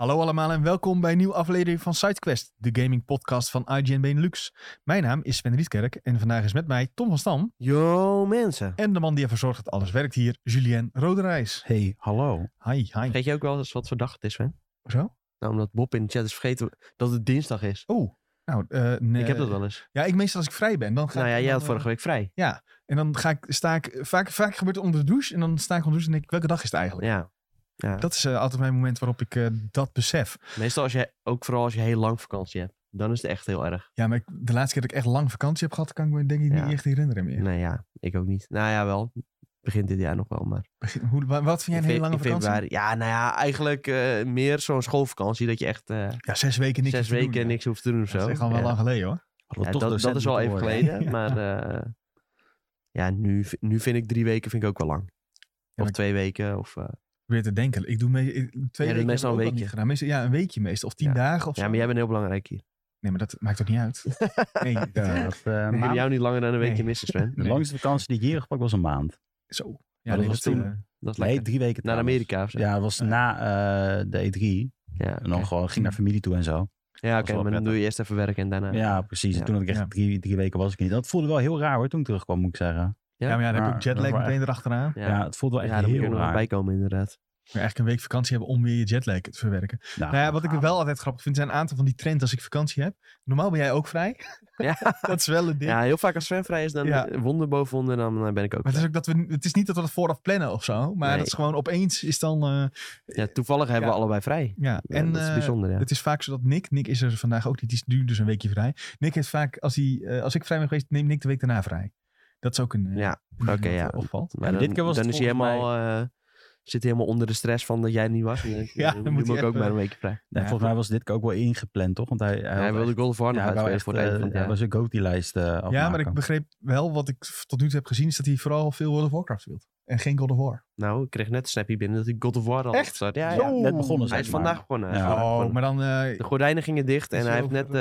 Hallo allemaal en welkom bij een nieuwe aflevering van SideQuest, de gaming podcast van IGN Benelux. Mijn naam is Sven Rietkerk en vandaag is met mij Tom van Stam. Yo mensen. En de man die ervoor zorgt dat alles werkt hier, Julien Roderijs. Hey, hallo. Hi. Vergeet je ook wel eens wat voor dag het is, Sven? Zo? Nou, omdat Bob in de chat is vergeten dat het dinsdag is. Oh, nou, nee. Ik heb dat wel eens. Ja, meestal als ik vrij ben, dan ga Nou ja, ik... jij dan, had vorige week vrij. Ja, en dan sta ik, vaak gebeurt het onder de douche en dan sta ik onder de douche en denk ik, welke dag is het eigenlijk? Ja. Dat is altijd mijn moment waarop ik dat besef. Meestal vooral als je heel lang vakantie hebt, dan is het echt heel erg. Ja, maar de laatste keer dat ik echt lang vakantie heb gehad, kan ik me denk ik niet echt herinneren meer. Nee, ja, ik ook niet. Nou ja, wel. Begint dit jaar nog wel, maar... Wat vind jij een hele lange vakantie? Februari. Ja, nou ja, eigenlijk meer zo'n schoolvakantie, dat je echt 6 weken niks hoeft te doen, niks hoeft te doen of zo. Dat is echt al wel lang geleden hoor. Ja, dat is wel even geleden, maar ja, nu vind ik 3 weken vind ik ook wel lang. Of 2 weken, of... Weer te denken. Ik doe 2 weken meestal een weekje. niet gedaan. Een weekje meestal. Of 10 dagen of zo. Ja, maar jij bent heel belangrijk hier. Nee, maar dat maakt ook niet uit. Nee, ik wil jou niet langer dan een weekje missen, Sven. De langste vakantie die ik hier gepakt was een maand. Zo. Ja, dat was toen. Dat Nee, 3 weken naar Amerika of zo. Ja, dat was na de E3. Ja, en dan gewoon ging naar familie toe en zo. Ja, oké, maar dan doe je eerst even werken en daarna... Ja, precies. En toen had ik echt 3 weken was ik niet. Dat voelde wel heel raar hoor, toen ik terugkwam, moet ik zeggen. Ja, maar dan heb je jetlag meteen erachteraan. Ja, het voelde wel echt heel raar. Ja, heel daar moet je nog bijkomen inderdaad. Je eigenlijk een week vakantie hebben om weer je jetlag te verwerken. Nou ja, wat ik wel altijd grappig vind, zijn een aantal van die trends als ik vakantie heb. Normaal ben jij ook vrij. Ja. Dat is wel een ding. Ja, heel vaak als Sven vrij is, dan wonder boven wonder, dan ben ik ook maar het is niet dat we het vooraf plannen of zo. Maar dat is gewoon opeens is dan... ja, toevallig hebben we allebei vrij. Ja, en dat is bijzonder, ja. Het is vaak zo dat Nick is er vandaag ook niet, die is nu dus een weekje vrij. Nick heeft vaak, als ik vrij ben geweest, neemt Nick de week daarna vrij. Dat is ook een... opvalt. Maar dit keer was dan is hij helemaal... zit helemaal onder de stress van dat jij er niet was. Dan moet hij ook maar een weekje vrij. Nee, volgens mij was dit ook wel ingepland, toch? Want hij wilde God of War nog uitspelen voor het einde. Hij was een GOTY-lijst afmaken. Ja, maar ik begreep wel, wat ik tot nu toe heb gezien, is dat hij vooral veel World of Warcraft speelt. En geen God of War. Nou, ik kreeg net een snappy binnen dat hij God of War al opstart. Ja, net begonnen. Hij is vandaag begonnen. Ja. Maar dan... de gordijnen gingen dicht en hij heeft net...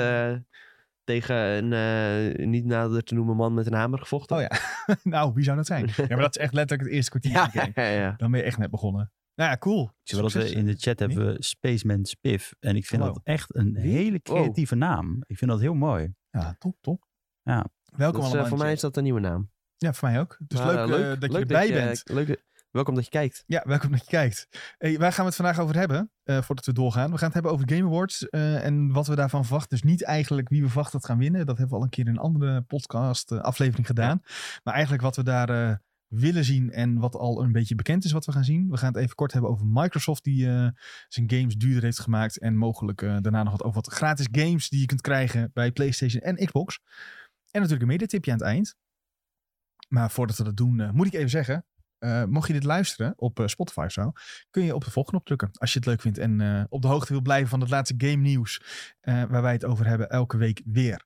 tegen een niet nader te noemen man met een hamer gevochten. Oh ja, nou, wie zou dat zijn? Ja, maar dat is echt letterlijk het eerste kwartier. Ja. Dan ben je echt net begonnen. Nou ja, cool. Ik zie wel dat we in de chat hebben we Spaceman Spiff. En ik vind dat echt een hele creatieve naam. Ik vind dat heel mooi. Ja, top. Ja. Welkom dus, allemaal. Voor mij is dat een nieuwe naam. Ja, voor mij ook. Dus leuk dat je erbij bent. Welkom dat je kijkt. Ja, welkom dat je kijkt. Hey, waar gaan we het vandaag over hebben, voordat we doorgaan? We gaan het hebben over Game Awards en wat we daarvan verwachten. Dus niet eigenlijk wie we verwachten dat gaan winnen. Dat hebben we al een keer in een andere podcast aflevering gedaan. Ja. Maar eigenlijk wat we daar willen zien en wat al een beetje bekend is wat we gaan zien. We gaan het even kort hebben over Microsoft die zijn games duurder heeft gemaakt. En mogelijk daarna nog wat over wat gratis games die je kunt krijgen bij PlayStation en Xbox. En natuurlijk een mediatipje aan het eind. Maar voordat we dat doen, moet ik even zeggen... mocht je dit luisteren op Spotify of zo, kun je op de volgknop drukken als je het leuk vindt en op de hoogte wil blijven van het laatste game nieuws waar wij het over hebben elke week weer.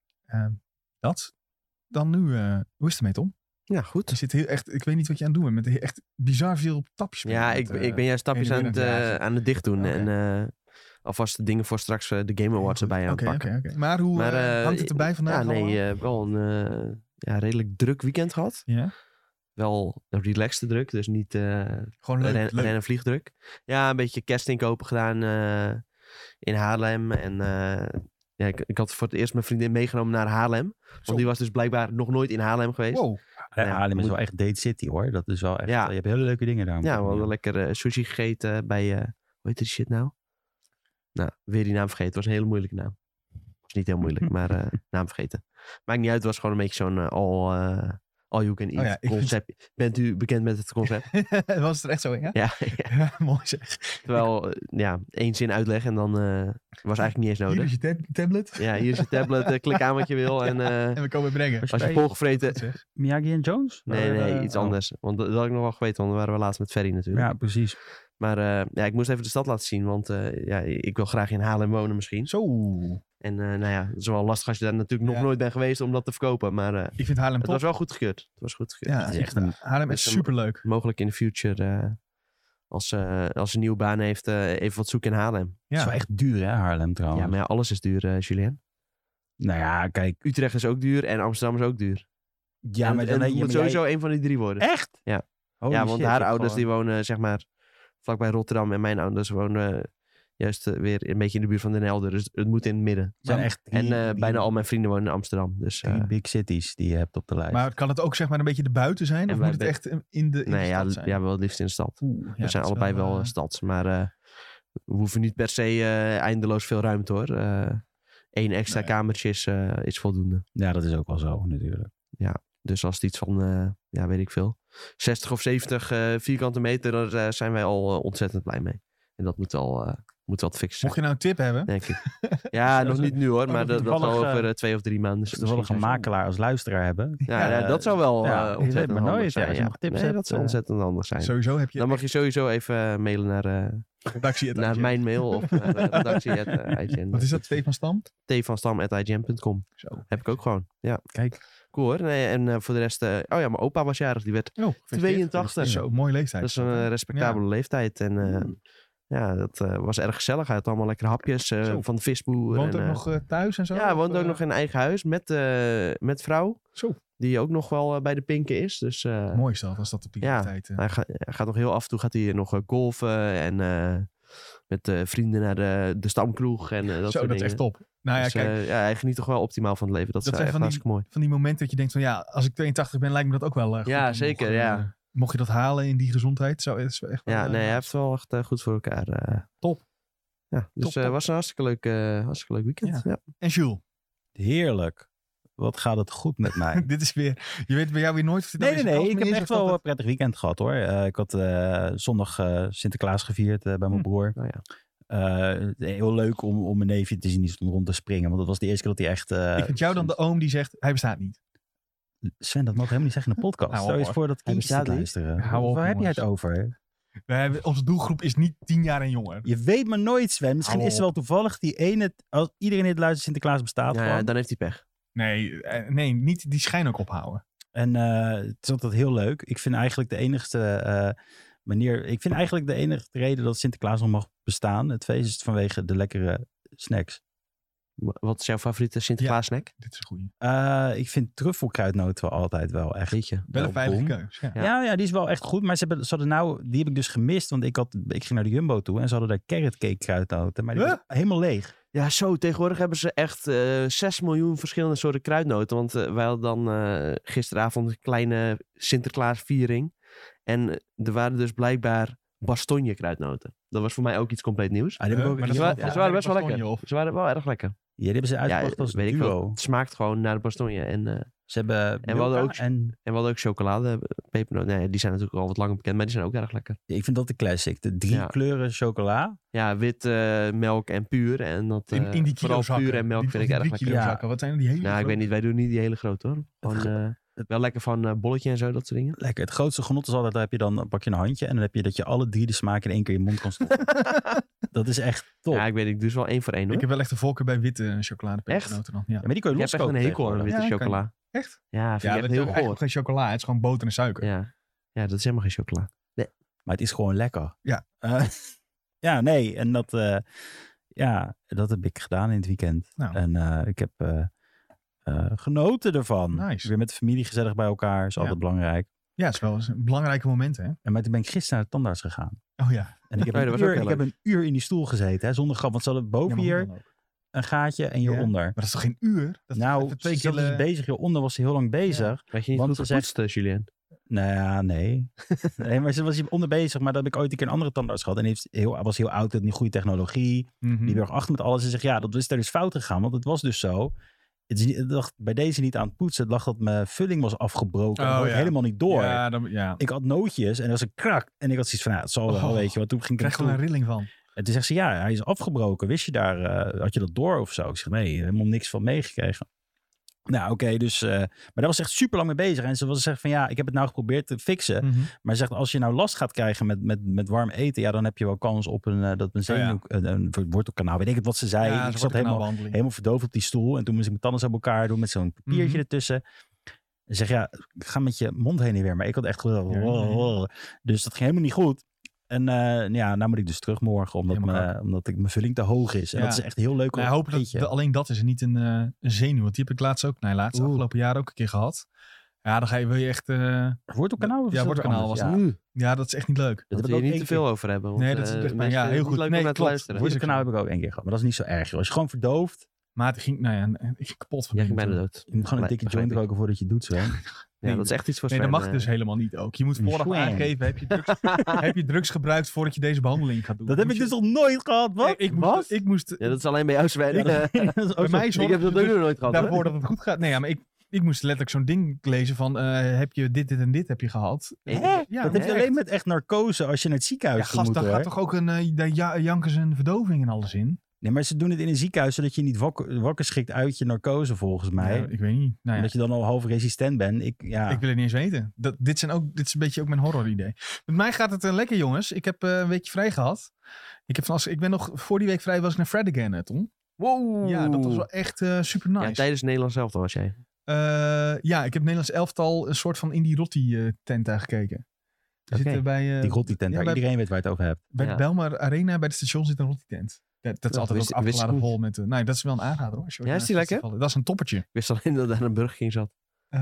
Dat. Dan nu, hoe is het ermee, Tom? Ja, goed. Je zit heel echt, ik weet niet wat je aan het doen bent, met echt bizar veel tapjes. Ja, ik ben juist tapjes aan het dicht doen en alvast de dingen voor straks de Game Awards erbij aan het pakken. Okay. Maar hoe hangt het erbij vandaag? Wel een redelijk druk weekend gehad. Ja. Wel een relaxte druk, dus niet gewoon leuk. En vliegdruk. Ja, een beetje kerstinkopen gedaan in Haarlem. En ik had voor het eerst mijn vriendin meegenomen naar Haarlem. Want die was dus blijkbaar nog nooit in Haarlem geweest. Wow. Haarlem is wel echt date city hoor. Dat is wel echt, je hebt hele leuke dingen daar. Ja, we hadden lekker sushi gegeten bij, hoe heet die shit nou? Nou, weer die naam vergeten. Het was een hele moeilijke naam. Was niet heel moeilijk, maar naam vergeten. Maakt niet uit, het was gewoon een beetje zo'n all you can eat concept. Bent u bekend met het concept? Was het er echt zo, ja? Ja. Mooi zeg. Terwijl, één zin uitleg en dan was eigenlijk niet eens nodig. Hier is je tablet. Ja, hier is je tablet. Klik aan wat je wil. En we komen brengen. Als je volgevreten... Miyagi en Jones? Nee, iets anders. Want dat had ik nog wel geweten, want we waren laatst met Ferry natuurlijk. Ja, precies. Maar ik moest even de stad laten zien, want ik wil graag in Haarlem wonen misschien. Zo. En het is wel lastig als je daar natuurlijk nog nooit bent geweest om dat te verkopen. Maar ik vind Haarlem het was wel goed gekeurd. Ja, het is echt Haarlem is superleuk. Mogelijk in de future, als ze een nieuwe baan heeft, even wat zoeken in Haarlem. Ja. Het is wel echt duur hè, Haarlem trouwens. Ja, maar alles is duur, Julien. Nou ja, kijk. Utrecht is ook duur en Amsterdam is ook duur. Ja, maar dan het moet sowieso een van die 3 worden. Echt? Ja. Want haar ouders die wonen zeg maar vlakbij Rotterdam en mijn ouders wonen juist weer een beetje in de buurt van Den Helder. Dus het moet in het midden. zijn echt Bijna al mijn vrienden wonen in Amsterdam. Dus, 3 big cities die je hebt op de lijst. Maar kan het ook zeg maar een beetje erbuiten zijn? En Of wij moet het echt in de stad zijn? Ja, wel het liefst in de stad. Ja, We zijn allebei wel stads. Maar we hoeven niet per se eindeloos veel ruimte hoor. 1 extra kamertje is voldoende. Ja, dat is ook wel zo natuurlijk. Dus als het iets van, weet ik veel, 60 of 70 vierkante meter, daar zijn wij al ontzettend blij mee. En dat moet wel te fixen zijn, Mocht je nou een tip hebben? denk ik. Ja, nog niet nu hoor, maar dat zal toevallig, over 2 of 3 maanden. Toevallig een makelaar als luisteraar hebben. Ja, dat zou wel je weet ontzettend maar nooit. handig zijn. Als je nog tips Nee, hebt, dat zou ontzettend handig zijn. Sowieso heb je Dan mag je sowieso even mailen naar mijn mail of redactie@IGN. Wat is dat? T van Stam? tvanstam@ign.com. Zo. Heb ik ook gewoon. Ja. Kijk. Cool hoor. Nee, en voor de rest... mijn opa was jarig. Die werd 82. Zo, mooie leeftijd. Dat is een respectabele leeftijd. En dat was erg gezellig. Hij had allemaal lekkere hapjes van de visboer. Woont ook nog thuis en zo? Ja, hij woont ook nog in een eigen huis met vrouw. Zo. Die ook nog wel bij de pinken is. Dus, mooi is dat, als dat op die tijd. Hij gaat nog heel af en toe gaat hij nog golfen. En met vrienden naar de stamkroeg. En dat soort dat is echt top. Nou dus, ja, kijk. hij geniet toch wel optimaal van het leven. Dat is echt hartstikke mooi. Van die momenten dat je denkt van ja, als ik 82 ben, lijkt me dat ook wel goed. Ja, zeker. Ja. Mocht je dat halen in die gezondheid, zou het echt wel... hij heeft wel echt goed voor elkaar. Top. Ja, dus het was een hartstikke leuk weekend. Ja. En Jules? Heerlijk. Wat gaat het goed met mij? Dit is weer... Je weet bij jou weer nooit... Of Nee. Ik heb echt wel een prettig weekend gehad hoor. Ik had zondag Sinterklaas gevierd bij mijn broer. Oh, ja. Heel leuk om mijn neefje te zien die stond rond te springen. Want dat was de eerste keer dat hij echt... ik vind jou dan de oom die zegt, hij bestaat niet. Sven, dat mag helemaal niet zeggen in een podcast. Stel je eens voor dat kindjes zitten luisteren. Waar heb jij het over? Onze doelgroep is niet 10 jaar en jonger. Je weet maar nooit, Sven. Misschien is er wel toevallig die ene... Als iedereen in het luistert Sinterklaas bestaat Ja, dan heeft hij pech. Nee, niet die schijn ook ophouden. En het is altijd heel leuk. Ik vind eigenlijk de enigste de enige reden dat Sinterklaas nog mag bestaan, het feest, is vanwege de lekkere snacks. Wat is jouw favoriete Sinterklaas snack? Dit is een goeie. Ik vind truffelkruidnoten altijd wel echt... Weet wel een veilige keus. Ja, die is wel echt goed. Maar die heb ik dus gemist. Want ik ging naar de Jumbo toe en ze hadden daar carrot cake kruidnoten. Maar die was helemaal leeg. Ja, tegenwoordig hebben ze echt 6 miljoen verschillende soorten kruidnoten. Want wij hadden dan gisteravond een kleine Sinterklaasviering. En er waren dus blijkbaar Bastogne kruidnoten. Dat was voor mij ook iets compleet nieuws. Die heb ik ook ze waren best wel lekker. Ze waren wel erg lekker. Ja, die hebben ze uitgebracht als weet duo. Ik wel. Het smaakt gewoon naar de Bastogne. En, ze hebben we hadden ook chocolade, pepernoten. Nee, die zijn natuurlijk al wat langer bekend, maar die zijn ook erg lekker. Ik vind dat de classic. De 3 kleuren chocola. Ja, wit, melk en puur. En dat, in die vooral puur en melk vind ik erg lekker. Ja. Wat zijn die hele grote? Ik weet niet. Wij doen niet die hele grote hoor. Gewoon, wel lekker van bolletje en zo, dat soort dingen. Lekker. Het grootste genot is altijd, pak je een handje en dan heb je dat je alle 3 de smaak in één keer in je mond kan stoppen. Dat is echt top. Ja, ik weet niet. Ik doe wel 1 voor 1 hoor. Ik heb wel echt een voorkeur bij witte chocoladepepernoten dan. Ja, maar die kun je loskoken. Ik heb echt een hekel aan witte chocola. Echt? Ja, vind ik echt heel goor. Geen chocola, het is gewoon boter en suiker. Ja, dat is helemaal geen chocola. Nee. Maar het is gewoon lekker. Ja. En dat heb ik gedaan in het weekend. Nou. En ik heb genoten ervan. Nice. Weer met de familie gezellig bij elkaar, is altijd belangrijk. Ja, het is wel een belangrijke moment, hè? En toen ben ik gisteren naar de tandarts gegaan. Oh ja. En ik heb een uur in die stoel gezeten, hè, zonder grap. Want ze hadden boven hier een gaatje en hieronder. Maar dat is toch geen uur? Dat ze was bezig. Hieronder was ze heel lang bezig. Weet je niet goed gepoetst, Julien? Nee. Nee, maar ze was hieronder bezig. Maar dat heb ik ooit een keer een andere tandarts gehad. En hij was heel oud, had niet goede technologie. Die werd achter met alles. En zegt, dat is er dus fout gegaan. Want het was dus zo. Het lag bij deze niet aan het poetsen. Het lag dat mijn vulling was afgebroken. Dat had ik helemaal niet door. Ik had nootjes en er was een krak. En ik had zoiets van, het zal wel, weet je. Want toen ging ik krijg gewoon een rilling van. En toen zegt ze, hij is afgebroken. Wist je had je dat door of zo? Ik zeg, nee, helemaal niks van meegekregen. Nou, oké, dus... maar daar was echt super lang mee bezig. En ze zegt van, ik heb het nou geprobeerd te fixen. Maar ze zegt, als je nou last gaat krijgen met warm eten... dan heb je wel kans op een zenuw... een wortelkanaal, weet ik het wat ze zei. Ik zat helemaal verdoofd op die stoel. En toen moest ik mijn tanden aan elkaar doen met zo'n papiertje ertussen. En zeg, ga met je mond heen en weer. Maar ik had echt gedacht... Dus dat ging helemaal niet goed. En nou moet ik dus terug morgen, omdat mijn vulling te hoog is. En dat is echt heel leuk. Ik hoop dat alleen dat is en niet een zenuw. Want die heb ik laatst afgelopen jaar ook een keer gehad. Ja, dan wil je echt... Wordt op kanaal? Of Ja, wordt kanaal was ja. het. Ja, dat is echt niet leuk. Daar heb wil ik je ook niet te één veel over hebben. Want, Nee, dat is echt maar, ja, heel niet goed. leuk om Nee, naar te klopt. luisteren. Wordt op kanaal heb ik ook 1 keer gehad. Maar dat is niet zo erg, joh. Als je gewoon verdooft, Maar het ging... Nou ja, ik ging kapot van Jij ging binnen bijna toen. dood. je moet gewoon een dikke Begrijp joint ik. roken voordat je het doet, zo. Ja, dat is echt iets voor Nee, dat Sven, mag dus helemaal niet ook. Je moet vooraf Swing. aangeven, heb je drugs gebruikt voordat je deze behandeling gaat doen. Dat heb Moet ik je- dus nog nooit gehad, wat? Ik moest Ja, dat is alleen bij jou, Sven. Ja, dat is ook bij zo. mij Ik zorgde heb dat dus ook nog nooit gehad. hoor. daarvoor dat het goed gaat. Nee, ja, maar ik moest letterlijk zo'n ding lezen van, heb je dit en dit heb je gehad? Hè? Ja, Dat heb je echt. alleen met echt narcose als je naar het Ja, ziekenhuis gast, moet, daar hoor. gaat toch ook een jankers en verdoving en alles in? Nee, maar ze doen het in een ziekenhuis zodat je niet wakker schikt uit je narcose, volgens mij. Ja, ik weet niet. Nou ja, Omdat je dan al half resistent bent. Ik ik wil het niet eens weten. Dit is een beetje ook mijn horror idee. Met mij gaat het lekker, jongens. Ik heb een weekje vrij gehad. Ik ben nog voor die week vrij was ik naar Fred again, Tom. Wow. Ja, dat was wel echt super nice. Ja, tijdens Nederland zelf was jij. Ja, ik heb het Nederlands elftal een soort van Indie Rotti tent daar gekeken. We Oké. zitten bij, die Rotti-tent, ja, waar bij- iedereen weet waar je het over hebt. bij Ja. de Belmar Arena, bij het station zit een Rotti-tent. Dat is Ja, altijd wist- ook wist ik afgeladen niet. vol met... nee, dat is wel een aanrader hoor. als je ooit Ja, is naar die een festival- Dat is een toppertje. Ik wist alleen dat daar een Burger King zat.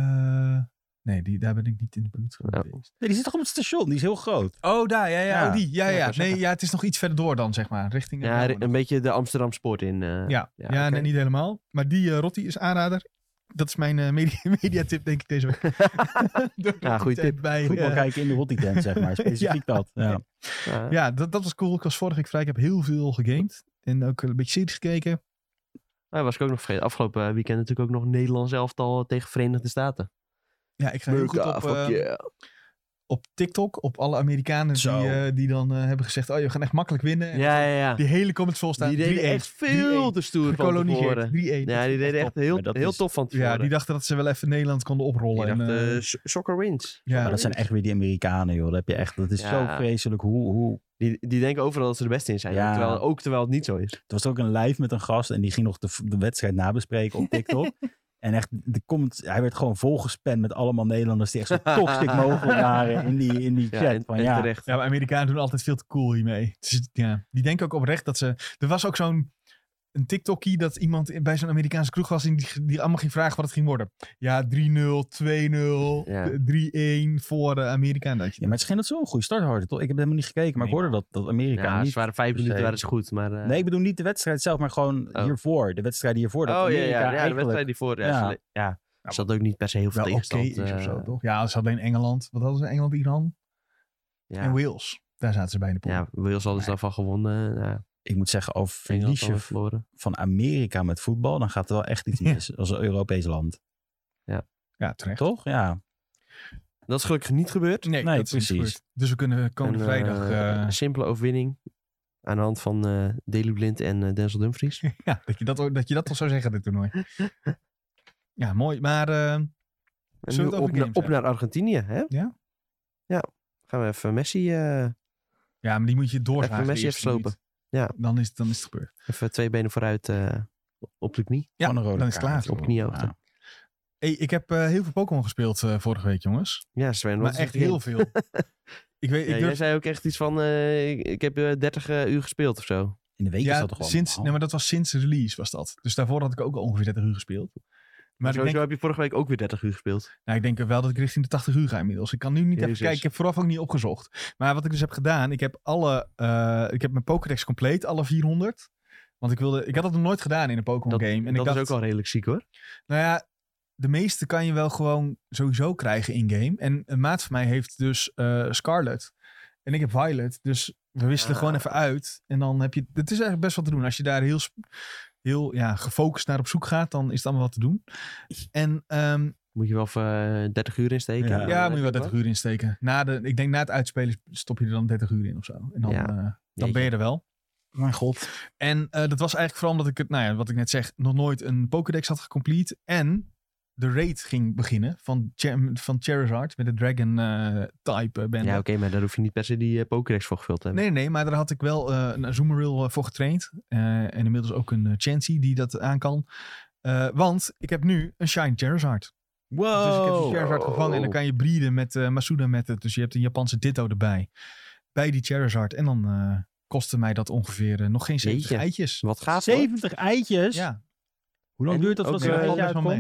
Nee, daar ben ik niet in de buurt Ja. geweest. Nee, die zit toch op het station? Die is heel groot. Oh, daar, ja. Ja. Oh, die. Ja, Ja, ik ja. wou zeggen. Nee, ja, het is nog iets verder door dan, zeg maar. Richting... Ja, Belmar. een beetje de Amsterdam Sport in. Ja, oké. nee, niet helemaal. Maar die Rotti is aanrader. Dat is mijn mediatip, denk ik, deze week. Ja, goede tip. Bij, Voetbal kijken in de Rotti-tent, zeg maar. Specifiek dat. Ja. Ja. ja, dat was cool. Ik was vorige week vrij. Ik heb heel veel gegamed. En ook een beetje series gekeken. Nou, was ik ook nog vergeten. Afgelopen weekend natuurlijk ook nog Nederlands elftal tegen Verenigde Staten. Ja, ik ga heel goed Amerika, fuck yeah. op TikTok. Op alle Amerikanen Zo. die dan hebben gezegd... Oh, je gaat echt makkelijk winnen. En Ja. die hele comments vol staan. Die deden 3-1, echt veel te stoer van gekoloniseerd. 3-1. tevoren. Ja, die deden echt Maar heel, dat heel is- tof van tevoren. Ja, die dachten dat ze wel even Nederland konden Die oprollen. En, dachten, soccer wins. ja, Maar dat zijn echt weer die Amerikanen, joh. Dat heb je echt. Dat is Ja. zo vreselijk. Hoe... Die denken overal dat ze de beste in zijn. Ja. Terwijl het niet zo is. Er was ook een live met een gast en die ging nog de wedstrijd nabespreken op TikTok. En echt, hij werd gewoon volgespamd met allemaal Nederlanders die echt zo toxic mogelijk waren in die chat. en, Van, en ja, terecht. Ja, maar Amerikanen doen altijd veel te cool hiermee. Dus, ja, die denken ook oprecht dat ze... Er was ook een TikTokie dat iemand bij zo'n Amerikaanse kroeg was... en die allemaal ging vragen wat het ging worden. Ja, 3-0, 2-0, Ja. 3-1 voor Amerika. Dat je, Ja, maar het schijnt dat zo'n goede start hadden, toch? Ik heb helemaal niet gekeken, maar ik Nee. hoorde dat Amerika Ja, niet... ze waren 5 per minuten se. waren ze goed. Maar, Nee, ik bedoel niet de wedstrijd zelf, maar gewoon Oh. hiervoor. De wedstrijd hiervoor. Dat oh ja, Amerika ja, de eigenlijk... wedstrijd die voor. Ja, Ja. ze had ook niet per se heel veel wel oké tegenstand. is of zo, toch? Ja, ze hadden alleen Engeland. Wat hadden ze? Engeland, Iran en Wales. Daar zaten ze bij in de pool. Ja, Wales hadden ze daarvan gewonnen. Ja, Ik moet zeggen, over Engeland verlies hadden je verloren. van Amerika met voetbal, dan gaat er wel echt iets Ja. mis als een Europees land. Ja, terecht. Toch? Ja. Dat is gelukkig niet gebeurd. Nee, Nee, dat is niet precies. gebeurd. Dus we kunnen komende Een, vrijdag... een simpele overwinning. Aan de hand van Daley Blind en Denzel Dumfries. ja, dat je dat toch zou zeggen, dit toernooi. Ja, mooi. Maar En Zullen nu we het over games op hebben? naar Argentinië, hè? Ja? Ja. Gaan we even Messi... ja, maar die moet je doorzagen. Even Messi de eerste even slopen. minuut. Ja. Dan is het gebeurd. even 2 benen vooruit op de knie. Ja, Gewoon een rode dan is het kaart. klaar. Op kniehoogte. Ja. Hey, ik heb heel veel Pokémon gespeeld vorige week, jongens. Ja, Sven. Maar echt heel veel. ik weet, Ja, ik jij durf, zei ook echt iets van... ik heb 30 uur gespeeld of zo. In de week is ja, dat toch wel sinds, normaal? nee, maar dat was sinds release was dat. Dus daarvoor had ik ook al ongeveer 30 uur gespeeld. Maar ik Sowieso denk, heb je vorige week ook weer 30 uur gespeeld. nou, ik denk wel dat ik richting de 80 uur ga inmiddels. Ik kan nu niet even Jezus. kijken. Ik heb vooraf ook niet opgezocht. Maar wat ik dus heb gedaan, ik heb mijn Pokédex compleet, alle 400. Want ik had dat nog nooit gedaan in een Pokémon game. En ik dat dacht, is ook al redelijk ziek hoor. nou ja, de meeste kan je wel gewoon sowieso krijgen in-game. En een maat van mij heeft dus Scarlet. En ik heb Violet. Dus we wisselen Ah. gewoon even uit. En dan heb je... Het is eigenlijk best wat te doen. Als je daar heel gefocust naar op zoek gaat, dan is het allemaal wat te doen. En Moet je wel even 30 uur insteken. Ja. En ja, dan moet je wel heb 30 uur insteken. Ik denk na het uitspelen stop je er dan 30 uur in of zo. En dan, Ja. dan Jeetje. ben je er wel. Mijn god. En dat was eigenlijk vooral omdat ik het, nou ja, wat ik net zeg, nog nooit een Pokédex had gecomplete. En de raid ging beginnen van Charizard met de Dragon type bende. Ja, oké, maar daar hoef je niet per se die Pokédex voor gevuld te hebben. Nee, maar daar had ik wel een Azumarill voor getraind. En inmiddels ook een Chansey die dat aan kan. Want ik heb nu een Shine Charizard. Wow. Dus ik heb die Charizard gevangen en dan kan je breeden met Masuda Method. Dus je hebt een Japanse Ditto erbij. Bij die Charizard. En dan kostte mij dat ongeveer nog geen 70 Jeetje. eitjes. Wat gaaf hoor. 70 eitjes? Ja, Hoe lang En duurt dat ook, voor zo'n valt eitje best wel uitkomt? mee.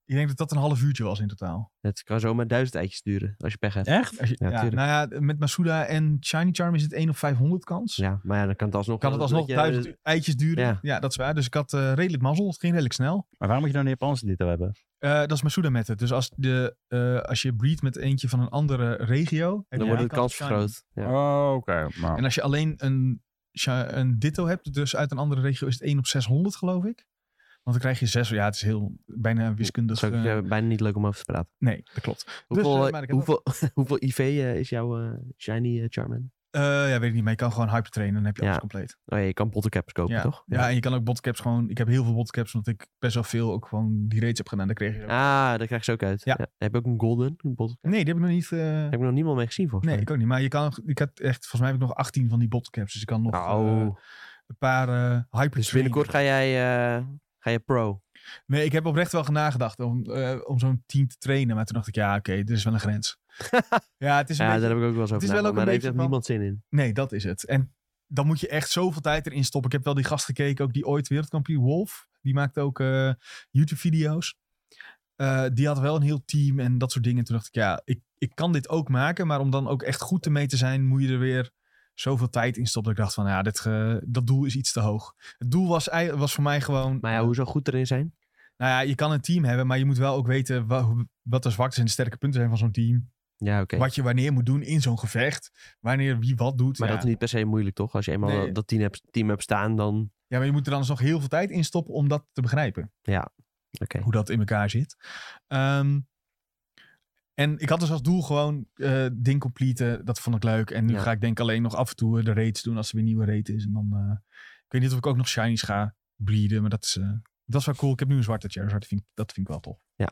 Ik denk dat dat een half uurtje was in totaal. Het kan zomaar 1000 eitjes duren als je pech hebt. Echt? Als je, Ja, tuurlijk. nou ja, met Masuda en Shiny Charm is het 1 op 500 kans. Ja, maar ja, dan kan het alsnog... Kan het alsnog dat je- 1000 eitjes duren? Ja. Ja, dat is waar. Dus ik had redelijk mazzel. Het ging redelijk snel. Maar waarom moet je dan een Japanse Ditto hebben? Dat is Masuda method. Dus als je breedt met eentje van een andere regio... heb Dan je wordt de die kans op shiny. vergroot. Ja. Oh, oké. En als je alleen een Ditto hebt, dus uit een andere regio, is het 1 op 600 geloof ik. Want dan krijg je 6. Ja, het is heel bijna wiskundig. Dat is ook bijna niet leuk om over te praten. Nee, dat klopt. Hoeveel, maar ik heb hoeveel IV is jouw Shiny Charmander? weet ik niet, maar je kan gewoon hyper trainen en dan heb je Ja. alles compleet. Oh ja, je kan bottlcaps kopen, Ja. toch? Ja, en je kan ook botcaps gewoon... Ik heb heel veel botcaps, omdat ik best wel veel ook gewoon die raids heb gedaan. Daar kreeg je ook. Ah, daar krijg je ze ook uit. Ja. Ja. Heb je ook een golden bottlcap? Nee, die heb ik nog niet... Heb ik nog niemand mee gezien, volgens nee, mij. ik ook niet. Maar je kan... Ik had echt... Volgens mij heb ik nog 18 van die botcaps. Dus ik kan nog een paar hyper Dus binnenkort ga jij pro. Nee, ik heb oprecht wel nagedacht om zo'n team te trainen. Maar toen dacht ik, ja, oké, dit is wel een grens. Ja, het is een Ja, beetje... daar heb ik ook wel eens over het is wel nagedacht, ook maar een daar heeft beetje echt van- niemand zin in. Nee, dat is het. En dan moet je echt zoveel tijd erin stoppen. Ik heb wel die gast gekeken, ook die ooit wereldkampioen Wolf. Die maakt ook YouTube-video's. Die had wel een heel team en dat soort dingen. Toen dacht ik, ja, ik kan dit ook maken. Maar om dan ook echt goed te mee te zijn, moet je er weer zoveel tijd in stoppen. Dat ik dacht van, ja, dat doel is iets te hoog. Het doel was voor mij gewoon... Maar ja, hoe zou goed erin zijn? Nou ja, je kan een team hebben, maar je moet wel ook weten wat de zwaktes en de sterke punten zijn van zo'n team. Ja, oké. Wat je wanneer moet doen in zo'n gevecht. Wanneer wie wat doet. Maar ja. dat is niet per se moeilijk, toch? Als je eenmaal Nee. dat team hebt staan, dan... Ja, maar je moet er dan dus nog heel veel tijd in stoppen om dat te begrijpen. Oké. Hoe dat in elkaar zit. En ik had dus als doel gewoon ding completen. Dat vond ik leuk. En nu Ja. ga ik denk alleen nog af en toe de raids doen als er weer een nieuwe raid is. En dan... ik weet niet of ik ook nog shinies ga breeden. Maar dat is wel cool. Ik heb nu een zwarte Charizard. Dat vind ik wel tof. Ja.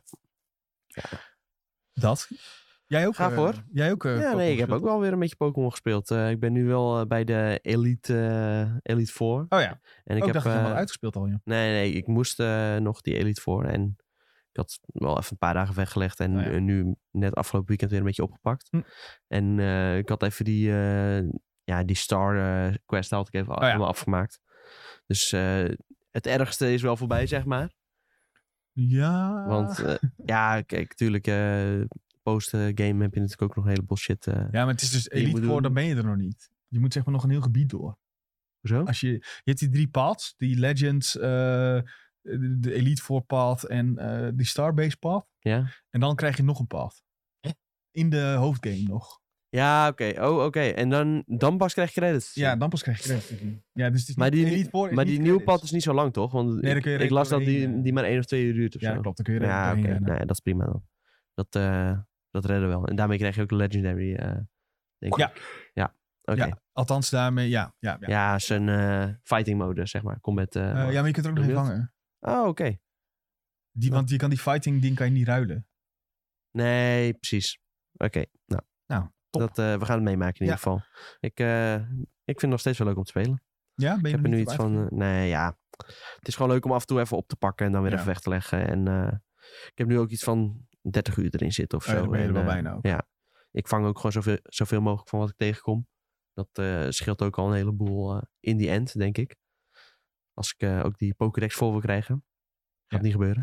Dat. Jij ook? Gaaf, hoor. Jij ook? Ja, Pokémon nee, ik heb gespeeld, ook wel weer een beetje Pokémon gespeeld. Ik ben nu wel bij de Elite 4. Oh ja. En ik Ik heb dacht ik helemaal uitgespeeld al, joh. Nee, ik moest nog die Elite 4. En ik had wel even een paar dagen weggelegd. En Oh ja. nu net afgelopen weekend weer een beetje opgepakt. Hm. En ik had even die Star Quest had ik even ja. helemaal afgemaakt. Dus het ergste is wel voorbij, zeg maar. Ja. Want ja, kijk, natuurlijk, post-game heb je natuurlijk ook nog een heleboel shit. Ja, maar het is dus je Elite moet 4, doen. dan ben je er nog niet. Je moet zeg maar nog een heel gebied door. Hoezo? Je hebt die 3 paths. Die Legends, de Elite 4 path en die Starbase path. Ja? En dan krijg je nog een path. In de hoofdgame nog. Ja, oké. Oké. En dan pas krijg je credits. Ja, dan pas krijg je credits. Ja, dus het is Maar niet, die, Elite 4 is maar niet die nieuwe credits. pad is niet zo lang, toch? Want Nee, dan kun je ik las dat doorheen, die maar 1 of 2 uur duurt of Ja, zo. dat klopt. Dan kun je er Ja, doorheen oké. rennen. Nee, dat is prima dan. Dat redden we wel. En daarmee krijg je ook de Legendary, denk Ja. ik. Ja, oké. Ja, althans daarmee, ja. Ja, zijn fighting mode, zeg maar. Combat Ja, maar je kunt er ook nog in benieuwd. vangen. Oh, oké. Want je kan die fighting ding kan je niet ruilen. Nee, precies. Oké, Nou, top. we gaan het meemaken in Ja. ieder geval. Ik vind het nog steeds wel leuk om te spelen. Ja, ben je Ik heb er er nu niet iets op van... nee, ja. Het is gewoon leuk om af en toe even op te pakken en dan weer Ja. even weg te leggen. En ik heb nu ook iets van 30 uur erin zitten of zo. dan ben je er En, wel bijna ook. Ja. Ik vang ook gewoon zoveel mogelijk van wat ik tegenkom. Dat scheelt ook al een heleboel in die end, denk ik. Als ik ook die Pokédex vol wil krijgen. Gaat niet gebeuren.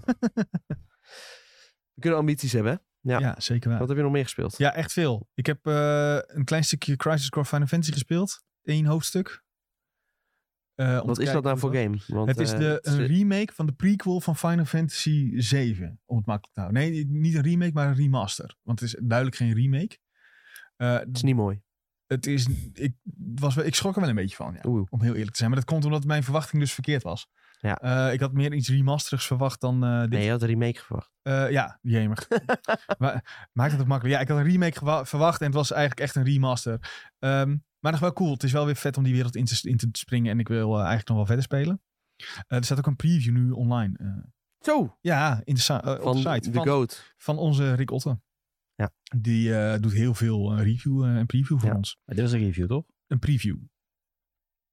We kunnen ambities hebben, hè? Ja. Ja, zeker waar. Wat heb je nog meer gespeeld? Ja, echt veel. Ik heb een klein stukje Crisis Core Final Fantasy gespeeld. 1 hoofdstuk. Wat is dat nou voor game? Want, Het is een remake van de prequel van Final Fantasy 7. Om het makkelijk te houden. Nee, niet een remake, maar een remaster. Want het is duidelijk geen remake. Het is niet mooi. Het is, ik schrok er wel een beetje van, ja, Oeh. om heel eerlijk te zijn. Maar dat komt omdat mijn verwachting dus verkeerd was. Ja. Ik had meer iets remasterigs verwacht dan dit. Nee, je had een remake verwacht. Ja, jemig. Maakt het ook makkelijk. Ja, ik had een remake verwacht en het was eigenlijk echt een remaster. Maar nog wel cool. Het is wel weer vet om die wereld in te springen en ik wil eigenlijk nog wel verder spelen. Er staat ook een preview nu online. Zo! Ja, op de site. The Goat. Van onze Rick Otte. Ja. Die doet heel veel review en preview voor Ja. ons. Maar dit was een review, toch? Een preview.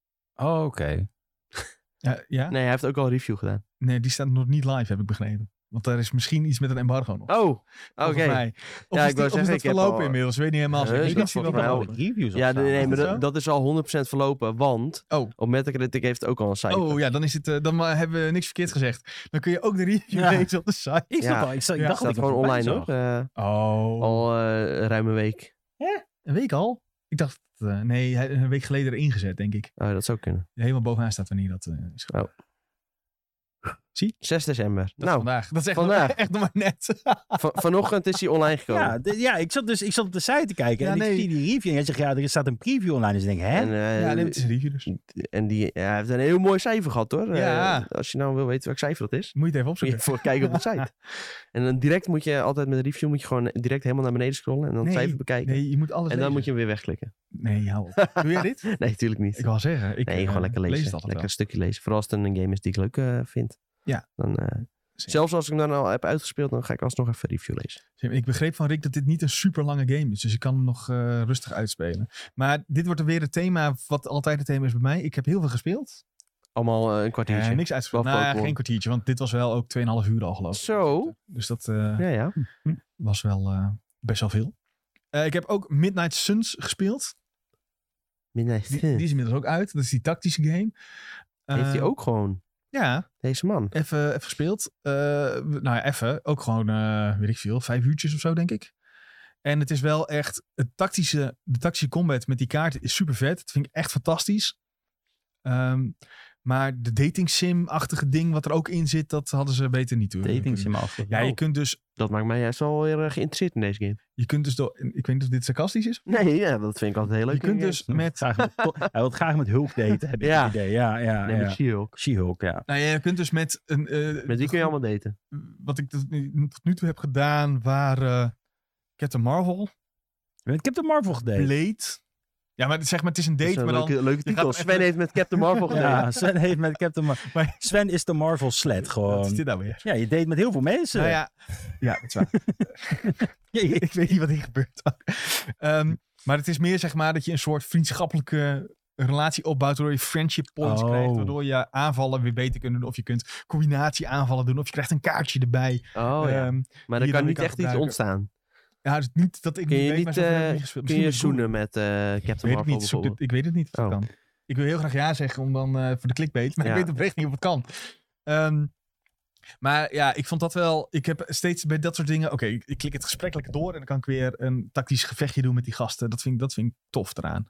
Oh, oké. Ja? Nee, hij heeft ook al een review gedaan. Nee, die staat nog niet live, heb ik begrepen. Want daar is misschien iets met een embargo nog. Oh, oké. Volgens mij. Of Ja, is ik wou of is zeggen, dat ik heb verlopen al- inmiddels? Weet niet helemaal zeker. is Ik dat zie wel volgens mij verlopen. Reviews Ja, nee, maar Is dat zo? dat is al 100% verlopen, want Oh. op Metacritic heeft het ook al een cijfer. Oh ja, dan, is het, dan hebben we niks verkeerd gezegd. Dan kun je ook de review Ja. lezen op de site. Ik Ja. snap wel. Ik Ja. dacht dat staat ik gewoon online hoor. Oh. Al ruim een week. Een week al? Ik dacht, nee, hij een week geleden erin gezet, denk ik. Oh, dat zou kunnen. Helemaal bovenaan staat wanneer dat is gebeurd. 6 december. Dat is Nou, vandaag. Dat is echt, vandaag. echt nog maar net. Vanochtend is hij online gekomen. Ja, ik zat op de site te kijken Ja, en nee. ik zie die review en hij zegt, ja, er staat een preview online. Dus ik denk, hè? En, Ja, nee, het is een review dus. en hij heeft een heel mooi cijfer gehad hoor. Ja. Als je nou wil weten welk cijfer dat is, Moet je het even moet je opzoeken. voor kijken op de site. En dan direct moet je altijd met een review moet je gewoon direct helemaal naar beneden scrollen en dan het cijfer bekijken. Nee, je moet alles en dan lezen. moet je hem weer wegklikken. Nee, hou op. Doe jij dit? Nee, natuurlijk niet. Ik wou zeggen. Ik Nee, gewoon lekker lees lezen. het altijd Lekker een stukje lezen. Vooral als het een game is die ik leuk vind. Ja. Dan, zelfs als ik hem dan al heb uitgespeeld, dan ga ik alsnog even een review lezen. wel. Ik begreep van Rick dat dit niet een super lange game is. Dus ik kan hem nog rustig uitspelen. Maar dit wordt er weer het thema wat altijd het thema is bij mij. Ik heb heel veel gespeeld. Allemaal een kwartiertje. Niks uitgespeeld. Behalve Nou, Pokémon. geen kwartiertje. Want dit was wel ook 2,5 uur al geloof ik. Zo. Dus dat Ja. was wel best wel veel. Ik heb ook Midnight Suns gespeeld. Midnight Die Suns. is inmiddels ook uit. Dat is die tactische game. Heeft hij ook gewoon, Ja, deze man. even gespeeld. Nou ja, even. Ook gewoon, weet ik veel, 5 uurtjes of zo, denk ik. En het is wel echt, de tactische combat met die kaarten is super vet. Dat vind ik echt fantastisch. Maar de dating sim-achtige ding wat er ook in zit, dat hadden ze beter niet doen. Dating sim af. Ja, je kunt dus, Dat maakt mij juist wel weer geïnteresseerd in deze game. ik weet niet of dit sarcastisch is. Nee, ja, dat vind ik altijd heel leuk. Je kunt dus met, Hij wil graag met Hulk daten, heb ik Ja. het idee. Ja. Nee, met She-Hulk. She-Hulk, ja. nou ja, je kunt dus met een... Met wie kun je allemaal daten? Wat ik tot nu toe heb gedaan, waren Captain Marvel, Ik heb de Marvel gedate. Blade. Ja, maar zeg maar, het is een Dat is date, een maar dan... leuke je titel. gaat Sven echt- heeft met Captain Marvel gedaan. Ja, Sven heeft met Captain Marvel. Maar- Sven is de Marvel sled Wat is gewoon. dit nou weer? Ja, je date met heel veel mensen. Nou ja, dat is waar. Ik weet niet wat hier gebeurt. Maar het is meer zeg maar dat je een soort vriendschappelijke relatie opbouwt, waardoor je friendship points Oh. krijgt, waardoor je aanvallen weer beter kunt doen, of je kunt combinatie aanvallen doen, of je krijgt een kaartje erbij. Oh ja. Ehm, Maar die er kan dan niet weer echt kan iets gebruiken. ontstaan. ja, dus niet dat ik Kun je weet, niet, maar zover heb ik niet gespeeld. kun je Misschien wel zoenen met Captain weet Marvel ik niet. bijvoorbeeld? Ik weet het niet of dat Oh. kan. Ik wil heel graag ja zeggen om dan voor de clickbait, maar Ja. ik weet oprecht niet of het kan. Maar ja, ik vond dat wel... Ik heb steeds bij dat soort dingen... Oké, ik klik het gesprek lekker door en dan kan ik weer een tactisch gevechtje doen met die gasten. Dat vind ik tof eraan.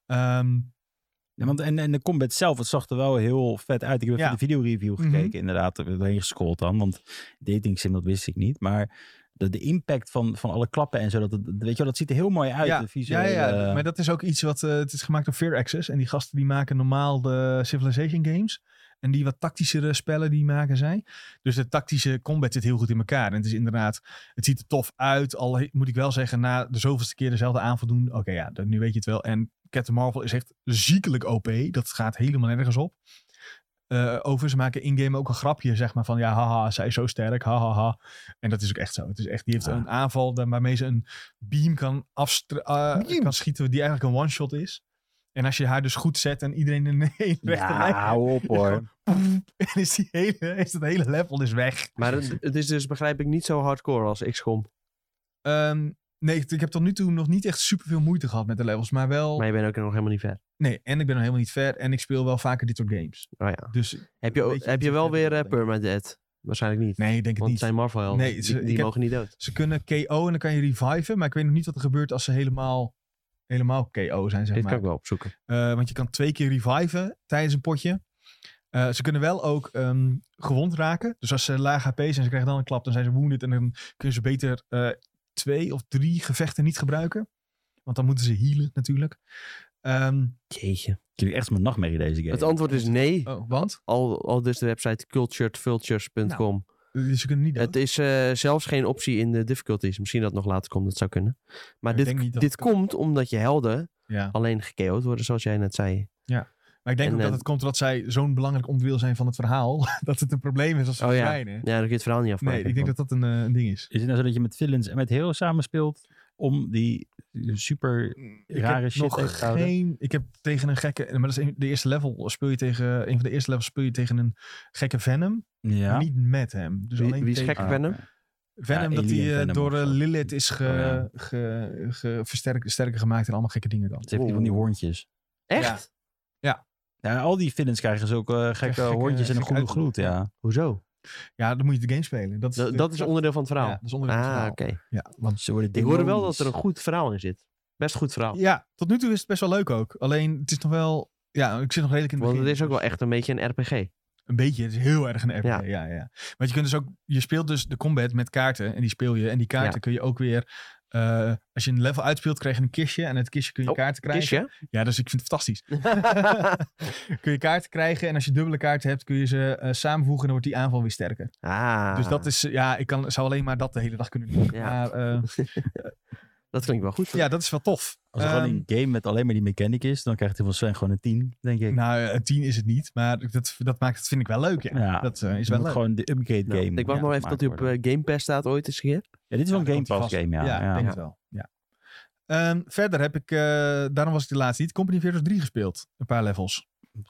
Ja, want en de combat zelf, het zag er wel heel vet uit. Ik heb even Ja. de videoreview gekeken, inderdaad. Er doorheen gescrolld dan, want dating sim, dat wist ik niet. Maar de impact van alle klappen en zo, weet je wel, dat ziet er heel mooi uit. Ja, de visuele, ja, maar dat is ook iets wat... het is gemaakt door Fair Access. En die gasten die maken normaal de Civilization games. En die wat tactischere spellen die maken zij. Dus de tactische combat zit heel goed in elkaar. En het is inderdaad... Het ziet er tof uit. Al moet ik wel zeggen, na de zoveelste keer dezelfde aanval doen. Oké, ja, nu weet je het wel. En Captain Marvel is echt ziekelijk OP. Dat gaat helemaal nergens op. Overigens maken in-game ook een grapje, zeg maar, van ja, haha, zij is zo sterk, hahaha. En dat is ook echt zo. Het is echt, die heeft een aanval waarmee ze een beam kan schieten die eigenlijk een one-shot is. En als je haar dus goed zet en iedereen in een rechte lijn... hou op hoor. En is het hele level is weg. Maar het is dus, begrijp ik, niet zo hardcore als XCOM. Nee, ik heb tot nu toe nog niet echt superveel moeite gehad met de levels, maar wel... Maar je bent ook nog helemaal niet ver. Nee, en ik ben nog helemaal niet ver en ik speel wel vaker dit soort games. Oh ja. Dus Heb weet je je wel wat weer ik denk? permadeath? Waarschijnlijk niet. nee, ik denk het Want niet. het zijn Marvel-helden. Nee, ik die heb- mogen niet dood. Ze kunnen KO en dan kan je reviven, maar ik weet nog niet wat er gebeurt als ze helemaal KO zijn, zeg Dit maar. kan ik wel opzoeken. Want je kan 2 keer reviven tijdens een potje. Ze kunnen wel ook gewond raken. Dus als ze laag HP zijn en ze krijgen dan een klap, dan zijn ze wounded. En dan kunnen ze beter 2 of 3 gevechten niet gebruiken. Want dan moeten ze healen natuurlijk. Jeetje. Ik heb echt mijn nachtmerrie deze game. Het antwoord is nee. Want? Al dus de website culturedvultures.com. Ze kunnen niet dood. Het is zelfs geen optie in de difficulties. Misschien dat het nog later komt, dat zou kunnen. Maar ik denk niet dat dit het kan. komt omdat je helden Ja. alleen geKO'd worden, zoals jij net zei. Maar ik denk En, ook dat het komt omdat zij zo'n belangrijk onderdeel zijn van het verhaal. Dat het een probleem is als ze Oh ja. verdwijnen. Ja, dan kun je het verhaal niet afmaken. Nee, ik denk dat dat een ding is. Is het nou zo dat je met villains en met heroes samen speelt? om die super rare shit tegen te houden? Ik heb tegen een gekke... Maar dat is de eerste level. Speel je tegen... Een van de eerste levels speel je tegen een gekke Venom. Ja. Maar niet met hem. Dus alleen Wie is tegen... gekke Venom? Venom, Ja, dat Alien hij Venom door of zo. Lilith is sterker gemaakt en allemaal gekke dingen dan. Ze heeft die van die hoorntjes. Echt? Ja, al die villains krijgen zo ook gekke gekke- hoorntjes en een gekke groene gloed. Ja. Hoezo? Ja, dan moet je de game spelen. Dat is onderdeel van het verhaal. Ja, dat is onderdeel van het verhaal. Oké. Ja, want Ze worden Ik hoorde wel demonisch. dat er een goed verhaal in zit. Best goed verhaal. ja, tot nu toe is het best wel leuk ook. Alleen, het is nog wel... Ja, ik zit nog redelijk in het Want het begin. is ook wel echt een beetje een RPG. Een beetje, het is heel erg een RPG. Ja. Ja. Want je kunt dus ook... Je speelt dus de combat met kaarten. En die speel je. En die kaarten Ja. kun je ook weer... als je een level uitspeelt, krijg je een kistje. En uit het kistje kun je kaarten krijgen. Kistje? Ja, dus ik vind het fantastisch. Kun je kaarten krijgen. En als je dubbele kaarten hebt, kun je ze samenvoegen. En dan wordt die aanval weer sterker. Ah. Dus dat is... Ja, zou alleen maar dat de hele dag kunnen doen. Ja. Maar Dat klinkt wel goed. ja, dat is wel tof. Als er gewoon een game met alleen maar die mechanic is, dan krijgt hij van Sven gewoon een 10, denk ik. Nou, een 10 is het niet. Maar dat maakt het, vind ik wel leuk. Ja. Ja. Dat is Je wel moet leuk. gewoon de upgrade Nou, game. ik wacht nog even tot hij op Game Pass staat ooit eens een keer. Ja, dit is wel een Ja, Game dat komt Pass vast. game, ja. Ja, ik denk het wel. Ja. Verder heb ik, daarom was ik de laatste niet, Company Versus 3 gespeeld. Een paar levels.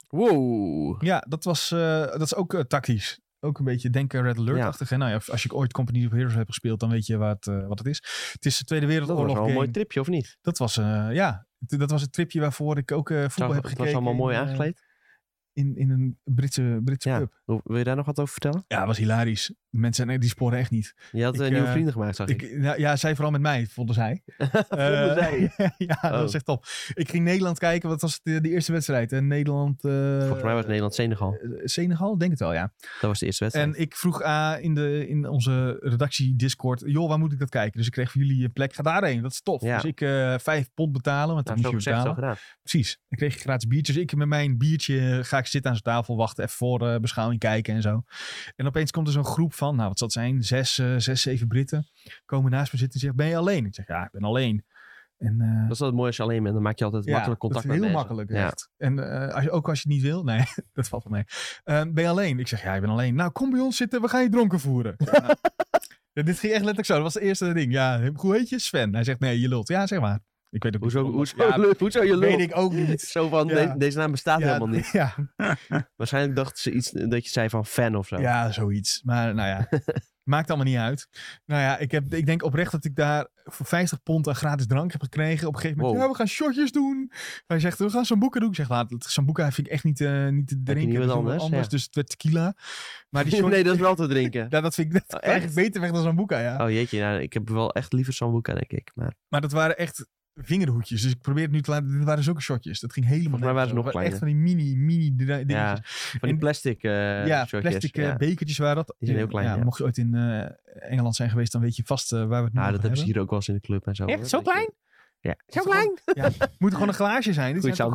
Wow. Ja, dat is ook tactisch. Ook een beetje denken Red Alert-achtig. Ja. Nou ja, als je ooit Company of Heroes hebt gespeeld, dan weet je wat het is. Het is de Tweede Dat Wereldoorlog was wel een game. mooi tripje, of niet? Dat was, dat was het tripje waarvoor ik ook voetbal heb gekeken. Het was allemaal mooi aangekleed. In een Britse Ja. pub. Wil je daar nog wat over vertellen? Ja, dat was hilarisch. Mensen die sporen echt niet. Je had Ik, nieuwe vrienden gemaakt, zag ik. Ja, zij vooral met mij, vonden zij. Vonden zij? Ja, dat was echt top. Ik ging Nederland kijken, wat was de eerste wedstrijd? En Nederland... Volgens mij was het Nederland-Senegal. Senegal, denk het wel, ja. Dat was de eerste wedstrijd. En ik vroeg in onze redactie Discord, joh, waar moet ik dat kijken? Dus ik kreeg voor jullie een plek, ga daarheen, dat is tof. Ja. Dus ik £5 betalen, want dat Nou, moest zo je gezegd, zo betalen. gedaan. Precies. Dan kreeg je gratis biertjes. Ik met mijn biertje ga ik zitten aan zijn tafel, wachten, even voor beschouwing kijken en zo. En opeens komt er zo'n groep van, nou wat zal het zijn, 7 Britten, komen naast me zitten en zeggen, ben je alleen? Ik zeg, ja, ik ben alleen. En, Dat is wel het mooie als je alleen bent. Dan maak je altijd makkelijk contact dat is met heel mensen. makkelijk, Ja. echt. En als je het niet wil, nee, dat valt wel mee. Ben je alleen? Ik zeg, ja, ik ben alleen. Nou, kom bij ons zitten, we gaan je dronken voeren. Ik zeg, nou, ja, dit ging echt letterlijk zo. Dat was het eerste ding. Ja, hoe heet je? Sven. Hij zegt, nee, je lult. Ja, zeg maar. Ik weet ook niet. Hoezo je Weet lul? ik ook niet. Zo van, Ja. deze naam bestaat helemaal niet. Ja, Waarschijnlijk dachten ze iets dat je zei van fan of zo. ja, zoiets. Maar nou ja, maakt allemaal niet uit. Nou ja, ik denk oprecht dat ik daar voor £50 aan gratis drank heb gekregen. Op een gegeven moment, Wow. ja, we gaan shotjes doen. Hij zegt, we gaan Sambuca doen. Ik zeg, Sambuca vind ik echt niet te drinken. niet wat Dat is anders, anders, ja. dus het werd tequila. Maar die shotjes, Nee, dat is wel te drinken. ja, dat vind ik Oh, eigenlijk echt? beter weg dan Sambuca, ja. Oh jeetje, nou, ik heb wel echt liever Sambuca, denk ik. Maar Maar dat waren echt vingerhoedjes. Dus ik probeer het nu te laten. Dit waren zulke shotjes. Dat ging helemaal Volgens mij waren ze nergens nog over. Echt van die mini dingetjes. ja, van die En- plastic Ja, shotjes. plastic Ja. bekertjes waren dat. Die zijn heel klein, ja. Mocht je ooit in Engeland zijn geweest, dan weet je vast waar we het nu Nou, over dat hebben ze hebben. hier ook wel eens in de club en zo. Echt? hoor. Zo Dat je- klein? Ja, Zo klein? Ja, moet gewoon een glaasje zijn. Dit Goeie zijn toch,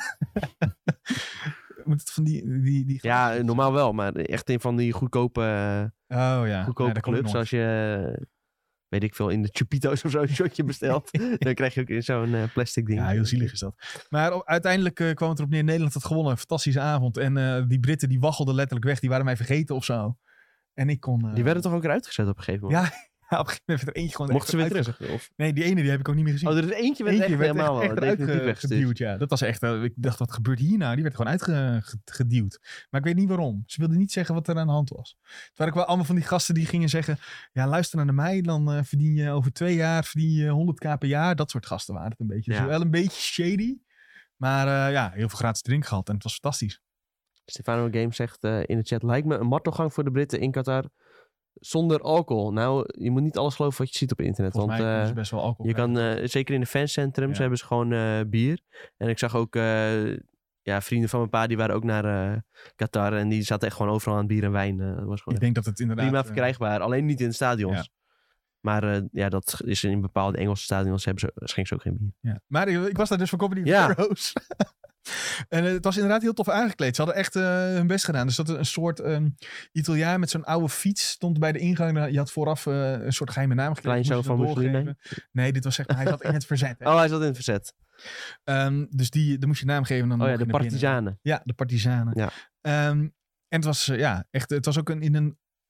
moet het van die Ja, glaasjes normaal wel, maar echt in van die goedkope zijn? Oh ja. goedkope daar kom ik clubs. nooit. Als je, weet ik veel, in de Chupito's of zo een shotje bestelt. Dan krijg je ook in zo'n plastic ding. Ja, heel zielig is dat. Maar uiteindelijk kwam het erop neer. Nederland had gewonnen. Een fantastische avond. En die Britten die waggelden letterlijk weg. Die waren mij vergeten of zo. En ik kon... Die werden toch ook eruit gezet op een gegeven moment? Ja, op een gegeven moment werd er eentje gewoon... Mochten ze weer echt terug? Of? Nee, die ene die heb ik ook niet meer gezien. Oh, er is eentje werd echt helemaal eruit definitief weggestuurd. geduwd, ja. Dat was echt... ik dacht, wat gebeurt hier nou? Die werd gewoon uitgeduwd. Maar ik weet niet waarom. Ze wilden niet zeggen wat er aan de hand was. Het waren ook wel allemaal van die gasten die gingen zeggen... Ja, luister nou naar mij. Dan verdien je over 2 jaar 100k per jaar. Dat soort gasten waren het een beetje. Ja. Dus wel een beetje shady. Maar ja, heel veel gratis drink gehad. En het was fantastisch. Stefano Games zegt in de chat... Lijkt me een martelgang voor de Britten in Qatar zonder alcohol. Nou, je moet niet alles geloven wat je ziet op internet. Volgens want mij kunnen ze best wel alcohol je kan, krijgen. zeker in de fancentrums Ja. hebben ze gewoon bier. En ik zag ook vrienden van mijn pa, die waren ook naar Qatar. En die zaten echt gewoon overal aan bier en wijn. Dat was gewoon Ik denk dat het inderdaad... prima verkrijgbaar. Alleen niet in de stadions. Ja. Maar dat is in bepaalde Engelse stadions schenken ze ook geen bier. Ja. Maar ik was daar dus voor Comedy Ja. Heroes. En het was inderdaad heel tof aangekleed. Ze hadden echt hun best gedaan. Dus dat een soort Italiaan met zo'n oude fiets stond bij de ingang. Je had vooraf een soort geheime naam gekregen. Kleinzoon Moest je van dan Mussolini? doorgeven. Nee, dit was zeg maar, hij zat in het verzet. Hè. Oh, hij zat in het verzet. Dus dan moest je naam geven. Dan Oh ja, mocht de je naar binnen. partizanen. Ja, de partizanen. Ja. En het was echt, het was ook in een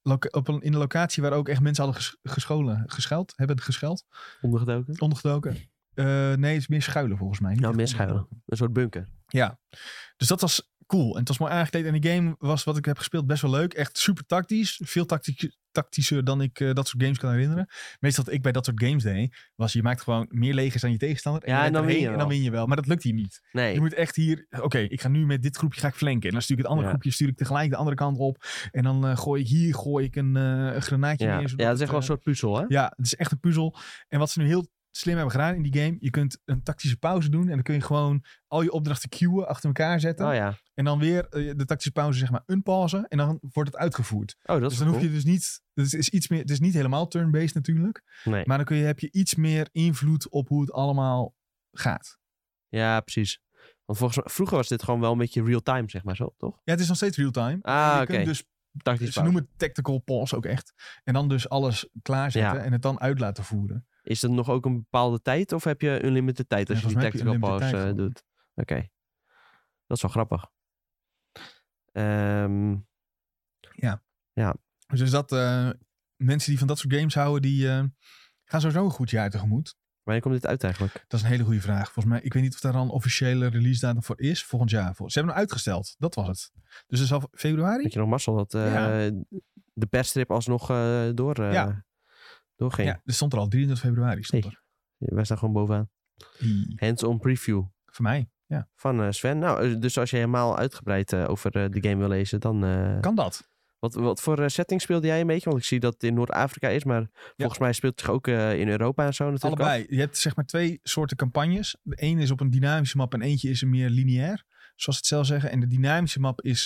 in een locatie waar ook echt mensen hadden gescheld. Ondergedoken. Nee, het is meer schuilen volgens mij. Nou, meer schuilen. Een soort bunker. Ja, dus dat was cool. En het was mooi aangekleed. En die game was, wat ik heb gespeeld, best wel leuk. Echt super tactisch. Veel tactischer dan ik dat soort games kan herinneren. Meestal wat ik bij dat soort games deed, was je maakt gewoon meer legers dan je tegenstander. En dan win je wel. Maar dat lukt hier niet. Nee. Je moet echt hier, oké, ik ga nu met dit groepje flanken. En dan stuur ik het andere groepje tegelijk de andere kant op. En dan gooi ik een granaatje neer. Ja, het is echt wel een soort puzzel, hè? Ja, het is echt een puzzel. En wat ze nu heel slim hebben gedaan in die game. Je kunt een tactische pauze doen. En dan kun je gewoon al je opdrachten queuen achter elkaar zetten. Oh ja. En dan weer de tactische pauze zeg maar unpausen. En dan wordt het uitgevoerd. Oh, dat is dus dan hoef je dus niet... Het is iets meer. Het is niet helemaal turn-based natuurlijk. Nee. Maar dan heb je iets meer invloed op hoe het allemaal gaat. Ja, precies. Want volgens mij, vroeger was dit gewoon wel een beetje real-time, zeg maar zo, toch? Ja, het is nog steeds real-time. Ah, oké. Dus ze noemen het tactical pause ook echt. En dan dus alles klaarzetten en het dan uit laten voeren. Is dat nog ook een bepaalde tijd? Of heb je unlimited tijd als je die tactical pause doet? Oké. Dat is wel grappig. Ja. Dus dat mensen die van dat soort games houden, die gaan sowieso een goed jaar tegemoet. Wanneer komt dit uit eigenlijk? Dat is een hele goede vraag. Volgens mij, ik weet niet of daar al een officiële release datum voor is. Volgend jaar. Ze hebben hem uitgesteld. Dat was het. Dus het is al februari. Weet je nog, Marcel, dat de persstrip alsnog doorging? Ja, er stond er al 23 februari. Stond er. Wij staan gewoon bovenaan. Hands-on preview. Voor mij, ja. Van Sven. Nou, dus als je helemaal uitgebreid over de game wil lezen, dan... kan dat. Wat voor setting speelde jij een beetje? Want ik zie dat het in Noord-Afrika is, maar volgens mij speelt het zich ook in Europa en zo natuurlijk. Allebei. Je hebt zeg maar 2 soorten campagnes. De ene is op een dynamische map en eentje is een meer lineair, zoals het zelf zeggen. En de dynamische map is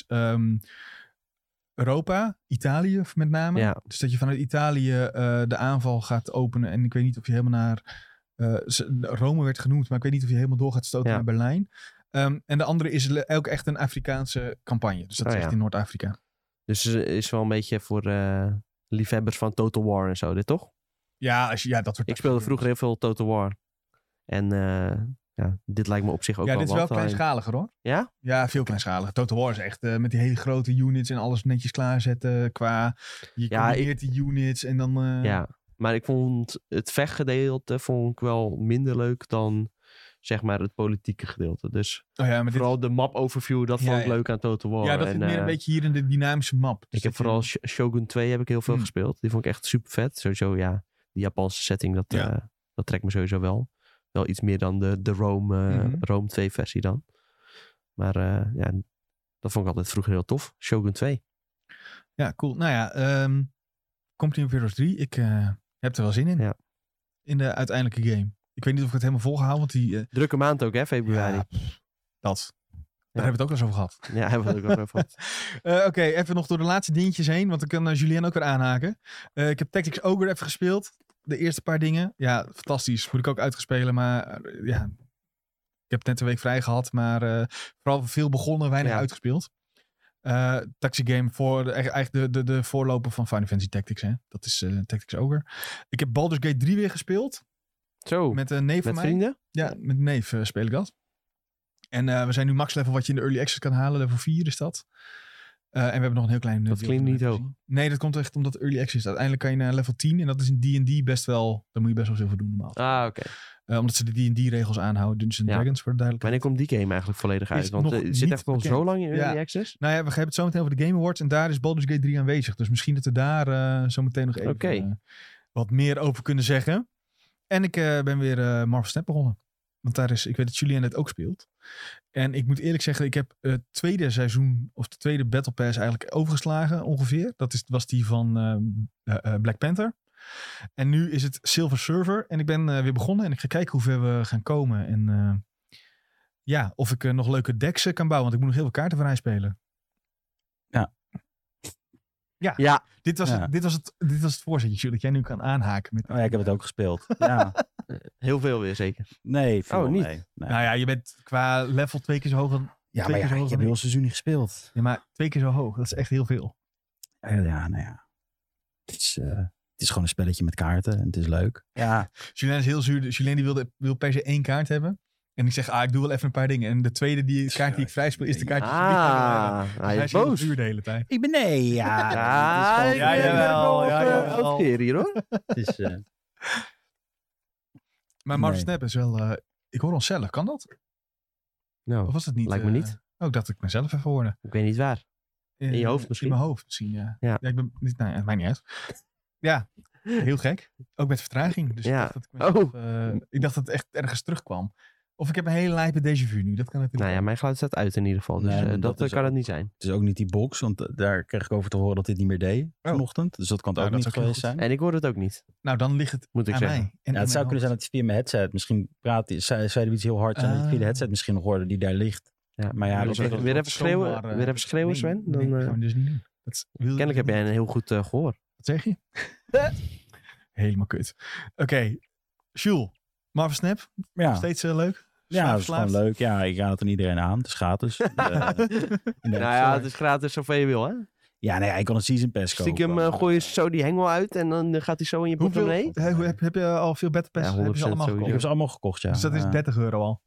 Europa, Italië met name. Ja. Dus dat je vanuit Italië de aanval gaat openen. En ik weet niet of je helemaal naar... Rome werd genoemd, maar ik weet niet of je helemaal door gaat stoten naar Berlijn. En de andere is ook echt een Afrikaanse campagne. Dus dat is echt in Noord-Afrika. Dus het is wel een beetje voor liefhebbers van Total War en zo, dit toch? Ja, dat soort... Ik speelde vroeger heel veel Total War. En dit lijkt me op zich ook wel wat. Ja, dit is wel kleinschaliger hoor. Ja? Ja, veel kleinschaliger. Total War is echt met die hele grote units en alles netjes klaarzetten qua... Je combineert die units en dan... Ja, maar ik vond het vechtgedeelte wel minder leuk dan... zeg maar het politieke gedeelte. Dus vooral de map overview, dat vond ik leuk aan Total War. Ja, dat zit meer een beetje hier in de dynamische map. Dus ik heb vooral Shogun 2 heb ik heel veel gespeeld. Die vond ik echt super vet. Sowieso, die Japanse setting, dat trekt me sowieso wel. Wel iets meer dan de Rome 2 versie dan. Maar dat vond ik altijd vroeger heel tof. Shogun 2. Ja, cool. Nou ja, Company of Heroes 3. Ik heb er wel zin in. Ja. In de uiteindelijke game. Ik weet niet of ik het helemaal volgehouden, want die... drukke maand ook, hè, februari. Ja, dat. Daar hebben we het ook al eens over gehad. Ja, hebben we het ook over gehad. Oké, even nog door de laatste dingetjes heen, want dan kan Julien ook weer aanhaken. Ik heb Tactics Ogre even gespeeld. De eerste paar dingen. Ja, fantastisch. Moet ik ook uitgespelen, maar ik heb net een week vrij gehad, maar vooral veel begonnen, weinig uitgespeeld. Tactics game voor eigenlijk de voorloper van Final Fantasy Tactics, hè. Dat is Tactics Ogre. Ik heb Baldur's Gate 3 weer gespeeld. Zo, met een neef van mij. Vrienden? Ja, met een neef speel ik dat. En we zijn nu max level wat je in de early access kan halen. Level 4 is dat. En we hebben nog een heel klein... Dat klinkt niet hoog. Nee, dat komt echt omdat het early access is. Uiteindelijk kan je naar level 10. En dat is in D&D best wel... Daar moet je best wel zoveel doen normaal. Ah, oké. Omdat ze de D&D-regels aanhouden. Dungeons Dragons, voor de duidelijkheid. Wanneer komt die game eigenlijk volledig uit? Want het zit echt al zo lang in early access. Nou ja, we hebben het zo meteen over de Game Awards. En daar is Baldur's Gate 3 aanwezig. Dus misschien dat we daar zo meteen nog even wat meer over kunnen zeggen. En ik ben weer Marvel Snap begonnen. Want daar is, ik weet dat Julien het ook speelt. En ik moet eerlijk zeggen, ik heb het tweede seizoen, of de tweede Battle Pass eigenlijk overgeslagen ongeveer. Dat was die van Black Panther. En nu is het Silver Surfer. En ik ben weer begonnen en ik ga kijken hoe ver we gaan komen. En of ik nog leuke decks kan bouwen. Want ik moet nog heel veel kaarten vrij spelen. Ja. Dit was het voorzetje dat jij nu kan aanhaken. Ja, ik heb het ook gespeeld. Ja. Heel veel weer zeker. Nee, veel niet. Nee. Nou ja, je bent qua level 2 keer zo hoog. Ja, maar ik heb heel een seizoen niet gespeeld. Ja, maar 2 keer zo hoog. Dat is echt heel veel. Ja, nou ja. Het is gewoon een spelletje met kaarten en het is leuk. Ja. Julien is heel zuur. Julien die wil per se 1 kaart hebben. En ik zeg, ik doe wel even een paar dingen. En de tweede kaart die ik vrij speel, is de kaart die Hij is boos. duur de hele tijd. Ik ben nee, ja. Jawel. Hier hoor. Het is, Maar Marvel Snap is wel... ik hoor onszelf, kan dat? Nou, Of was het niet? lijkt me niet. Ik dacht dat ik mezelf even hoorde. Ik weet niet waar. In je hoofd misschien? In mijn hoofd misschien, ja. Ja. Ik ben niet... Nou ja, het maakt niet uit. Ja, heel gek. Ook met vertraging. Dus Ja. ik dacht dat ik dacht dat het echt ergens terugkwam. Of ik heb een hele lijpe déjà vu nu. Dat kan natuurlijk Nou ja, ook. mijn geluid staat uit in ieder geval. Dus Nee, dat is kan ook- het niet zijn. Het is ook niet die box, want daar kreeg ik over te horen dat dit niet meer deed vanochtend. Dus dat kan het Nou, ook dat niet is ook heel geweest goed. zijn. En ik hoor het ook niet. Nou, dan ligt het Moet ik aan zeggen. mij. En Ja, het zou kunnen zijn dat het via mijn headset, misschien zeiden we iets heel hard, en dat ik via de headset misschien nog hoorde die daar ligt. Ja. Maar ja, Dus dat even- weer even schreeuwen, Sven? Dan, Nee, gaan we dus niet doen. kennelijk heb jij een heel goed gehoor. Wat zeg je? Helemaal kut. Oké, Jules. Marvel Snap, Ja, steeds leuk? ja dat is Slaafverslaafd? gewoon leuk. Ja, ik raad het aan iedereen aan. Het is gratis. Nou ja, het is gratis zoveel je wil, hè? Ja, nee, ik kan een season pass kopen. Stiekem gooi je zo die hengel uit en dan gaat hij zo in je portemonnee. Heb je al veel Battle Pass? Ja, Heb je ze 100% allemaal sowieso. Ik heb gekocht? ze allemaal gekocht, ja. Dus dat is Ja. €30 al.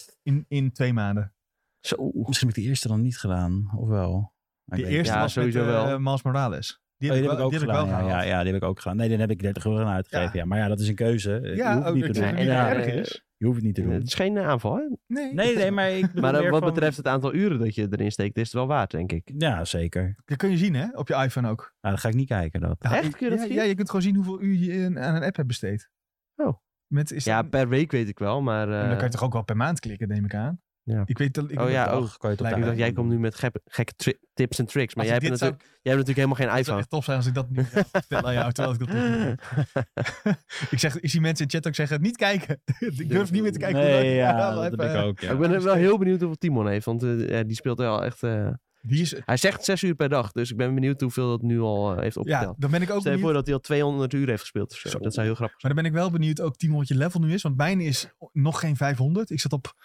In 2 maanden. Zo. Misschien heb ik de eerste dan niet gedaan, of wel? Ik Die weet eerste Ja, was met sowieso wel. Miles Morales. Die Oh, heb die heb ik ook wel gedaan. gehaald. Ja, die heb ik ook gedaan. Nee, dan heb ik €30 aan uitgegeven. Ja. Ja. Maar ja, dat is een keuze. Ja, je hoeft het niet te ik doen. zeg Nee, niet dat en, het eh, erg is. Je hoeft het niet te doen. Het is geen aanval, hè? Nee, maar ik bedoel Maar meer wat van- betreft het aantal uren dat je erin steekt, is het wel waard, denk ik. Ja, zeker. Dat kun je zien, hè? Op je iPhone ook. Nou, dat ga ik niet kijken. Dat. Echt? Kun je dat ja, zien? ja, je kunt gewoon zien hoeveel uur je aan een app hebt besteed. Oh. Is Ja, dat- per week weet ik wel, maar... en dan kan je toch ook wel per maand klikken, neem ik aan. Ja. Ik weet dat. Oh ja, Dag oh. kan je het op Lijkt de me Ik iPhone dacht, jij doen. komt nu met tips en tricks. Maar jij hebt, jij hebt natuurlijk helemaal geen Het zou iPhone. echt tof zijn als ik dat nu vertel aan jou, terwijl ik dat niet doe. Ik zie mensen in chat ook zeggen, niet kijken. Ik durf niet meer te kijken. Nee, ja, wel dat heb even- ik ook. Ja. Ik ben wel heel benieuwd hoeveel Timon heeft, want die speelt wel echt... Die is, Hij zegt 6 uur per dag, dus ik ben benieuwd hoeveel dat nu al heeft ja, opgeteld. dan ben ik ook Stel je voor benieuwd. dat hij al 200 uur heeft gespeeld of zo. Zo. Dat zou heel grappig zijn. Maar dan ben ik wel benieuwd ook, Timo, wat je level nu is. Want mijn is nog geen 500. Ik zat op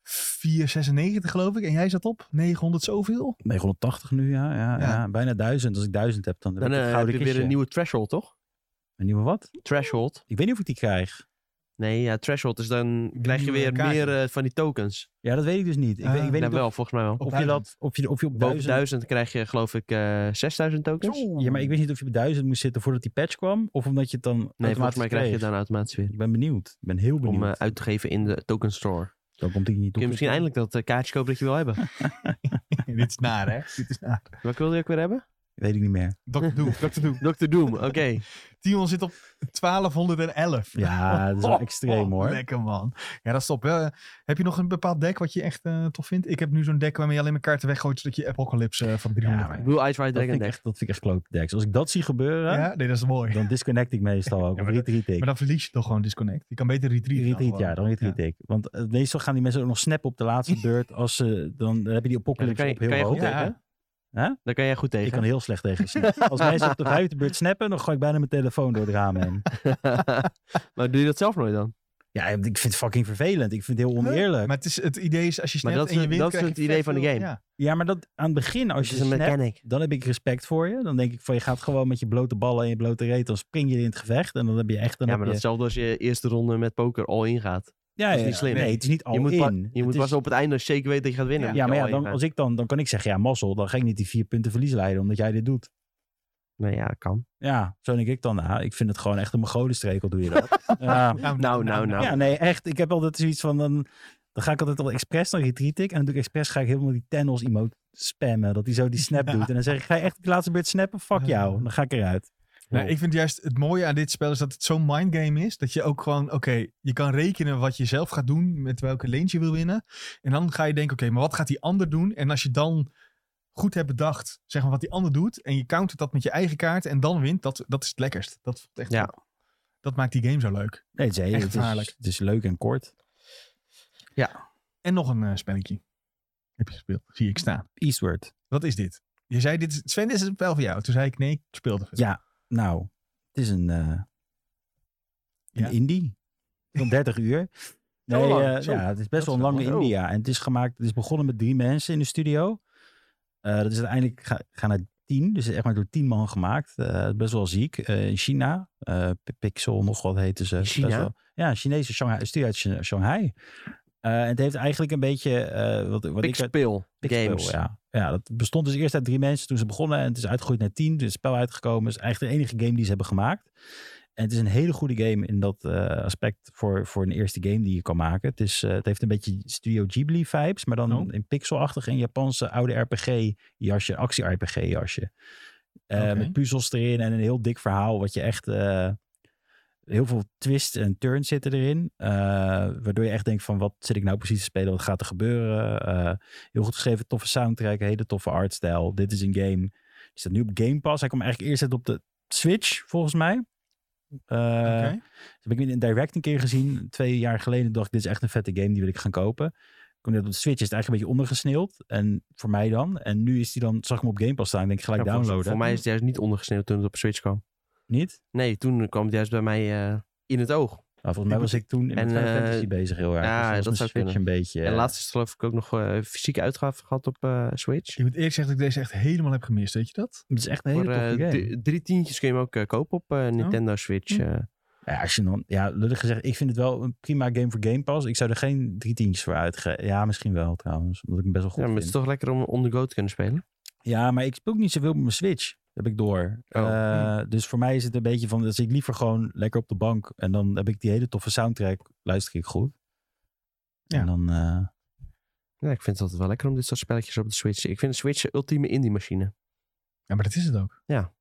496 geloof ik. En jij zat op 900 zoveel. 980 nu, ja. Ja. Bijna 1000. Als ik 1000 heb, dan heb Dan ik een heb gouden je weer kistje. een nieuwe threshold, toch? Een nieuwe wat? Threshold. Ik weet niet of ik die krijg. Nee, ja, threshold. Dus dan krijg je nieuwe weer kaartje. meer van die tokens. Ja, dat weet ik dus niet. Ik weet Ja, niet wel, of, volgens mij wel. of je dat... Of je op Boven 1000... 1000 krijg je geloof ik 6000 tokens. Ja, maar ik wist niet of je op 1000 moest zitten voordat die patch kwam. Of omdat je het dan Nee, volgens automatisch mij krijg je het kreeg. dan automatisch weer. Ik ben benieuwd. Ik ben heel benieuwd. Om uit te geven in de token store. Zo komt die niet Kun je misschien eindelijk dat kaartje kopen dat je wil hebben. Dit is naar, hè? Dit is naar. Welke wilde je ook weer hebben? Weet ik niet meer. Dr. Doom. Dr. Doom. Dr. Doom, oké. Timon zit op 1211. Ja, dat is wel extreem hoor. Lekker man. Ja, dat is top. Heb je nog een bepaald deck wat je echt tof vindt? Ik heb nu zo'n deck waarmee je alleen maar kaarten weggooit zodat je Apocalypse van 300 maar- Blue Eyes White Dat Dragon vind, ik deck. echt, dat vind ik echt klote decks. Als ik dat zie gebeuren, Ja, nee, dat is mooi. dan disconnect ik meestal ook. Ja, Of maar retreat ik. Maar dan verlies je toch gewoon disconnect. Je kan beter retreat. Retreat, ja, dan retreat ik. Want meestal gaan die mensen ook nog snappen op de laatste beurt. Als ze, dan heb je die apocalypse Ja, op dan heel kan je hoog. goed Ja. tegen. Hè? Daar kan jij goed tegen. Ik kan heel slecht tegen snappen. Als mensen op de 5e beurt snappen, dan gooi ik bijna mijn telefoon door het raam heen. Maar doe je dat zelf nooit dan? Ja, ik vind het fucking vervelend. Ik vind het heel oneerlijk. Maar het idee is, als je Maar snapt dat is en je wint, dat is krijg het je idee vet van de veel- game. Ja. Ja, maar dat aan het begin, als Het je is een snapt, mechanic. dan heb ik respect voor je. Dan denk ik van, je gaat gewoon met je blote ballen en je blote reet, dan spring je in het gevecht. En dan heb je echt... Dan Ja, heb maar je... datzelfde als je eerste ronde met poker all in gaat. Ja, is ja, niet slim. Nee, het is niet al Je moet, in. je moet Het is- pas op het einde als je zeker weet dat je gaat winnen. Ja, moet Ja, je maar ja, all in dan, gaan. als ik dan kan ik zeggen, ja, mazzel, dan ga ik niet die 4 punten verlies leiden, omdat jij dit doet. Nee, ja, dat kan. Ja, zo denk ik dan. Nou, ik vind het gewoon echt een mogolenstrekel, doe je dat. Ja. Nou. Ja, nee, echt. Ik heb altijd zoiets van, dan ga ik altijd al expres naar retreat ik. En dan doe ik expres, ga ik helemaal die Thanos emote spammen. Dat hij zo die snap doet. En dan zeg ik, ga je echt de laatste beurt snappen? Fuck jou. Dan ga ik eruit. Nou, ik vind juist het mooie aan dit spel is dat het zo'n mindgame is. Dat je ook gewoon, oké, je kan rekenen wat je zelf gaat doen. Met welke lanes je wil winnen. En dan ga je denken, oké, maar wat gaat die ander doen? En als je dan goed hebt bedacht, zeg maar, wat die ander doet. En je countert dat met je eigen kaart en dan wint. Dat is het lekkerst. Dat is echt Ja. top. Dat maakt die game zo leuk. Nee, het is, Echt het gevaarlijk. is, het is leuk en kort. En nog een spelletje. Heb je gespeeld? Zie ik staan. Eastward. Wat is dit? Je zei, dit is, Sven, dit is een spel voor jou. Toen zei ik, nee, ik speelde het. Ja, nou, het is een Ja. indie. Van 30 uur. Zo Nee, lang, zo. ja, het is best Dat wel een is lange wel- indie, ja. En het is gemaakt, het is begonnen met 3 mensen in de studio. Dat is uiteindelijk gaan naar 10. Dus het is echt maar door 10 man gemaakt. Best wel ziek. In China. Pixel, nog wat heten ze. China? Best wel- ja, Chinese Shanghai, studio uit Shanghai. En het heeft eigenlijk een beetje... wat ik Pixel Games. Ja, dat bestond dus eerst uit 3 mensen toen ze begonnen. En het is uitgegroeid naar 10. Dus het spel uitgekomen. Het is eigenlijk de enige game die ze hebben gemaakt. En het is een hele goede game in dat aspect voor een eerste game die je kan maken. Het heeft een beetje Studio Ghibli vibes. Maar dan in pixelachtig en Japanse oude RPG-jasje. Actie-RPG-jasje. Met puzzels erin en een heel dik verhaal. Wat je echt... heel veel twists en turns zitten erin. Waardoor je echt denkt van wat zit ik nou precies te spelen? Wat gaat er gebeuren? Heel goed geschreven, toffe soundtrack, hele toffe artstijl. Dit is een game. Die staat nu op Game Pass. Hij kwam eigenlijk eerst uit op de Switch, volgens mij. Dus heb ik in direct een keer gezien. 2 jaar geleden dacht ik, dit is echt een vette game. Die wil ik gaan kopen. Kom net op de Switch, is het eigenlijk een beetje ondergesneeuwd. En voor mij dan. En nu is die dan, zag ik hem op Game Pass staan. Ik denk gelijk downloaden. Voor mij is het juist niet ondergesneeuwd toen het op Switch kwam. Niet? Nee, toen kwam het juist bij mij in het oog. Volgens mij was ik toen met Final Fantasy bezig heel erg. Ja, dus dat zou Switch een beetje... En laatst is het geloof ik ook nog fysieke uitgave gehad op Switch. Ik moet eerlijk zeggen dat ik deze echt helemaal heb gemist, weet je dat? Het is echt een hele toffe game. 3 tientjes kun je hem ook kopen op Nintendo Switch. Ja, als je dan, lullig gezegd, ik vind het wel een prima game voor Game Pass. Ik zou er geen 3 tientjes voor uitgeven. Ja, misschien wel trouwens, omdat ik hem best wel goed vind. Maar het is toch lekker om on the go te kunnen spelen? Ja, maar ik speel ook niet zoveel op mijn Switch. Heb ik door. Dus voor mij is het een beetje van, dat ik liever gewoon lekker op de bank. En dan heb ik die hele toffe soundtrack, luister ik goed. Ja. En dan... Ja, ik vind het altijd wel lekker om dit soort spelletjes op de Switch. Ik vind de Switch de ultieme indie machine. Ja, maar dat is het ook. Ja.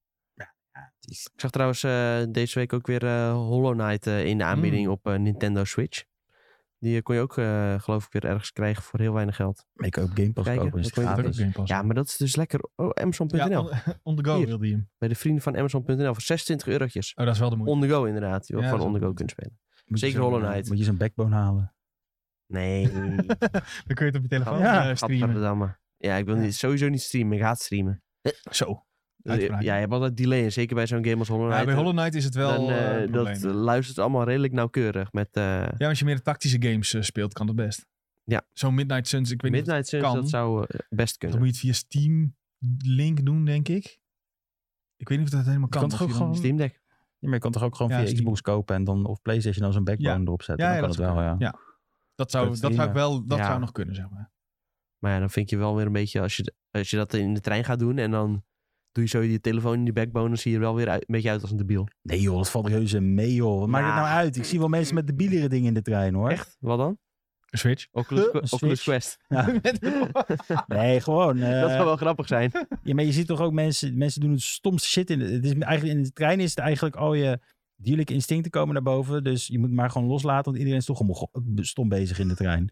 Ik zag trouwens deze week ook weer Hollow Knight in de aanbieding op Nintendo Switch. Die kon je ook, geloof ik, weer ergens krijgen voor heel weinig geld. Maar ik kan op Game Pass kopen. Is gratis. Ja, maar dat is dus lekker. Oh, Amazon.nl. Ja, on the go wilde je hem. Bij de vrienden van Amazon.nl voor 26 eurotjes. Oh, dat is wel de moeite. On the go inderdaad. Je wil gewoon on the go kunnen spelen. Zeker Hollow Knight. Moet je zo'n backbone halen? Nee. Dan kun je het op je telefoon streamen. Ja, ik wil sowieso niet streamen. Ik haat streamen. Zo. Ja, je hebt altijd delay. En zeker bij zo'n game als Hollow Knight. Ja, bij Hollow Knight is het wel dat luistert allemaal redelijk nauwkeurig. Ja, als je meer de tactische games speelt, kan dat best. Ja. Zo'n Midnight Suns, ik weet niet of het Suns, kan. dat zou best kunnen. Dan moet je het via Steam Link doen, denk ik. Ik weet niet of dat helemaal kan. Je kan toch ook gewoon Steam Deck? Ja, maar je kan toch ook gewoon via Xbox kopen en dan of PlayStation dan zo'n backbone erop zetten. Dan kan het wel, ja. Dat zou ik wel, dat zou nog kunnen, zeg maar. Maar ja, dan vind je wel weer een beetje, als je dat in de trein gaat doen en dan doe je zo je telefoon in die backbone, dan zie je er wel weer een beetje uit als een debiel. Nee joh, dat valt reuze mee joh. Wat maakt het nou uit? Ik zie wel mensen met debielere dingen in de trein hoor. Echt? Wat dan? Een Switch? Oculus Quest. Ja. Nee, gewoon. Dat zou wel grappig zijn. Ja, maar je ziet toch ook mensen doen het stomste shit in. Het is eigenlijk in de trein is het eigenlijk al je dierlijke instincten komen naar boven. Dus je moet maar gewoon loslaten, want iedereen is toch gewoon stom bezig in de trein.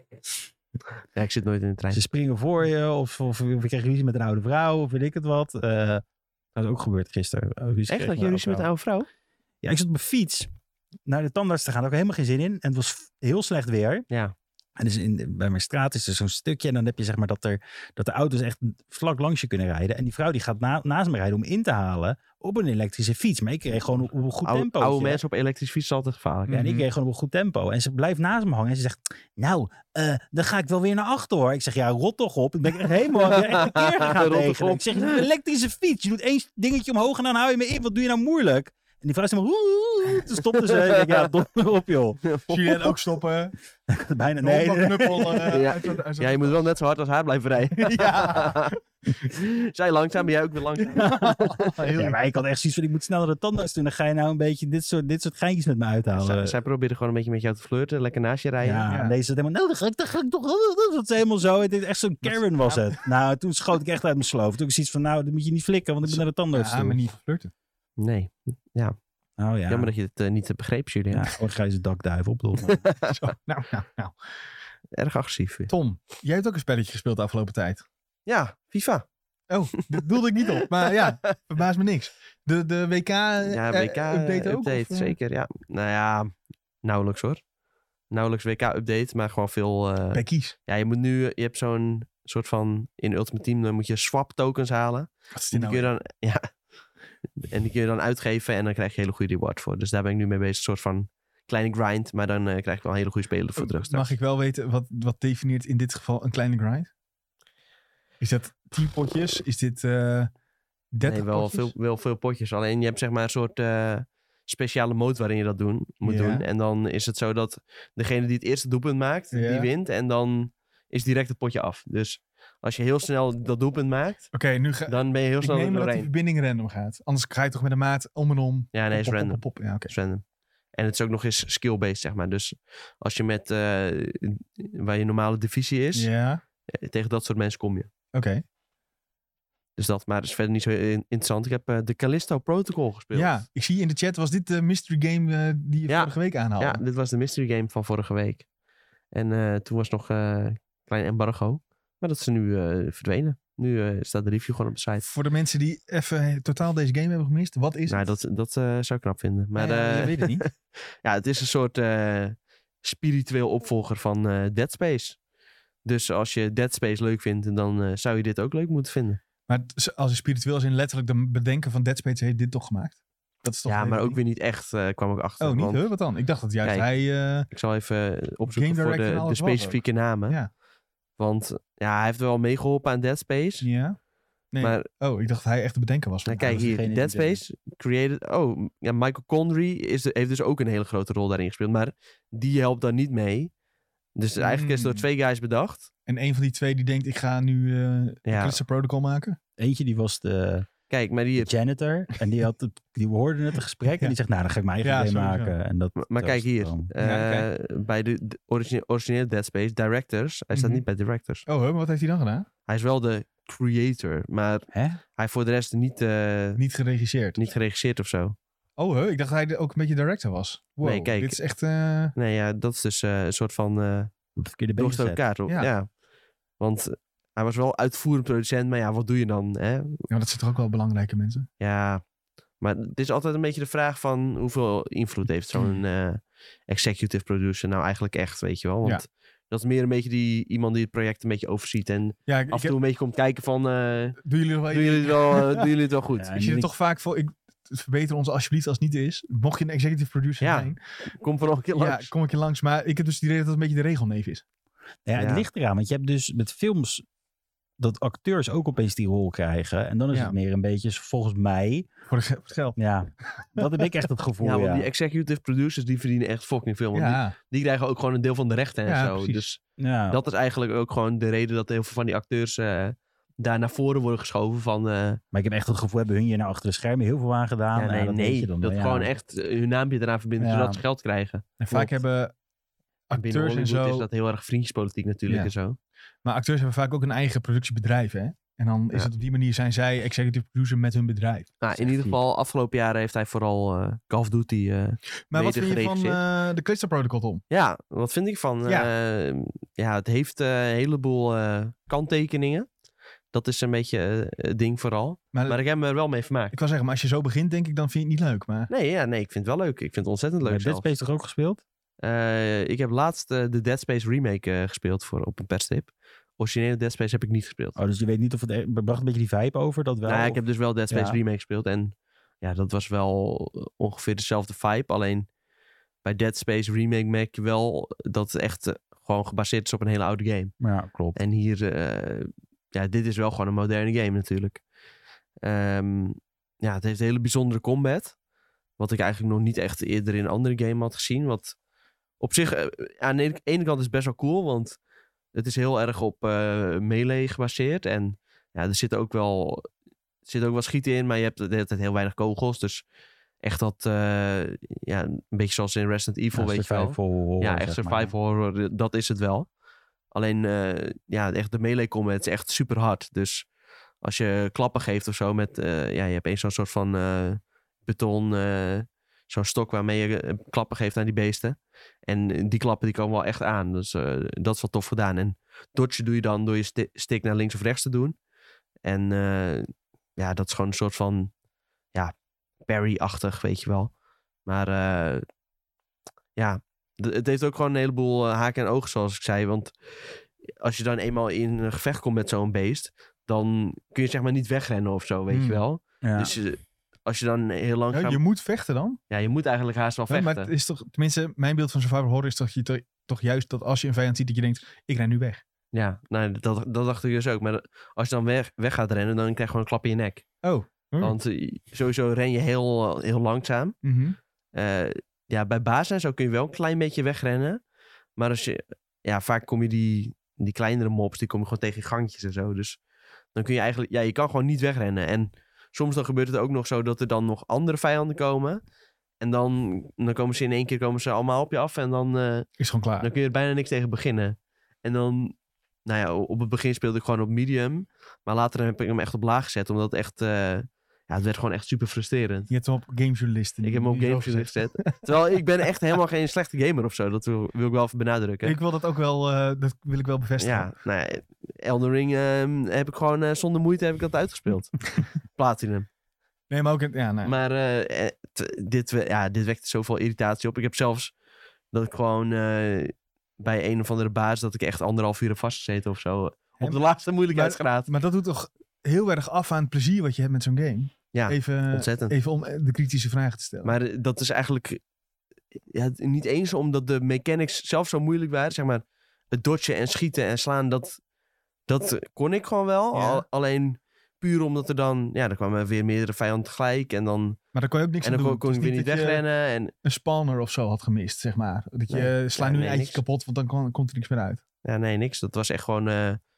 Ja, ik zit nooit in de trein. Ze springen voor je of je krijgt ruzie met een oude vrouw of weet ik het wat. Dat is ook gebeurd gisteren. Echt? Dat je ruzie met een oude vrouw? Ja, ik zat op mijn fiets naar de tandarts te gaan. Daar had ik helemaal geen zin in. En het was heel slecht weer. Ja. En dus bij mijn straat is er zo'n stukje. En dan heb je zeg maar dat de auto's echt vlak langs je kunnen rijden. En die vrouw die gaat naast me rijden om in te halen op een elektrische fiets. Maar ik reed gewoon op een goed tempo. Oude mensen op elektrische fiets is altijd gevaarlijk. Ja, en ik reed gewoon op een goed tempo. En ze blijft naast me hangen. En ze zegt, nou, dan ga ik wel weer naar achter hoor. Ik zeg, ja, rot toch op. Ik ben echt helemaal echt een keer gegaan tegen. Ik zeg, je hebt een elektrische fiets. Je doet één dingetje omhoog en dan hou je me in. Wat doe je nou moeilijk? En die vrouw zei maar, toen stopte ze. Ik denk, ja, dom erop, joh. Julien ook stoppen. Bijna, nee. Ja, je moet wel net zo hard als haar blijven rijden. Ja. Zij langzaam, maar jij ook weer langzaam. Ja, maar ik had echt zoiets van, ik moet sneller de tandarts doen. Dan ga je nou een beetje dit soort geintjes met me uithalen. Zij probeerde gewoon een beetje met jou te flirten. Lekker naast je rijden. Ja, en deze zat helemaal, nou, dan ga ik toch. Dat was helemaal zo. Het is echt zo'n Karen was het. Nou, toen schoot ik echt uit mijn sloof. Toen ik zoiets van, nou, dat moet je niet flikken, want ik ben naar de tandarts toe. Ja, maar niet flirten. Nee, ja. Oh, ja. Jammer dat je het niet begreep, Julien. Ja, gewoon grijze dakduif op. Nou. Erg agressief. Tom, jij hebt ook een spelletje gespeeld de afgelopen tijd. Ja, FIFA. Oh, dat doelde ik niet op. Maar ja, verbaast me niks. De WK, WK-update ook? Update, zeker, ja. Nou ja, nauwelijks hoor. Nauwelijks WK-update, maar gewoon veel... Bij kies. Ja, je hebt zo'n soort van... In Ultimate Team dan moet je swap tokens halen. Wat is dit nou? Die kun je dan, ja, en die kun je dan uitgeven en dan krijg je hele goede reward voor. Dus daar ben ik nu mee bezig. Een soort van kleine grind, maar dan krijg ik wel een hele goede speler voor terug. Straks. Mag ik wel weten, wat definieert in dit geval een kleine grind? Is dat 10 potjes? Is dit 30 nee, potjes? wel veel potjes. Alleen je hebt zeg maar een soort... je speciale mode waarin je dat moet doen. En dan is het zo dat degene die het eerste doelpunt maakt, die wint. En dan is direct het potje af. Dus als je heel snel dat doelpunt maakt, dan ben je heel snel doorheen. Ik neem dat die verbinding random gaat. Anders ga je toch met een maat om en om. Ja, nee, is random. Ja, is random. En het is ook nog eens skill-based, zeg maar. Dus als je met waar je normale divisie is, tegen dat soort mensen kom je. Oké. Dus dat, maar dat is verder niet zo interessant. Ik heb de Callisto Protocol gespeeld. Ja, ik zie in de chat, was dit de mystery game die je vorige week aanhaalde? Ja, dit was de mystery game van vorige week. En toen was nog een klein embargo. Maar dat is nu verdwenen. Nu staat de review gewoon op de site. Voor de mensen die even totaal deze game hebben gemist, wat is het? Dat zou ik knap vinden. Maar je weet het niet. Ja, het is een soort spiritueel opvolger van Dead Space. Dus als je Dead Space leuk vindt, dan zou je dit ook leuk moeten vinden. Maar als je spiritueel is in letterlijk de bedenken van Dead Space heeft dit toch gemaakt? Dat is toch ja, maar ook weer niet echt, kwam ik achter. Oh, niet? Want, wat dan? Ik dacht dat juist hij... ik zal even opzoeken voor de specifieke namen. Ja. Want ja, hij heeft wel meegeholpen aan Dead Space. Ja. Nee. Maar, ik dacht dat hij echt de bedenker was. Nou, kijk hier, Dead Space created... Oh, ja, Michael Condrey heeft dus ook een hele grote rol daarin gespeeld. Maar die helpt daar niet mee. Dus eigenlijk is het door 2 guys bedacht. En een van die 2 die denkt, ik ga nu Callisto Protocol maken? Eentje die was de janitor. En die hoorde het gesprek. En die zegt, nou, dan ga ik mijn eigen game maken. En maar kijk hier. Bij de originele Dead Space, directors. Hij staat niet bij directors. Oh, maar wat heeft hij dan gedaan? Hij is wel de creator. Maar hij voor de rest niet geregisseerd. Niet geregisseerd of zo. Oh, ik dacht dat hij ook een beetje director was. Wow, nee, kijk. Dit is echt... Nee, ja, dat is dus een soort van... verkeerde been kaart op. Ja. Want hij was wel uitvoerend producent, maar ja, wat doe je dan? Hè? Ja, dat zijn toch ook wel belangrijke mensen? Ja, maar het is altijd een beetje de vraag van hoeveel invloed heeft zo'n executive producer nou eigenlijk echt, weet je wel? Want dat is meer een beetje iemand die het project een beetje overziet en af en toe een beetje komt kijken van... doen jullie het wel goed? Ja, als je er toch vaak voor... Verbeter ons alsjeblieft als het niet is. Mocht je een executive producer zijn... Kom voor nog een keer langs. Ja, kom een keer langs. Maar ik heb dus het idee dat het een beetje de regelneef is. Ja, het ligt eraan. Want je hebt dus met films dat acteurs ook opeens die rol krijgen. En dan is het meer een beetje, volgens mij... Voor het geld. Ja, dat heb ik echt het gevoel. Ja, want die executive producers, die verdienen echt fucking veel. Want die krijgen ook gewoon een deel van de rechten en zo. Precies. Dus dat is eigenlijk ook gewoon de reden dat heel veel van die acteurs... daar naar voren worden geschoven van... Maar ik heb echt het gevoel, hebben hun hier nou achter de schermen heel veel aan gedaan? Ja, dat gewoon echt hun naampje eraan verbinden, zodat ze geld krijgen. En vaak hebben acteurs en zo... is dat heel erg vriendjespolitiek natuurlijk en zo. Maar acteurs hebben vaak ook een eigen productiebedrijf, hè? En dan is het op die manier zijn zij executive producer met hun bedrijf. Nou, in ieder geval, afgelopen jaren heeft hij vooral Call of Duty maar wat vind je van de Callisto Protocol, Tom? Ja, wat vind ik van? Het heeft een heleboel kanttekeningen. Dat is een beetje het ding vooral. Maar ik heb me er wel mee vermaakt. Ik wil zeggen, maar als je zo begint, denk ik, dan vind je het niet leuk. Maar... Nee, ik vind het wel leuk. Ik vind het ontzettend leuk. Heb je Dead Space toch ook gespeeld? Ik heb laatst de Dead Space remake gespeeld op een perstrip. Originele Dead Space heb ik niet gespeeld. Oh, dus je weet niet of het bracht een beetje die vibe over? Dat wel, ik heb dus wel Dead Space remake gespeeld. En ja, dat was wel ongeveer dezelfde vibe. Alleen bij Dead Space remake merk je wel dat het echt gewoon gebaseerd is op een hele oude game. Ja, klopt. En hier... dit is wel gewoon een moderne game natuurlijk. Het heeft een hele bijzondere combat. Wat ik eigenlijk nog niet echt eerder in een andere game had gezien. Wat op zich, aan de ene kant is best wel cool. Want het is heel erg op melee gebaseerd. En ja, er zit ook wel schieten in. Maar je hebt de hele tijd heel weinig kogels. Dus echt dat, een beetje zoals in Resident Evil, weet je wel. Horror, ja, echt survival horror. Dat is het wel. Alleen, echt de melee combat is echt super hard. Dus als je klappen geeft of zo met... je hebt eens zo'n soort van beton... zo'n stok waarmee je klappen geeft aan die beesten. En die klappen die komen wel echt aan. Dus dat is wel tof gedaan. En dodge doe je dan door je stick naar links of rechts te doen. En dat is gewoon een soort van... parry-achtig, weet je wel. Maar het heeft ook gewoon een heleboel haken en ogen, zoals ik zei. Want als je dan eenmaal in een gevecht komt met zo'n beest... dan kun je zeg maar niet wegrennen of zo, weet je wel. Ja. Dus als je dan heel lang gaat... Je moet vechten dan? Ja, je moet eigenlijk haast wel vechten. Maar het is toch... Tenminste, mijn beeld van survival horror is toch juist dat als je een vijand ziet... dat je denkt, ik ren nu weg. Ja, dat dacht ik dus ook. Maar als je dan weg gaat rennen... dan krijg je gewoon een klap in je nek. Oh. Want sowieso ren je heel langzaam. Mm-hmm. bij baas en zo kun je wel een klein beetje wegrennen. Maar als je... Ja, vaak kom je die kleinere mobs, die kom je gewoon tegen gangjes en zo. Dus dan kun je eigenlijk... Ja, je kan gewoon niet wegrennen. En soms dan gebeurt het ook nog zo dat er dan nog andere vijanden komen. En dan komen ze in één keer allemaal op je af. En dan... Is gewoon klaar. Dan kun je er bijna niks tegen beginnen. En dan... Nou ja, op het begin speelde ik gewoon op medium. Maar later heb ik hem echt op laag gezet. Omdat het echt... het werd gewoon echt super frustrerend. Je hebt hem op gamejournalisten. Ik heb hem op gamejournalist gezet. Terwijl ik ben echt helemaal geen slechte gamer of zo. Dat wil ik wel even benadrukken. Ik wil dat ook wel... dat wil ik wel bevestigen. Ja, nou ja, Elden Ring heb ik gewoon zonder moeite heb ik dat uitgespeeld. Platinum. Nee, maar ook... Ja, nee. Maar dit wekte zoveel irritatie op. Ik heb zelfs dat ik gewoon bij een of andere baas... dat ik echt 1,5 uur heb vastgezeten of zo. Op de laatste moeilijkheidsgraad. Maar dat doet toch heel erg af aan het plezier wat je hebt met zo'n game? Ja, even, ontzettend. Even om de kritische vragen te stellen. Maar dat is eigenlijk... Ja, niet eens omdat de mechanics zelf zo moeilijk waren. Zeg maar, het dodgen en schieten en slaan, dat kon ik gewoon wel. Ja. Alleen puur omdat er dan... Ja, er kwamen weer meerdere vijanden tegelijk. En dan... Maar daar kon je ook niks en aan dan doen. kon ik weer niet wegrennen. En... Een spawner of zo had gemist, zeg maar. Dat je sla nu een eitje kapot, want dan komt er niks meer uit. Ja, nee, niks. Dat was echt gewoon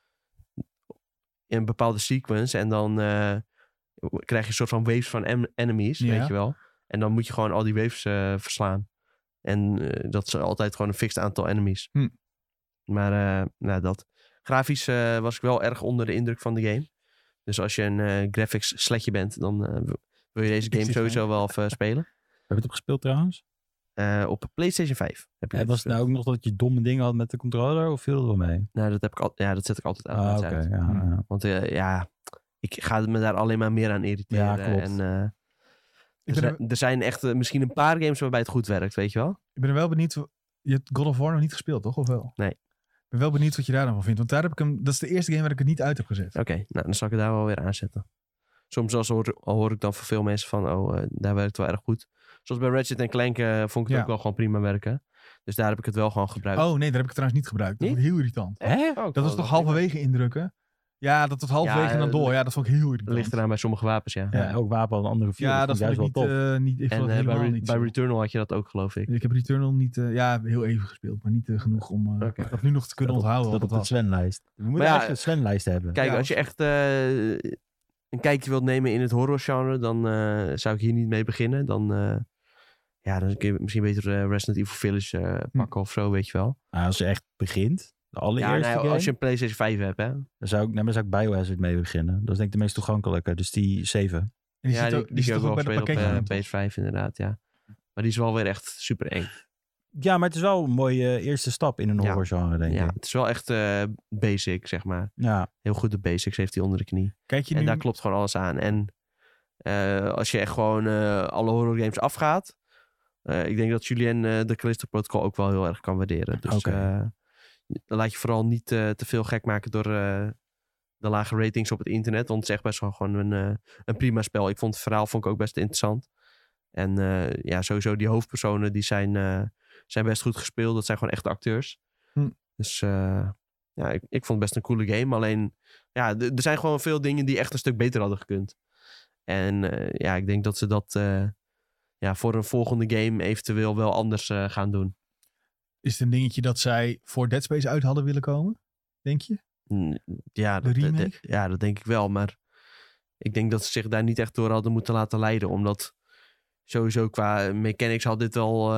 een bepaalde sequence. En dan krijg je een soort van waves van enemies, weet je wel. En dan moet je gewoon al die waves verslaan. En dat is altijd gewoon een fixed aantal enemies. Maar dat. Grafisch was ik wel erg onder de indruk van de game. Dus als je een graphics sletje bent, dan wil je deze game sowieso wel even spelen. Heb je het op gespeeld trouwens? Op PlayStation 5 heb je was het nou ook nog dat je domme dingen had met de controller? Of viel het wel mee? Nou, dat zet ik altijd uit. Oké. Ja. Want ik ga me daar alleen maar meer aan irriteren. Ja, klopt. En er zijn echt misschien een paar games waarbij het goed werkt, weet je wel? Ik ben er wel benieuwd. Je hebt God of War nog niet gespeeld, toch? Of wel? Nee. Ik ben wel benieuwd wat je daar dan van vindt. Want daar heb ik hem... Dat is de eerste game waar ik het niet uit heb gezet. Oké, nou dan zal ik het daar wel weer aanzetten. Soms hoor ik dan van veel mensen van... daar werkt het wel erg goed. Zoals bij Ratchet & Clank vond ik het ook wel gewoon prima werken. Dus daar heb ik het wel gewoon gebruikt. Oh nee, daar heb ik het trouwens niet gebruikt. Dat vond ik heel irritant. Dat was toch halverwege indrukken? Ja, dat was halverwege en dan door. Ja, dat vond ik heel irritant. Dat ligt eraan bij sommige wapens, ja. Elk wapen had een andere feel. Ja, dat vond ik niet. Ik vond het helemaal niet bij Returnal had je dat ook, geloof ik. Ik heb Returnal niet... heel even gespeeld, maar niet genoeg om dat nu nog te kunnen onthouden. Dat op de Sven-lijst. We moeten eigenlijk een Sven-lijst hebben. Kijk, als je echt een kijkje wilt nemen in het horrorgenre, dan zou ik hier niet mee beginnen. Dan kun je misschien beter Resident Evil Village pakken of zo, weet je wel. Als je echt begint, de allereerste game. Als je een PlayStation 5 hebt, hè. Dan zou ik Biohazard mee beginnen. Dat is denk ik de meest toegankelijke. Dus die 7. En die zit ook bij de pakketje op PS5 inderdaad, ja. Maar die is wel weer echt super eng. Ja, maar het is wel een mooie eerste stap in een horrorgenre, denk ik. Ja, het is wel echt basic, zeg maar. Ja. Heel goed de basics heeft hij onder de knie. En daar klopt gewoon alles aan. En als je echt gewoon alle horrorgames afgaat... ik denk dat Julien de Callisto Protocol ook wel heel erg kan waarderen. Dus dan laat je vooral niet te veel gek maken door de lage ratings op het internet. Want het is echt best wel gewoon een prima spel. Ik vond het verhaal ook best interessant. En sowieso die hoofdpersonen die zijn best goed gespeeld. Dat zijn gewoon echte acteurs. Dus ik vond het best een coole game. Alleen, er zijn gewoon veel dingen die echt een stuk beter hadden gekund. En ik denk dat ze dat voor een volgende game eventueel wel anders gaan doen. Is het een dingetje dat zij voor Dead Space uit hadden willen komen? Denk je? Ja, dat denk ik wel. Maar ik denk dat ze zich daar niet echt door hadden moeten laten leiden. Omdat sowieso qua mechanics had dit al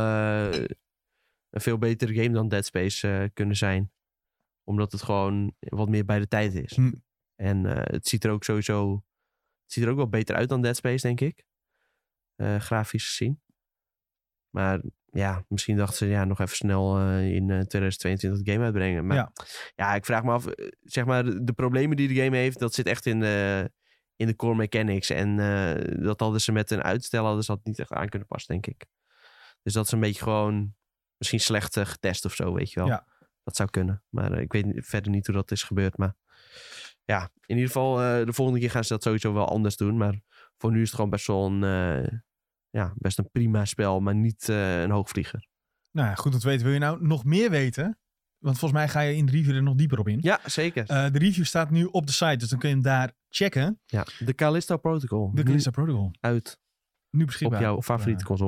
een veel betere game dan Dead Space kunnen zijn. Omdat het gewoon wat meer bij de tijd is. En het ziet er ook sowieso... Het ziet er ook wel beter uit dan Dead Space, denk ik. Grafisch gezien. Maar misschien dachten ze nog even snel in 2022 de game uitbrengen. Maar ik vraag me af, zeg maar, de problemen die de game heeft, dat zit echt in de core mechanics. En dat hadden ze met een uitstel hadden ze dat niet echt aan kunnen passen, denk ik. Dus dat is een beetje gewoon misschien slecht getest of zo, weet je wel. Ja. Dat zou kunnen. Maar ik weet verder niet hoe dat is gebeurd. Maar in ieder geval, de volgende keer gaan ze dat sowieso wel anders doen. Maar voor nu is het gewoon best wel best een prima spel, maar niet een hoogvlieger. Nou ja, goed dat weten. Wil je nou nog meer weten? Want volgens mij ga je in de review er nog dieper op in. Ja, zeker. De review staat nu op de site, dus dan kun je hem daar checken. Ja, de Callisto Protocol. De Callisto Protocol. Uit. Nu beschikbaar. Op jouw favoriete console.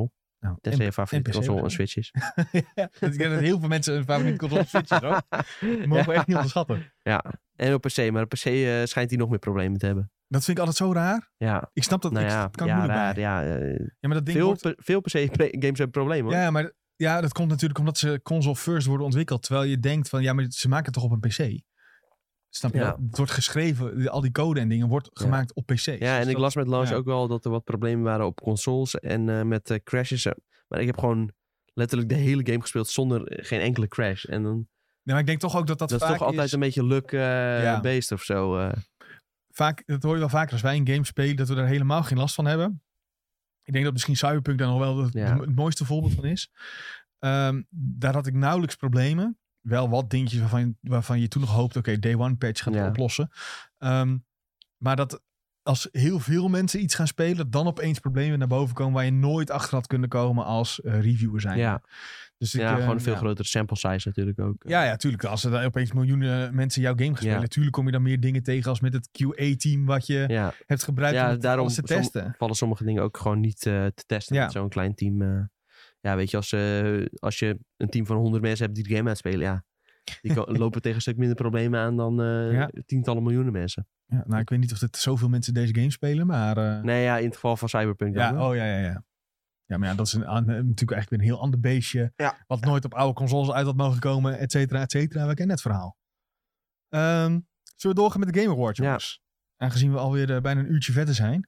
Nou, Tenzij je favoriete PC console een waarschijnlijk. Switch is. Ja, ik denk dat heel veel mensen een favoriete console Switch is, hoor. Dat mogen we echt niet onderschatten. Ja, en op PC. Maar op PC schijnt hij nog meer problemen te hebben. Dat vind ik altijd zo raar. Ja, Ik snap dat. nou Ik ja, kan ja, moeilijk raar. bij. Ja, Ja, maar dat ding veel PC-games hebben problemen, hoor. Ja, maar dat komt natuurlijk omdat ze console first worden ontwikkeld. Terwijl je denkt van, ja, maar ze maken het toch op een PC? Snap je? Ja. Het wordt geschreven, al die code en dingen wordt gemaakt op PC's. Ja, en ik las met launch ja. ook wel dat er wat problemen waren op consoles en met crashes. Maar ik heb gewoon letterlijk de hele game gespeeld zonder geen enkele crash. En dan, Nee, maar ik denk toch ook dat dat is vaak toch altijd een beetje luck-based of zo. Vaak, dat hoor je wel vaker als wij een game spelen, dat we daar helemaal geen last van hebben. Ik denk dat misschien Cyberpunk daar nog wel het mooiste voorbeeld van is. Daar had ik nauwelijks problemen. Wel wat dingetjes waarvan je toen nog hoopt, oké, day one patch gaat het oplossen. Maar dat als heel veel mensen iets gaan spelen, dan opeens problemen naar boven komen waar je nooit achter had kunnen komen als reviewer zijn. Ja, dus gewoon een veel grotere sample size natuurlijk ook. Ja, tuurlijk. Als er dan opeens miljoenen mensen jouw game gaan spelen, natuurlijk kom je dan meer dingen tegen als met het QA-team wat je hebt gebruikt om daarom alles te testen. Vallen sommige dingen ook gewoon niet te testen met zo'n klein team. Ja, weet je, als je een team van 100 mensen hebt die de game uitspelen, die lopen tegen een stuk minder problemen aan dan tientallen miljoenen mensen. Ja, nou, ik weet niet of het zoveel mensen deze game spelen, maar... Nee, in het geval van Cyberpunk dan. Ja. Ja, maar dat is natuurlijk eigenlijk weer een heel ander beestje. Ja. Wat nooit op oude consoles uit had mogen komen, et cetera, et cetera. We kennen het verhaal. Zullen we doorgaan met de Game Awards, jongens? Aangezien we alweer bijna een uurtje verder zijn.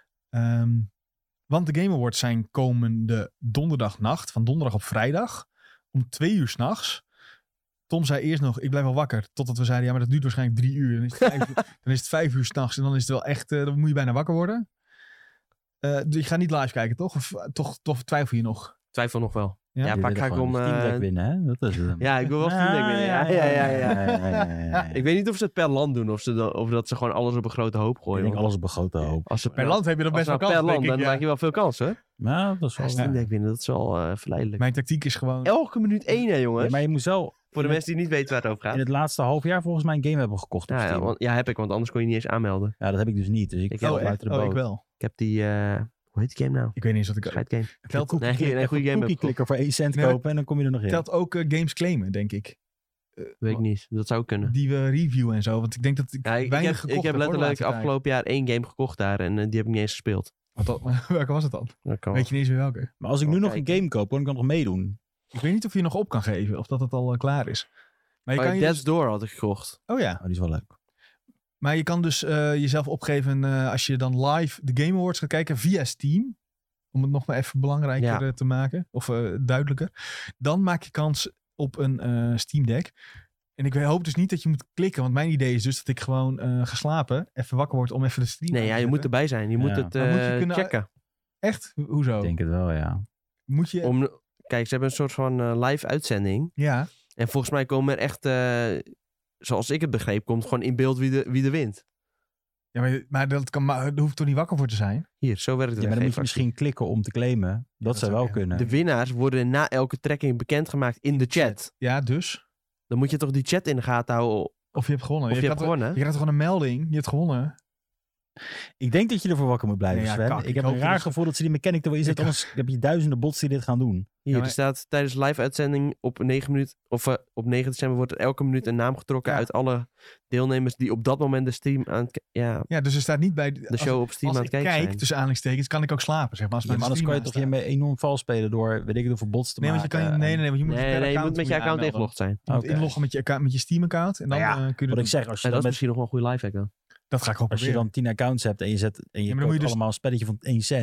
Want de Game Awards zijn komende donderdagnacht, van donderdag op vrijdag, om 2 uur 's nachts. Tom zei eerst nog, ik blijf wel wakker. Totdat we zeiden, ja, maar dat duurt waarschijnlijk 3 uur. Dan is het 5 uur 's nachts en dan is het wel echt, dan moet je bijna wakker worden. Je gaat niet live kijken, toch? Of toch twijfel je nog? Twijfel nog wel. Ja, pak ga ik om... Steam Deck winnen, hè? Dat is het. Ja, ik wil wel Steam Deck winnen. Ja. Ik weet niet of ze het per land doen. Of dat ze gewoon alles op een grote hoop gooien. Ik denk alles op een grote hoop. Als ze per land heb je dan best wel kans, per land, dan maak je wel veel kans, hoor. Nou, dat is wel... Steam Deck winnen, dat is wel verleidelijk. Mijn tactiek is gewoon... Elke minuut 1, hè, jongens. Ja, maar je moet zo... Voor de mensen die niet weten waar het over gaat. In het laatste half jaar volgens mij een game hebben gekocht op Steam. Heb ik, want anders kon je niet eens aanmelden. Ja, dat heb ik dus niet. Dus ik val buiten de boot. Ik wel. Ik heb die... hoe heet die game nou? Ik weet niet eens wat ik... Scheidgame. Telt ook een goede game. Klikker voor 1 cent kopen en dan kom je er nog in. Telt ook games claimen, denk ik. Weet ik niet. Dat zou kunnen. Die we reviewen en zo. Want ik denk dat ik weinig gekocht ik heb letterlijk afgelopen jaar 1 game gekocht daar. En die heb ik niet eens gespeeld. Welke was het dan? Weet je niet eens meer welke? Maar als ik nu nog een game koop, kan ik nog meedoen. Ik weet niet of je nog op kan geven. Of dat het al klaar is. Maar je kan Death's Door had ik gekocht. Oh ja. Oh, die is wel leuk. Maar je kan dus jezelf opgeven als je dan live de Game Awards gaat kijken via Steam. Om het nog maar even belangrijker te maken. Of duidelijker. Dan maak je kans op een Steam Deck. En ik hoop dus niet dat je moet klikken. Want mijn idee is dus dat ik gewoon ga slapen. Even wakker word om even de stream Nee, je moet erbij zijn. Je moet het checken. Echt? Hoezo? Ik denk het wel, ja. Moet je... Kijk, ze hebben een soort van live uitzending. Ja. En volgens mij komen er echt, zoals ik het begreep, komt gewoon in beeld wie er wint. Ja, maar daar hoeft toch niet wakker voor te zijn? Hier, zo werkt het. Ja, maar dan moet je misschien klikken om te claimen. Dat zou wel kunnen. De winnaars worden na elke trekking bekendgemaakt in de chat. Ja, dus? Dan moet je toch die chat in de gaten houden. Of je hebt gewonnen. Je krijgt gewoon een melding. Je hebt gewonnen. Ik denk dat je ervoor wakker moet blijven, Sven. Ik heb een raar gevoel dat ze die mechanic er wel in zetten. Anders heb je duizenden bots die dit gaan doen. Hier, er staat tijdens live uitzending op 9 minuten, of op 9 december wordt er elke minuut een naam getrokken uit alle deelnemers die op dat moment de stream aan het ja, dus er staat niet bij de show op Steam aan het kijken zijn. Kijk, tussen aanhalingstekens, kan ik ook slapen, zeg maar. Maar anders kan je toch je enorm vals spelen door, weet ik het, voor bots te maken. Want je moet met je account ingelogd zijn. Je moet inloggen met je Steam-account en dan kun je wat ik zeg, als je dat is misschien nog wel een goede live hack dan. Dat ga ik ook als je dan 10 accounts hebt en je koopt allemaal een spelletje van 1 cent.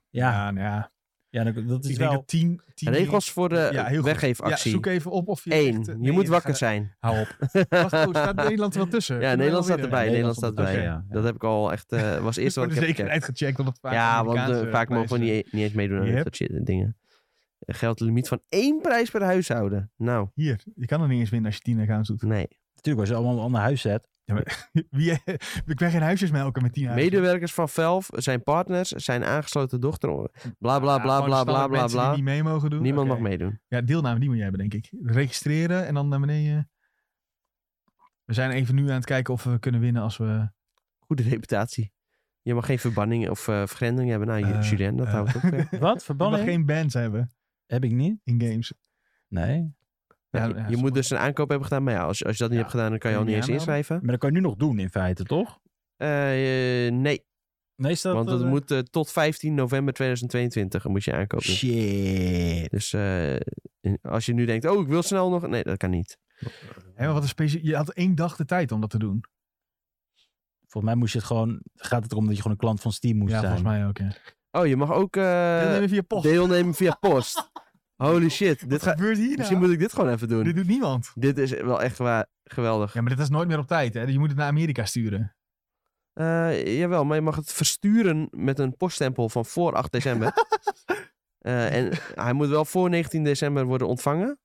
Ja, dat is wel... 10 regels voor de weggeefactie. Ja, zoek even op of je... 1. Je moet wakker zijn. Hou op. Staat Nederland er wel tussen? Ja, Nederland staat erbij. Nederland staat erbij. Dat heb ik al echt... was eerst wat ik heb zekerheid gecheckt. Want vaak mogen we niet eens meedoen aan dat soort dingen. Er geldt een limiet van 1 prijs per huishouden. Nou. Hier, je kan er niet eens winnen als je 10 accounts doet. Nee. Natuurlijk, als je allemaal een ander huis zet. Ja, maar, ik ben geen huisjesmelker met 10 huisjes. Medewerkers van Valve, zijn partners, zijn aangesloten dochter. Bla bla bla bla bla bla bla. Die niet mee mogen doen. Niemand mag meedoen. Ja, deelname die moet jij hebben, denk ik. Registreren en dan naar beneden. We zijn even nu aan het kijken of we kunnen winnen als we... Goede reputatie. Je mag geen verbanning of vergrending hebben. Nou, Julien, dat houdt ook. Wat? Je mag Verbanning? geen bans hebben Heb ik niet. in games. Nee. Je moet dus een aankoop hebben gedaan. Maar ja, als je dat niet hebt gedaan, dan kan je al niet eens inschrijven. Maar dat kan je nu nog doen in feite, toch? Nee, Nee, is dat... want het moet tot 15 november 2022 moet je aankopen. Shit. Dus als je nu denkt, ik wil snel nog... Nee, dat kan niet. Hé, maar wat een je had 1 dag de tijd om dat te doen. Volgens mij moest je het gewoon... Gaat het erom dat je gewoon een klant van Steam moest Ja, zijn? volgens mij ook, ja. Oh, je mag ook Deelnemen via post. deelnemen via post. Holy shit. Wat gebeurt hier Misschien nou? moet ik dit gewoon even doen. Dit doet niemand. Dit is wel echt geweldig. Ja, maar dit is nooit meer op tijd, hè? Je moet het naar Amerika sturen. Jawel, maar je mag het versturen met een poststempel van voor 8 december. En hij moet wel voor 19 december worden ontvangen.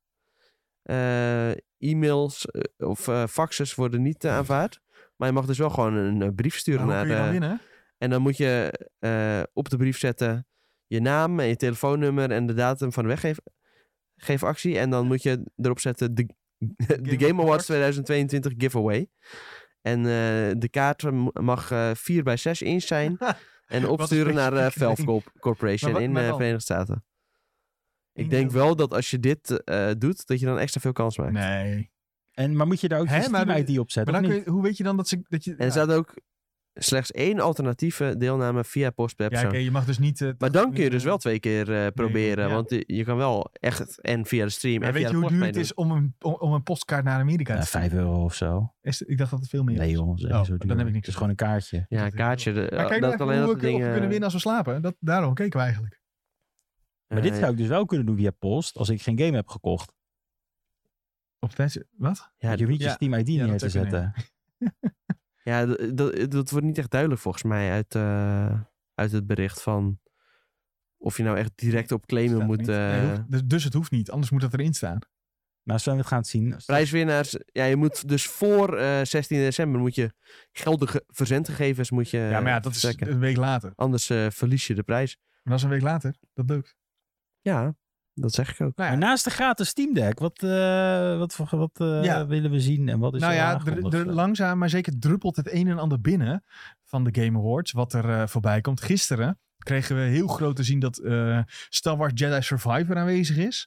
E-mails of faxes worden niet aanvaard. Maar je mag dus wel gewoon een brief sturen Hoe kun je dan winnen? En dan moet je op de brief zetten je naam en je telefoonnummer en de datum van de weggeefactie. En dan moet je erop zetten de Game Awards 2022 giveaway. En de kaart mag 4x6 inch zijn. En opsturen naar Valve Corporation in de Verenigde Staten. Ik denk wel dat als je dit doet, dat je dan extra veel kans maakt. Nee. Maar moet je daar ook je Steam-ID op zetten? Maar dan hoe weet je dan dat je... En er staat ook slechts 1 alternatieve deelname via post per persoon. Ja, oké, je mag dus niet... maar dan kun je dus wel 2 keer proberen. ja. Want je kan wel echt en via de stream Maar en weet via je de hoe post duur het meedoen. is om een postkaart naar Amerika te sturen? €5 of zo. Ik dacht dat het veel meer Nee is. joh, dat is Oh, echt zo duur. dan heb ik niks Het is gewoon een kaartje. Ja, een kaartje. Maar kijk dat nou alleen hoe dat we ding, kunnen winnen als we slapen. Daarom keken we eigenlijk. Maar dit zou ik dus wel kunnen doen via post als ik geen game heb gekocht. Op tijd... Wat? Ja, Je hoeft niet je Steam ID neer dat te zou kunnen, zetten. Ja, dat wordt niet echt duidelijk volgens mij uit het bericht van of je nou echt direct op claimen Staat moet. niet. Nee, dus het hoeft niet, anders moet dat erin staan. Maar zullen we het gaan zien? Prijswinnaars, ja, je moet dus voor 16 december moet je geldige verzendgegevens moet je Ja, maar ja, dat is verstrekken. een week later. Anders verlies je de prijs. Maar dat is een week later. Dat lukt. Ja, dat zeg ik ook. Nou Maar ja, naast de gratis Steam Deck, wat willen we zien en wat is nou er ja, aangekondigd? langzaam maar zeker druppelt het een en ander binnen van de Game Awards. Wat er voorbij komt. Gisteren kregen we heel groot te zien dat Star Wars Jedi Survivor aanwezig is.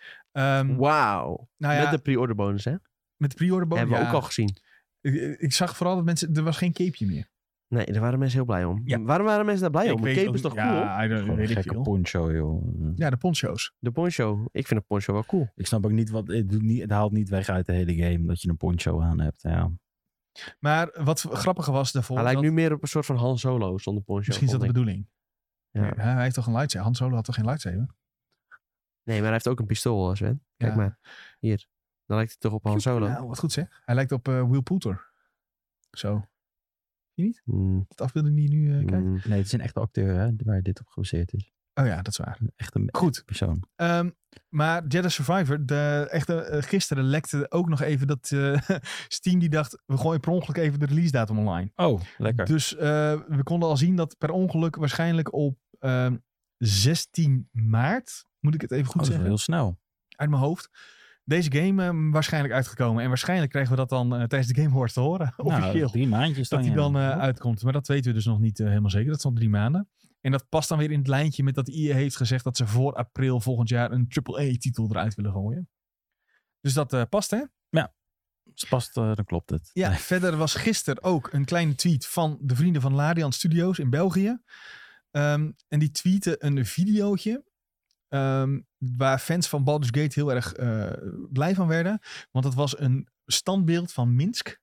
Wauw. Nou ja, Met de pre-order bonus, hè? met de pre-order bonus. Hebben we ook al gezien. Ik zag vooral dat mensen... Er was geen capeje meer. Nee, daar waren mensen heel blij om. Ja. Waarom waren mensen daar blij om? Ik De weet cape ook- is toch ja, cool? Gewoon weet een ik gekke veel. poncho, joh. Ja, de poncho's. De poncho. Ik vind de poncho wel cool. Ik snap ook niet wat... Het haalt niet weg uit de hele game dat je een poncho aan hebt. Ja. Maar wat grappiger was daarvoor... Hij lijkt dat- nu meer op een soort van Han Solo zonder poncho. Misschien is dat de vond ik. bedoeling. Ja. Ja, hij heeft toch een lightsaber? Han Solo had toch geen lightsaber? Nee, maar hij heeft ook een pistool, Sven. Kijk Ja. maar. Hier. Dan lijkt hij toch op Han Solo. Nou, wat goed zeg. Hij lijkt op Will Poulter. Zo. Mm, Dat afbeelding die je nu kijkt. mm. Nee, het is een echte acteur hè, waar dit op gebaseerd is. Oh ja, dat is waar. Echt een Goed. persoon. Maar Jedi Survivor, gisteren lekte ook nog even dat Steam die dacht, we gooien per ongeluk even de release datum online. Oh, lekker. Dus we konden al zien dat per ongeluk waarschijnlijk op 16 maart, moet ik het even goed dat is wel zeggen, heel snel. uit mijn hoofd, deze game waarschijnlijk uitgekomen. En waarschijnlijk krijgen we dat dan tijdens de Game Awards te horen, officieel. Nou, 3 maandjes dan. Dat die ja. dan uitkomt. Maar dat weten we dus nog niet helemaal zeker. Dat is nog 3 maanden. En dat past dan weer in het lijntje met dat EA heeft gezegd dat ze voor april volgend jaar een AAA-titel eruit willen gooien. Dus dat past, hè? Als het past, dan klopt het. Ja, Nee. verder was gisteren ook een kleine tweet van de vrienden van Larian Studios in België. En die tweeten een videootje waar fans van Baldur's Gate heel erg blij van werden. Want het was een standbeeld van Minsk.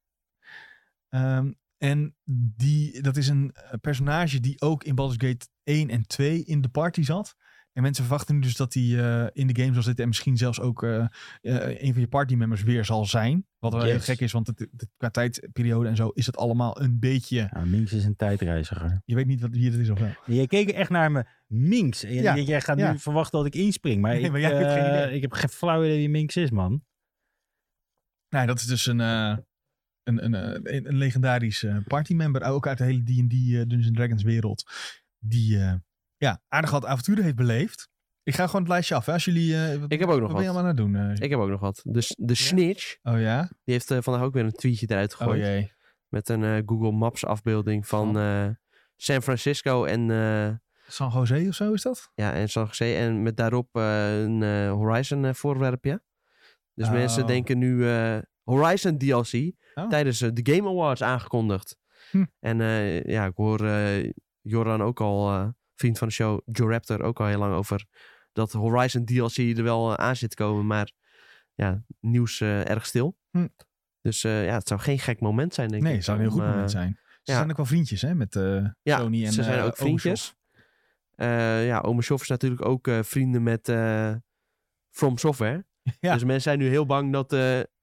En dat is een personage die ook in Baldur's Gate 1 en 2 in de party zat. En mensen verwachten nu dus dat hij in de game zal zitten en misschien zelfs ook een van je partymembers weer zal zijn. Wat wel heel Yes. gek is, want qua tijdperiode en zo is het allemaal een beetje... Ja, Minx is een tijdreiziger. Je weet niet wie het is of wel. Jij keek echt naar me, Minx. En Ja, jij gaat ja. nu verwachten dat ik inspring. Maar, Nee, maar jij hebt geen idee. ik heb geen flauw idee wie Minx is, man. Nou, dat is dus een legendarisch partymember, ook uit de hele D&D Dungeons Dragons wereld, die aardig wat avonturen heeft beleefd. Ik ga gewoon het lijstje af. Hè? Als jullie, Ik heb ook nog wat ben je wat. allemaal aan het doen? Ik heb ook nog wat. Dus de Snitch, Oh ja? die heeft vandaag ook weer een tweetje eruit Oh gegooid. jee. Met een Google Maps afbeelding van San Francisco en... San Jose of zo is dat? Ja, en San Jose. En met daarop een Horizon voorwerpje. Dus mensen denken nu Horizon DLC tijdens de Game Awards aangekondigd. En ik hoor Joran ook al, vriend van de show, Joe Raptor, ook al heel lang over dat Horizon DLC er wel aan zit te komen. Maar ja, nieuws erg stil. Dus het zou geen gek moment zijn, denk ik. Nee, het zou een heel goed moment zijn. Ze zijn ook wel vriendjes, hè, met Sony en ze zijn ook vriendjes. Omershoff is natuurlijk ook vrienden met From Software. Ja. Dus mensen zijn nu heel bang dat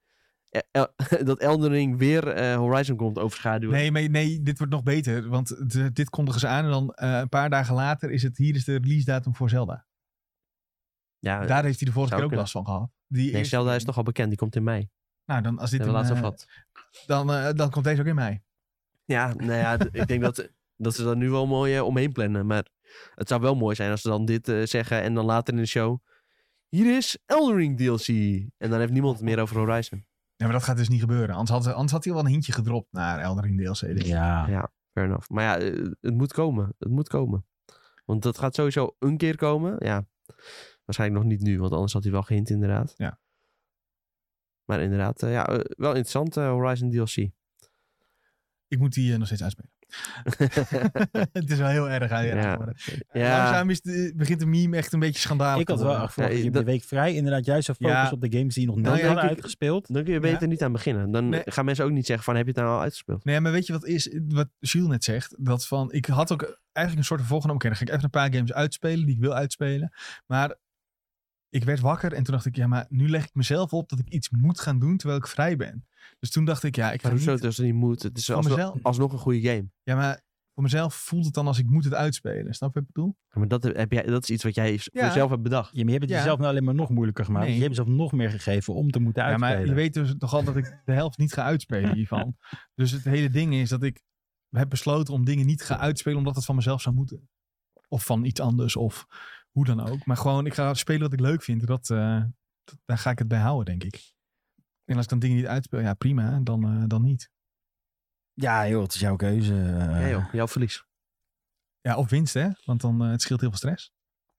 dat Elden Ring weer Horizon komt overschaduwen. Nee, dit wordt nog beter. Want dit kondigen ze aan en dan een paar dagen later is hier is de release datum voor Zelda. Ja, daar heeft hij de vorige keer ook last van gehad. Zelda is toch al bekend, die komt in mei. Nou, dan als dit dan komt deze ook in mei. Ja, nou ja, ik denk dat ze daar nu wel mooi omheen plannen. Maar het zou wel mooi zijn als ze dan dit zeggen en dan later in de show... Hier is Elden Ring DLC. En dan heeft niemand het meer over Horizon. Ja, maar dat gaat dus niet gebeuren. Anders had hij wel een hintje gedropt naar Elden Ring DLC. Ja, fair enough. Maar ja, het moet komen. Het moet komen. Want dat gaat sowieso een keer komen. Ja, waarschijnlijk nog niet nu. Want anders had hij wel gehint inderdaad. Ja. Maar inderdaad, wel interessant Horizon DLC. Ik moet die nog steeds uitspelen. Het is wel heel erg geworden. Langzaam begint de meme echt een beetje schandalig. Ik had wel afgelopen de week vrij inderdaad juist zo focus op de games die nog nooit hadden uitgespeeld. Dan kun je beter niet aan beginnen. Dan gaan mensen ook niet zeggen van heb je het nou al uitgespeeld? Nee, maar weet je wat Jules net zegt? Dat van, ik had ook eigenlijk een soort van volgenomen. Dan ga ik even een paar games uitspelen die ik wil uitspelen. Maar ik werd wakker en toen dacht ik, maar nu leg ik mezelf op dat ik iets moet gaan doen terwijl ik vrij ben. Dus toen dacht ik, ik ga niet... Het niet moet. Het is alsnog een goede game. Ja, maar voor mezelf voelt het dan als ik moet het uitspelen. Snap je wat ik bedoel? Ja, maar dat is iets wat jij voor jezelf hebt bedacht. Ja, maar je hebt het jezelf nou alleen maar nog moeilijker gemaakt. Nee. Je hebt jezelf nog meer gegeven om te moeten uitspelen. Ja, maar je weet dus toch al dat ik de helft niet ga uitspelen hiervan. Dus het hele ding is dat ik heb besloten om dingen niet te gaan uitspelen omdat het van mezelf zou moeten. Of van iets anders of hoe dan ook. Maar gewoon, ik ga spelen wat ik leuk vind. Daar ga ik het bij houden, denk ik. En als ik dan dingen niet uitspeel, prima. Dan niet. Ja joh, het is jouw keuze. Ja joh, jouw verlies. Ja, of winst hè. Want dan het scheelt heel veel stress.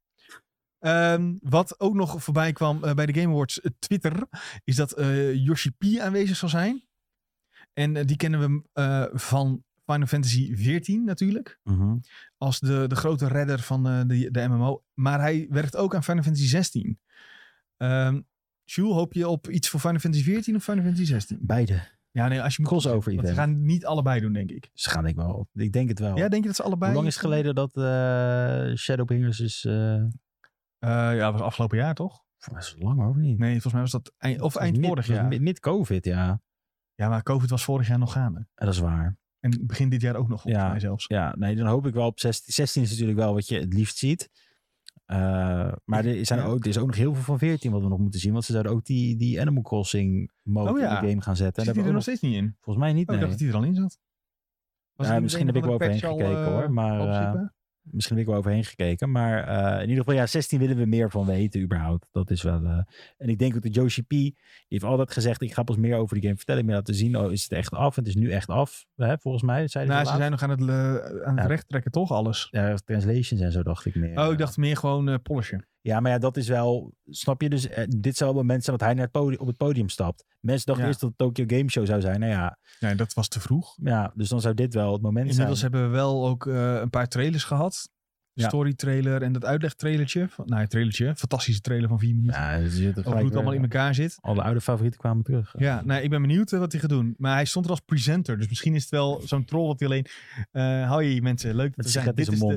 Wat ook nog voorbij kwam bij de Game Awards Twitter, is dat Yoshi P aanwezig zal zijn. En die kennen we van Final Fantasy XIV natuurlijk. Mm-hmm. Als de grote redder van de MMO. Maar hij werkt ook aan Final Fantasy 16. Jules, hoop je op iets voor Final Fantasy 14 of Final Fantasy 16? Beide. Ja, nee, als je moet crossover event. Ze gaan niet allebei doen, denk ik. Ze gaan ik wel. Ik denk het wel. Ja, denk je dat ze allebei? Hoe lang is het geleden dat Shadowbringers is... Ja, was afgelopen jaar, toch? Dat is lang, of niet? Nee, volgens mij was dat eind vorig jaar. Mid-COVID, ja. Ja, maar COVID was vorig jaar nog gaande. Dat is waar. En begin dit jaar ook nog, volgens mij zelfs. Ja, nee, dan hoop ik wel op 16. 16 is natuurlijk wel wat je het liefst ziet. Maar er is ook nog heel veel van 14 wat we nog moeten zien. Want ze zouden ook die Animal Crossing mode in de game gaan zetten. Zit die er nog steeds niet in? Volgens mij niet, nee. Ik dacht dat die er al in zat. Misschien heb ik wel overheen gekeken hoor. Maar misschien heb ik wel overheen gekeken. Maar in ieder geval, 16 willen we meer van weten überhaupt. Dat is wel... En ik denk ook dat Yoshi P, die heeft altijd gezegd, ik ga pas meer over die game vertellen. Meer laten zien, is het echt af? Het is nu echt af, hè, volgens mij. Ze zijn nog aan het recht trekken, toch alles? Ja, translations en zo dacht ik meer. Oh, ik dacht meer gewoon polishen. Ja, maar dat is wel... Snap je? Dus dit zou wel moment zijn dat hij op het podium stapt. Mensen dachten eerst dat het Tokyo Game Show zou zijn. Nou ja. Nee, dat was te vroeg. Ja, dus dan zou dit wel het moment Inmiddels zijn. hebben we wel ook een paar trailers gehad. Story trailer en dat uitlegtrailertje. Fantastische trailer van 4 minuten. Ja, hoe het allemaal in elkaar zit. Alle oude favorieten kwamen terug. Ja, ik ben benieuwd wat hij gaat doen. Maar hij stond er als presenter. Dus misschien is het wel zo'n troll wat hij alleen... hoi mensen, leuk dat we zijn.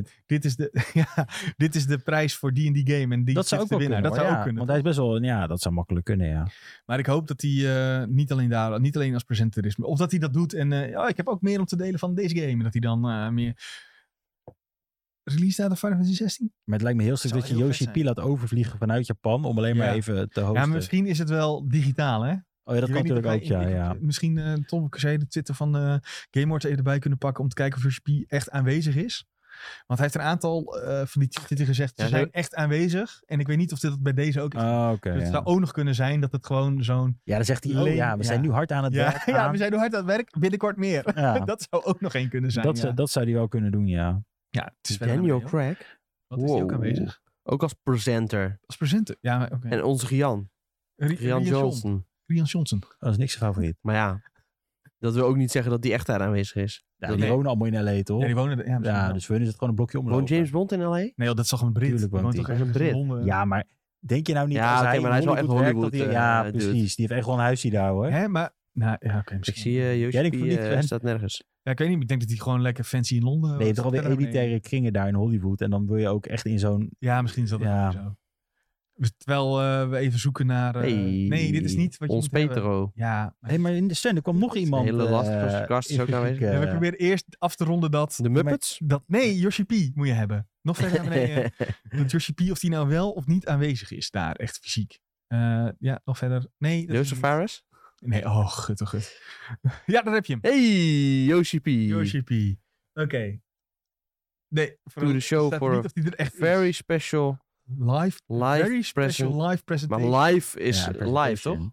Dit is de prijs voor die en die game. En dat zou ook wel kunnen. Dat zou ook kunnen. Want hij is best wel... Ja, dat zou makkelijk kunnen, ja. Maar ik hoop dat hij niet alleen als presenter is. Of dat hij dat doet. En ik heb ook meer om te delen van deze game. En dat hij dan meer... Release datum Final Fantasy 16? Maar het lijkt me heel stuk dat je Yoshi P laat overvliegen vanuit Japan om alleen maar even te hosten. Ja, maar misschien is het wel digitaal, hè? Oh ja, dat kan natuurlijk ook, ja. Misschien Tom, kun je de Twitter van Game Awards even erbij kunnen pakken om te kijken of Yoshi P echt aanwezig is. Want hij heeft een aantal van die titels gezegd, ze zijn echt aanwezig. En ik weet niet of dit bij deze ook is. Dus het zou ook nog kunnen zijn dat het gewoon zo'n... Ja, dan zegt hij, we zijn nu hard aan het werk. Ja, we zijn nu hard aan het werk, binnenkort meer. Ja. Dat zou ook nog één kunnen zijn. Dat zou hij wel kunnen doen, ja. Ja, het is Daniel Craig. Wat is hij ook aanwezig? Ook als presenter. Als presenter, ja. Okay. En onze Rian. Rian Johnson. Rian Johnson. Dat is niks zijn favoriet. Maar ja, dat wil ook niet zeggen dat die echt daar aanwezig is. Ja, die wonen allemaal in L.A., toch? Ja, die wonen... dus voor hun is het gewoon een blokje omlopen. Woont James Bond in L.A.? Nee, dat is toch een Brit? Tuurlijk woont toch een Brit? Ja, maar denk je nou niet... Ja, maar hij is wel echt Hollywood. Ja, precies. Die heeft echt wel een huisje daar, hoor. Hè, maar... Nou, ja, oké. Ik zie Yoshi staat nergens. Ja, ik weet niet. Ik denk dat hij gewoon lekker fancy in Londen... Nee, je hebt toch al die elitaire kringen daar in Hollywood. En dan wil je ook echt in zo'n... Ja, misschien is dat ook zo. Terwijl we even zoeken naar... nee, dit is niet wat je ons moet Petro. Hebben. Ja. Maar in de stand kwam nog iemand... De hele lastige kast is ook aanwezig. We proberen eerst af te ronden dat... De Muppets? Nee, Yoshi P moet je hebben. Nog verder naar beneden. Dat Yoshi P, of die nou wel of niet aanwezig is daar, echt fysiek. Ja, nog verder. Nee. Joseph Fares? Nee, gut. Ja, daar heb je hem. Hey, Yoshi P. Yoshi P. Oké. Nee. To the show for niet of die er echt very special... Live very special live presentation. Maar live is live, toch?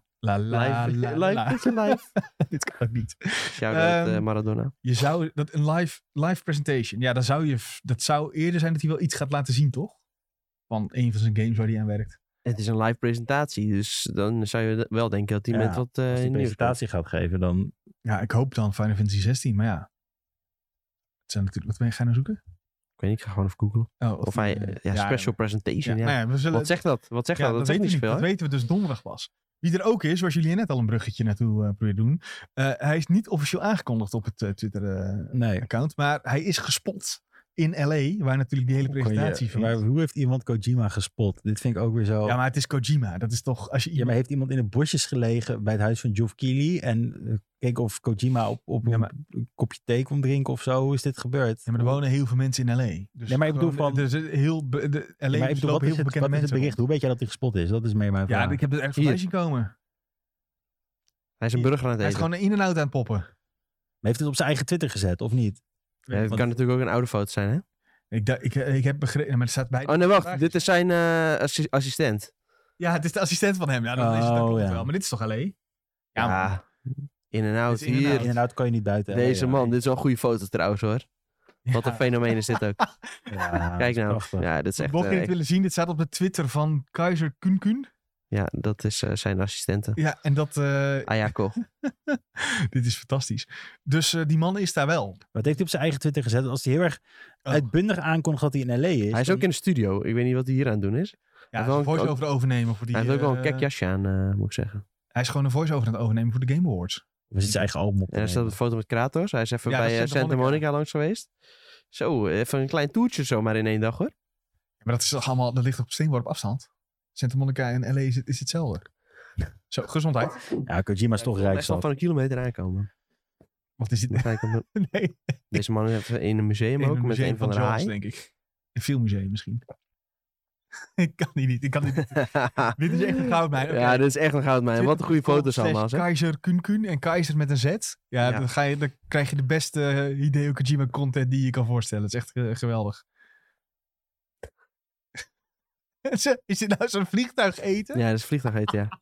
Live. Dit kan ook niet. Shout-out Maradona. Je zou dat een live presentation. Ja, dat zou eerder zijn dat hij wel iets gaat laten zien, toch? Van een van zijn games waar hij aan werkt. Het is een live presentatie, dus dan zou je wel denken dat hij met wat als hij presentatie gaat geven, dan... Ja, ik hoop dan Final Fantasy 16, maar ja. Het zijn natuurlijk... Wat ben je gaan zoeken? Ik weet niet, ik ga gewoon even googlen. Of hij, special presentation. Ja. We zullen, wat zegt dat? Dat zegt niet zoveel. Dat weten we dus donderdag pas. Wie er ook is, zoals jullie net al een bruggetje naartoe probeert doen. Hij is niet officieel aangekondigd op het Twitter-account. Maar hij is gespot in LA, waar natuurlijk die hele presentatie vindt. Maar hoe heeft iemand Kojima gespot? Dit vind ik ook weer zo... Ja, maar het is Kojima. Dat is toch... Ja, maar heeft iemand in de bosjes gelegen bij het huis van Geoff Keighley en keek of Kojima op een kopje thee kon drinken of zo? Hoe is dit gebeurd? Ja, maar er wonen heel veel mensen in LA. Dus nee, maar ik bedoel van... LA wat is het bericht? Hoe weet jij dat hij gespot is? Dat is meer mijn vraag. Ja, ik heb er echt voorbij zien komen. Hij is een burger aan het eten. Hij is gewoon in en out aan het poppen. Maar heeft het op zijn eigen Twitter gezet, of niet? Ja, het kan natuurlijk ook een oude foto zijn, hè? Ik heb begrepen, maar er staat bij... Oh nee, wacht. Dit is zijn assistent. Ja, het is de assistent van hem. Ja, dan is het ook wel. Maar dit is toch LA? Ja, in en out. In en out kan je niet buiten. Deze man, dit is wel een goede foto trouwens, hoor. Wat een fenomeen is dit ook. Kijk nou. Ja, dit is echt... Mocht je het willen zien, dit staat op de Twitter van Keizer Kunkun. Ja, dat is zijn assistente. Ja, en dat... Ayako. Dit is fantastisch. Dus die man is daar wel. Wat heeft hij op zijn eigen Twitter gezet? Als hij heel erg uitbundig aankondigt dat hij in LA is. Hij is ook in de studio. Ik weet niet wat hij hier aan het doen is. Ja, hij is een voice-over overnemen voor die... Hij heeft ook wel een kek jasje aan, moet ik zeggen. Hij is gewoon een voice-over aan het overnemen voor de Game Awards. Of is het zijn eigen album op? En er staat een foto met Kratos. Hij is even bij Santa Monica langs geweest. Zo, even een klein toertje zomaar in 1 dag, hoor. Ja, maar dat is toch allemaal... Dat ligt op steenworp afstand. Santa Monica en LA is hetzelfde. Zo, gezondheid. Ja, Kojima is toch rijk. Hij zal van een kilometer aankomen. Wat is dit? Nee. Deze man heeft in een museum ook, met een van de haai. Denk ik. Een filmmuseum misschien. Ik kan die niet. Dit is echt een goudmijn. Okay. Ja, dit is echt een goudmijn. Wat een goede foto's allemaal. Keizer Kunkun en Keizer met een Z. Ja. Dan krijg je de beste Hideo Kojima content die je kan voorstellen. Het is echt geweldig. Is dit nou zo'n vliegtuig eten? Ja, dat is vliegtuig eten, ja.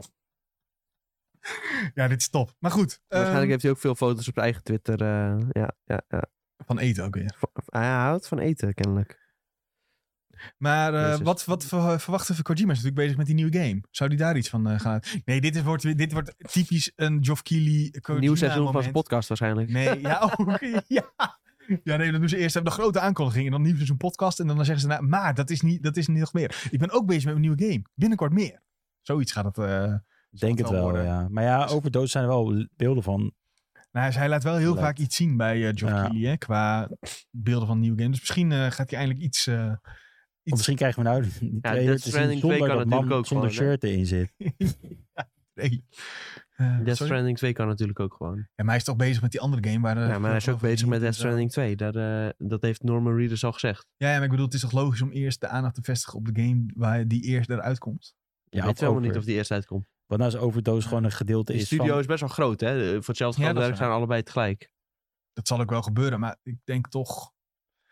Ja, dit is top. Maar goed. Waarschijnlijk heeft hij ook veel foto's op zijn eigen Twitter. Ja. Van eten ook weer. Hij houdt van eten, kennelijk. Maar wat verwachten we? Kojima is natuurlijk bezig met die nieuwe game. Zou die daar iets van gaan? Nee, dit wordt typisch een Geoff Keighley Kojima nieuw seizoen moment. van zijn podcast waarschijnlijk. Nee, ja, nee, dan doen ze eerst de grote aankondiging en dan nieuw seizoen podcast. En dan zeggen ze, maar dat is niet nog meer. Ik ben ook bezig met een nieuwe game. Binnenkort meer. Zoiets gaat het... Denk het wel, worden. Ja. Maar ja, Overdose zijn er wel beelden van. Nou, hij laat wel heel vaak iets zien bij Geoff Keighley, hè, qua beelden van nieuwe games. Dus misschien gaat hij eindelijk iets... Of misschien krijgen we nou die trailer te zien zonder dat man ook zonder shirt erin zit. Nee. Death Stranding 2 kan natuurlijk ook gewoon. Ja, maar hij is toch bezig met die andere game? Waar maar hij is ook bezig met Death Stranding 2. Dat heeft Norman Reedus al gezegd. Ja, maar ik bedoel, het is toch logisch om eerst de aandacht te vestigen op de game waar die eerst eruit komt? Ja, ik weet helemaal niet of die eerst uitkomt. Wat nou is Overdose gewoon een gedeelte is. De studio is best wel groot, hè? Voor hetzelfde geld zijn allebei tegelijk. Dat zal ook wel gebeuren, maar ik denk toch...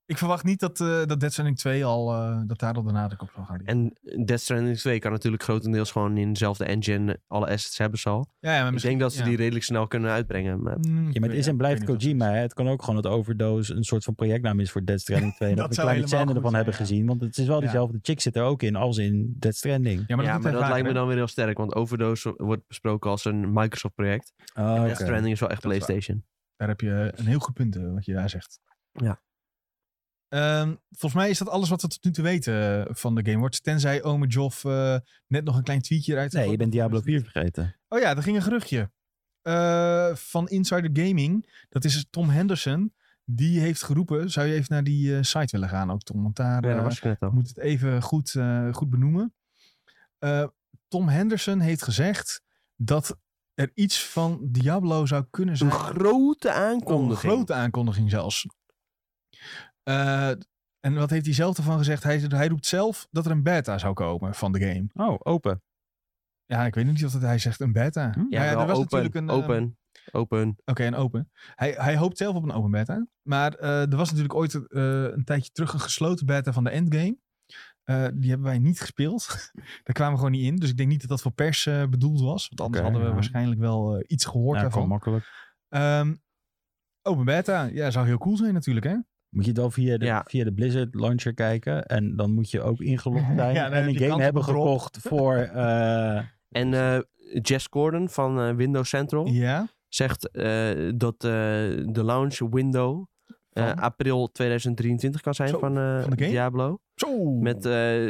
Ik verwacht niet dat Death Stranding 2 dat daar al de nadruk op zal gaan liggen. En Death Stranding 2 kan natuurlijk grotendeels gewoon in dezelfde engine alle assets hebben zal. Ja, maar Ik denk dat ze die redelijk snel kunnen uitbrengen. Maar... Ja, maar het is en blijft Kojima. Hè? Het kan ook gewoon dat Overdose een soort van projectnaam is voor Death Stranding 2. dat we een kleine scène ervan hebben gezien. Want het is wel diezelfde chick zit er ook in als in Death Stranding. Ja, maar dat lijkt me dan weer heel sterk. Want Overdose wordt besproken als een Microsoft project. Death Stranding is wel echt PlayStation. Daar heb je een heel goed punt wat je daar zegt. Ja. Volgens mij is dat alles wat we tot nu toe weten van de Game Awards. Tenzij ome Joff net nog een klein tweetje eruit. Nee, je bent Diablo 4 vergeten. Oh ja, er ging een geruchtje. Van Insider Gaming. Dat is Tom Henderson. Die heeft geroepen. Zou je even naar die site willen gaan ook, Tom? Want daar was ik net al. moet het even goed benoemen. Tom Henderson heeft gezegd dat er iets van Diablo zou kunnen zijn. Een grote aankondiging. Een grote aankondiging zelfs. En wat heeft hij zelf ervan gezegd? Hij roept zelf dat er een beta zou komen van de game. Oh, open. Ja, ik weet niet of hij zegt een beta. Ja, er was open, natuurlijk een open. Oké, een open. Hij hoopt zelf op een open beta. Maar er was natuurlijk ooit een tijdje terug een gesloten beta van de Endgame. Die hebben wij niet gespeeld. Daar kwamen we gewoon niet in. Dus ik denk niet dat dat voor pers bedoeld was. Want anders hadden we waarschijnlijk wel iets gehoord daarvan. Makkelijk. Open beta, ja, zou heel cool zijn natuurlijk, hè? Moet je het al via de Blizzard launcher kijken. En dan moet je ook ingelogd zijn. Ja, en een game hebben gekocht voor... En Jess Gordon van Windows Central zegt dat de launch window april 2023 kan zijn van de game? Diablo. Zo! Met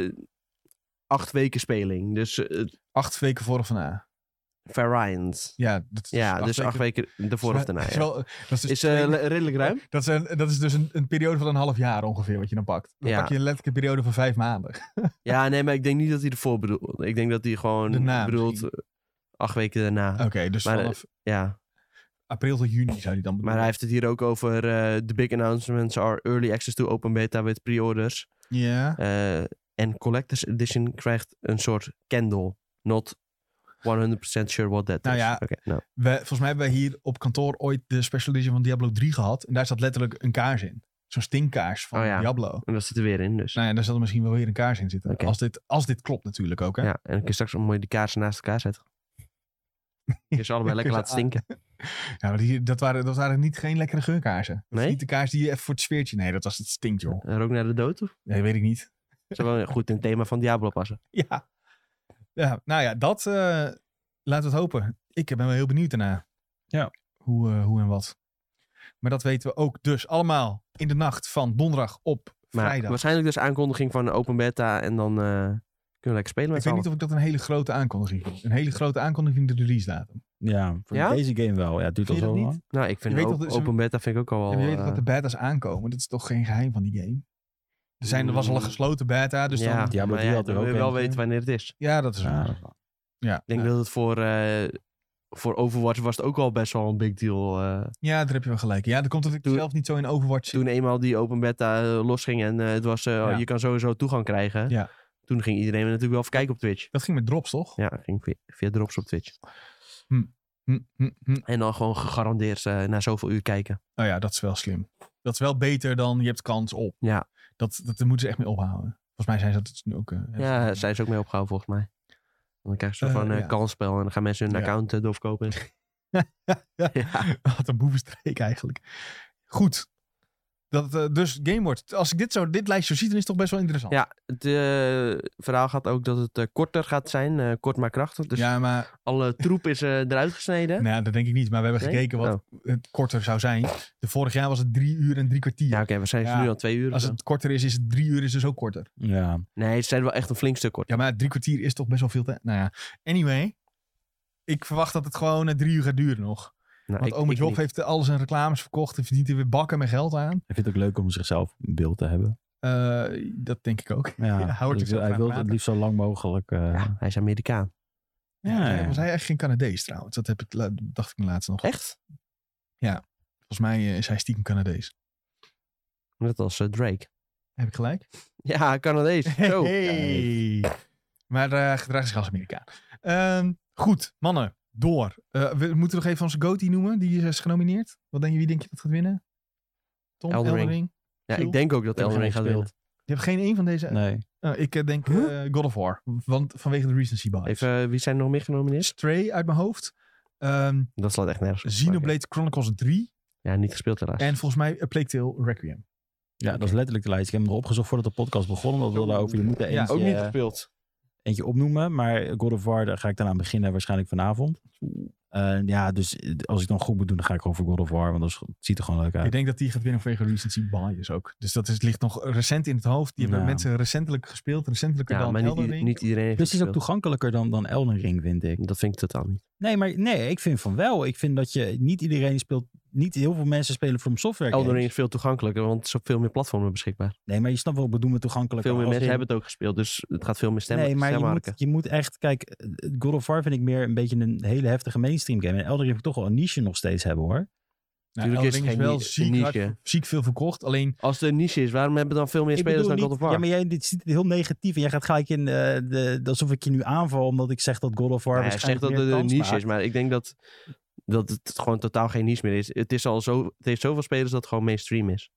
8 weken speling. Dus 8 weken voor of na. variants. Ja, dus 8 weken ervoor of daarna. Dat is redelijk ruim. Dat is dus een periode van een half jaar ongeveer wat je dan pakt. Dan pak je een letterlijke periode van 5 maanden. Ja, nee, maar ik denk niet dat hij ervoor bedoelt. Ik denk dat hij gewoon bedoelt 8 weken daarna. Oké, dus vanaf april tot juni zou hij dan bedoelen. Maar hij heeft het hier ook over the big announcements are early access to open beta with pre-orders. Ja. En Collector's Edition krijgt een soort candle. Not 100% sure what that is. Volgens mij hebben wij hier op kantoor ooit de special edition van Diablo 3 gehad. En daar zat letterlijk een kaars in. Zo'n stinkkaars van Diablo. En dat zit er weer in dus. Nou ja, daar zal er misschien wel weer een kaars in zitten. Okay. Als dit klopt natuurlijk ook. Hè? Ja, en dan kun je straks mooi die kaarsen naast elkaar zetten. Je ze allebei lekker laten stinken. Ja, maar dat waren geen lekkere geurkaarsen. Nee? Niet de kaars die je even voor het sfeertje... Nee, dat was het stinkt, joh. En ook naar de dood? Of? Nee, weet ik niet. Zou wel goed in het thema van Diablo passen. Ja. Nou ja, dat... laten we het hopen. Ik ben wel heel benieuwd daarna. Ja. Hoe en wat. Maar dat weten we ook dus allemaal in de nacht van donderdag op vrijdag. Waarschijnlijk dus aankondiging van een open beta en dan kunnen we lekker spelen met Ik weet niet of ik dat een hele grote aankondiging vind. Een hele grote aankondiging de release datum. Ja, voor deze game wel. Ja, het duurt al zo lang. Nou, ik vind open beta vind ik ook al wel... Je weet dat de beta's aankomen. Dat is toch geen geheim van die game? Er was al een gesloten beta. Dus dan... Ja, maar dan wil je wel weten wanneer het is. Ja, dat is waar. Ja. Ik denk dat het voor Overwatch was het ook al best wel een big deal. Ja, daar heb je wel gelijk. Ja, dat komt dat ik zelf niet zo in Overwatch zit. Toen eenmaal die open beta losging en het was, je kan sowieso toegang krijgen. Ja. Toen ging iedereen natuurlijk wel even kijken op Twitch. Dat ging met drops, toch? Ja, dat ging via drops op Twitch. En dan gewoon gegarandeerd na zoveel uur kijken. Oh ja, dat is wel slim. Dat is wel beter dan je hebt kans op. Ja. Dat moeten ze echt mee ophouden. Volgens mij zijn ze dat nu ook... zijn ze ook mee opgehouden volgens mij. Dan krijg je zo van kansspel en dan gaan mensen hun account doorverkopen. Wat een boevenstreek eigenlijk. Goed. Dus Game Awards. Als ik dit lijstje zo zie, dan is het toch best wel interessant. Ja, het verhaal gaat ook dat het korter gaat zijn. Kort maar krachtig. Dus maar... alle troep is eruit gesneden. Nou, dat denk ik niet. Maar we hebben gekeken wat het korter zou zijn. Vorig jaar was het 3 uur en 3 kwartier. Ja, oké. We zijn nu al 2 uur. Als het korter is het 3 uur is dus ook korter. Ja. Nee, het zijn wel echt een flink stuk korter. Ja, maar 3 kwartier is toch best wel veel tijd. Nou ja. Anyway. Ik verwacht dat het gewoon 3 uur gaat duren nog. Nou, want ome Job heeft al zijn reclames verkocht en verdient er weer bakken met geld aan. Hij vindt het ook leuk om zichzelf in beeld te hebben. Dat denk ik ook. Ja, hij wil het liefst zo lang mogelijk. Hij is Amerikaan. Was hij echt geen Canadees trouwens? Dat dacht ik me laatst nog. Echt? Ja. Volgens mij is hij stiekem Canadees. Net als Drake. Heb ik gelijk? Ja, Canadees. Zo. Hey. Maar gedraagt zich als Amerikaan. Goed, mannen. Door. We moeten nog even onze GOTY noemen. Die is genomineerd. Wie denk je dat gaat winnen? Tom? Elden Ring. Ja, Phil? ik denk ook dat heb Elden Ring geen gaat winnen. Je hebt geen één van deze? Nee. Ik denk God of War. Want vanwege de recency bias. Even, wie zijn er nog meer genomineerd? Stray uit mijn hoofd. Dat slaat echt nergens op. Xenoblade Chronicles 3. Ja, niet gespeeld helaas. En volgens mij A Plague Tale Requiem. Ja, dat is letterlijk de lijst. Ik heb hem nog opgezocht voordat de podcast begon. Omdat we daarover moeten Ja, eentje, ook niet gespeeld. eentje opnoemen. Maar God of War, daar ga ik dan aan beginnen waarschijnlijk vanavond. Ja, dus als ik dan goed moet doen, dan ga ik gewoon voor God of War. Want dat ziet er gewoon leuk uit. Ik denk dat die gaat winnen vanwege recency bias ook. Dus dat ligt nog recent in het hoofd. Die hebben mensen recentelijk gespeeld. Recentelijker Ja, dan maar Elden Ring. niet iedereen heeft Dus het is ook gespeeld. toegankelijker dan Elden Ring, vind ik. Dat vind ik totaal niet. Nee, ik vind van wel. Ik vind dat je niet iedereen speelt. Niet heel veel mensen spelen From Software Elden games. Ring is veel toegankelijker, want het is op veel meer platformen beschikbaar. Nee, maar je snapt wel wat ik bedoel met toegankelijker. Veel meer als mensen in- hebben het ook gespeeld, dus het gaat veel meer Nee, maar stemmarken. je moet echt... Kijk, God of War vind ik meer een beetje een hele heftige mainstream game. En Elden Ring vind ik toch wel een niche nog steeds hebben, hoor. Nou, Tuurlijk Elden is Ring het is geen wel niche. ziek veel verkocht. Alleen, Als het een niche is, waarom hebben dan veel meer Ik spelers bedoel dan God niet- of War? Ja, maar jij dit ziet het heel negatief. En jij gaat gelijk in alsof ik je nu aanval omdat ik zeg dat God of War Ja, hij zegt waarschijnlijk dat het meer een kans niche maakt. is, maar ik denk dat het gewoon totaal geen niche meer is. Het heeft zoveel spelers dat het gewoon mainstream is.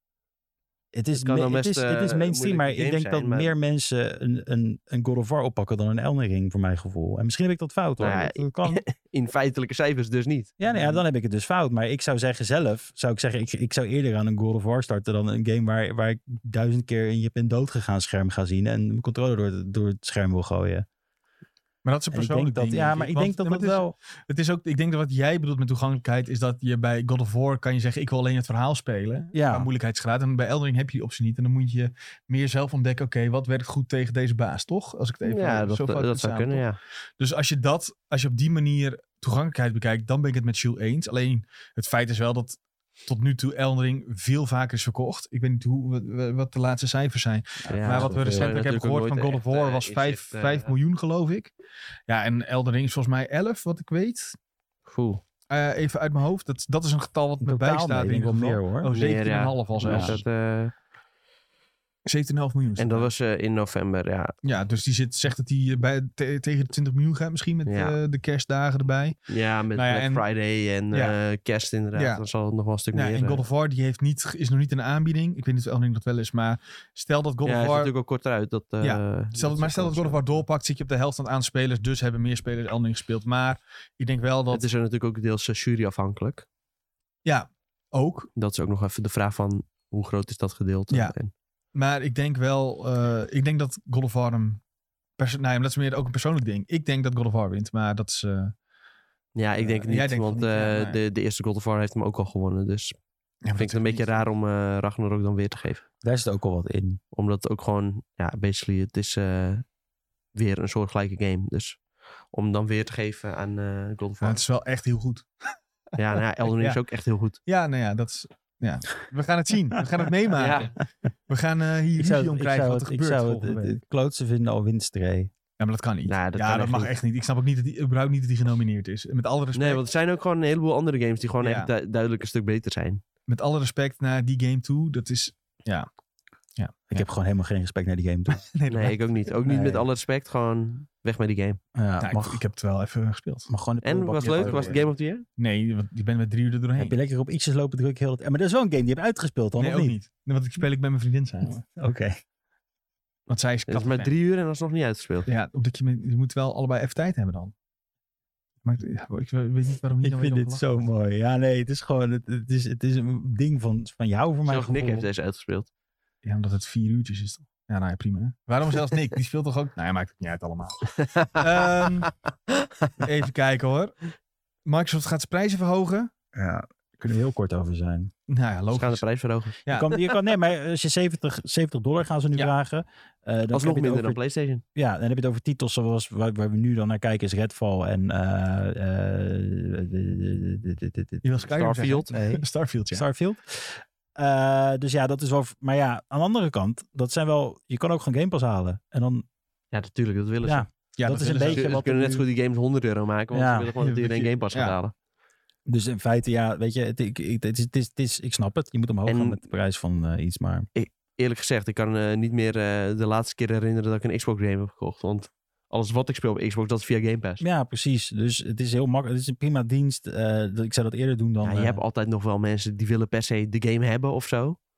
Het is, Het kan dan het best, is mainstream, maar moeilijke ik denk game dat zijn, maar- meer mensen een God of War oppakken dan een Elden Ring, voor mijn gevoel. En misschien heb ik dat fout, hoor. Nou ja, Dat kan. In feitelijke cijfers dus niet. Ja, nee, ja, dan heb ik het dus fout. Maar ik zou zeggen zelf, ik zou eerder aan een God of War starten dan een game waar ik 1000 keer in je bent dood gegaan scherm ga zien en mijn controller door het scherm wil gooien. maar dat is een En ik persoonlijk denk dat, ding. ja, maar ik denk dat Want dat wel... Het is ook, ik denk dat wat jij bedoelt met toegankelijkheid is dat je bij God of War kan je zeggen ik wil alleen het verhaal spelen. Ja. Qua moeilijkheidsgraad. En bij Elden Ring heb je die optie niet. En dan moet je meer zelf ontdekken. Oké, wat werkt goed tegen deze baas, toch? Als ik het even Ja, zo vat ik dat het zou samen, kunnen, toch? ja. Dus als je op die manier toegankelijkheid bekijkt, dan ben ik het met Jules eens. Alleen het feit is wel dat tot nu toe Elden Ring veel vaker is verkocht. Ik weet niet wat de laatste cijfers zijn. Ja, maar wat we dat recentelijk hebben gehoord van God of War was 5 miljoen, geloof ik. Ja, en Elden Ring is volgens mij 11, wat ik weet. Goed. Even uit mijn hoofd. Dat is een getal wat me Totaal, bijstaat. nee, ik in denk ieder wel geval. meer, hoor. Oh, 17,5 al Ja, zelfs. 17,5 miljoen. en dat was in november, ja. Ja, dus die zegt dat hij tegen de 20 miljoen gaat misschien met Ja. de kerstdagen erbij. Ja, met Nou ja, Black en- Friday en Ja. kerst inderdaad. Ja. Dan zal het nog wel een stuk Ja, meer... en God of War die is nog niet in de aanbieding. Ik weet niet of Elden Ring dat wel is, maar stel dat God ja, of hij is War... natuurlijk ook korter uit. Stel dat God of War doorpakt, zit je op de helft van het aantal spelers. Dus hebben meer spelers Elden Ring gespeeld. Maar ik denk wel dat... Het is er natuurlijk ook deels juryafhankelijk. Ja, ook. Dat is ook nog even de vraag van hoe groot is dat gedeelte. Ja. En, Maar ik denk wel... ik denk dat God of War hem... maar dat is meer ook een persoonlijk ding. Ik denk dat God of War wint, maar dat is... ja, ik denk het jij niet, denkt want van niet, ja, maar- de eerste God of War heeft hem ook al gewonnen. Dus ja, ik vind het een beetje raar om Ragnarok dan weer te geven. Daar zit ook al wat in. Omdat het ook gewoon, ja, basically, het is weer een soortgelijke game. Dus om dan weer te geven aan God of Ja, War. het is wel echt heel goed. Ja, nou ja, Elden Ring is Ja. ook echt heel goed. Ja, nou ja, dat is... Ja. We gaan het zien. We gaan het meemaken. We gaan hier ruzie om krijgen wat er ik gebeurt zou volgende week. het klootste vinden al winstreek. Ja, maar dat kan niet. Nou, dat kan dat echt mag niet. echt niet. Ik snap ook niet überhaupt niet dat hij genomineerd is. Met alle respect, Nee, want er zijn ook gewoon een heleboel andere games die gewoon Ja. echt duidelijk een stuk beter zijn. met alle respect naar die game toe, dat is... Ja. Ik heb gewoon helemaal geen respect naar die game toe. Nee, ik ook niet. Ook niet Nee. met alle respect, gewoon weg met die game. Ja, Nou, ik heb het wel even gespeeld. mag gewoon de En prullenbak was het leuk? in Was het gooien. Game of the Year? Nee, want je bent met 3 uur er doorheen. Heb je lekker op ietsjes lopen drukken heel het... Maar dat is wel een game die je hebt uitgespeeld dan, Nee, of ook niet? niet. Nee, want ik speel met mijn vriendin samen. Oké. Want zij is Het is maar kattenfan. 3 uur en dat is nog niet uitgespeeld. Ja, omdat je moet wel allebei even tijd hebben dan. Maar ik weet niet waarom hier Ik nou vind weer dit over zo lachen. mooi. Ja, nee, het is gewoon... Het is een ding van jou voor mij. Zelfs Nick heeft deze uitgespeeld. Ja, omdat het 4 uurtjes is toch? Ja, nou ja, prima. Hè? Waarom zelfs Nick? Die speelt toch ook... Nou ja, maakt het niet uit allemaal. Even kijken hoor. Microsoft gaat zijn prijzen verhogen. Ja, daar kunnen we heel kort over zijn. Nou ja, Ze gaan de logisch. prijs verhogen. Ja. Je kan, nee, maar als je $70 gaan ze nu Ja. vragen. Dan heb Alsnog je het minder over- dan PlayStation. Ja, dan heb je het over titels zoals waar we nu dan naar kijken is Redfall en Je wil Skyrim Starfield. zeggen? Nee. Starfield, ja. Starfield. Dus ja, dat is wel... Maar ja, aan de andere kant, dat zijn wel... Je kan ook gewoon Game Pass halen. En dan... Ja, natuurlijk, dat willen ze. Ja, Ja, dat is een willen ze. beetje Ze wat kunnen er net nu- zo goed die games €100 maken, want Ja. ze willen gewoon dat iedereen Game Pass gaat Ja. halen. dus in feite, ja, weet je, het is, ik snap het. Je moet omhoog En- gaan met de prijs van iets, maar... Eerlijk gezegd, ik kan niet meer de laatste keer herinneren dat ik een Xbox game heb gekocht. Want alles wat ik speel op Xbox, dat is via Game Pass. Ja, precies. Dus het is heel makkelijk. Het is een prima dienst. Ik zou dat eerder doen dan... Ja, je hebt altijd nog wel mensen die willen per se de game hebben of zo.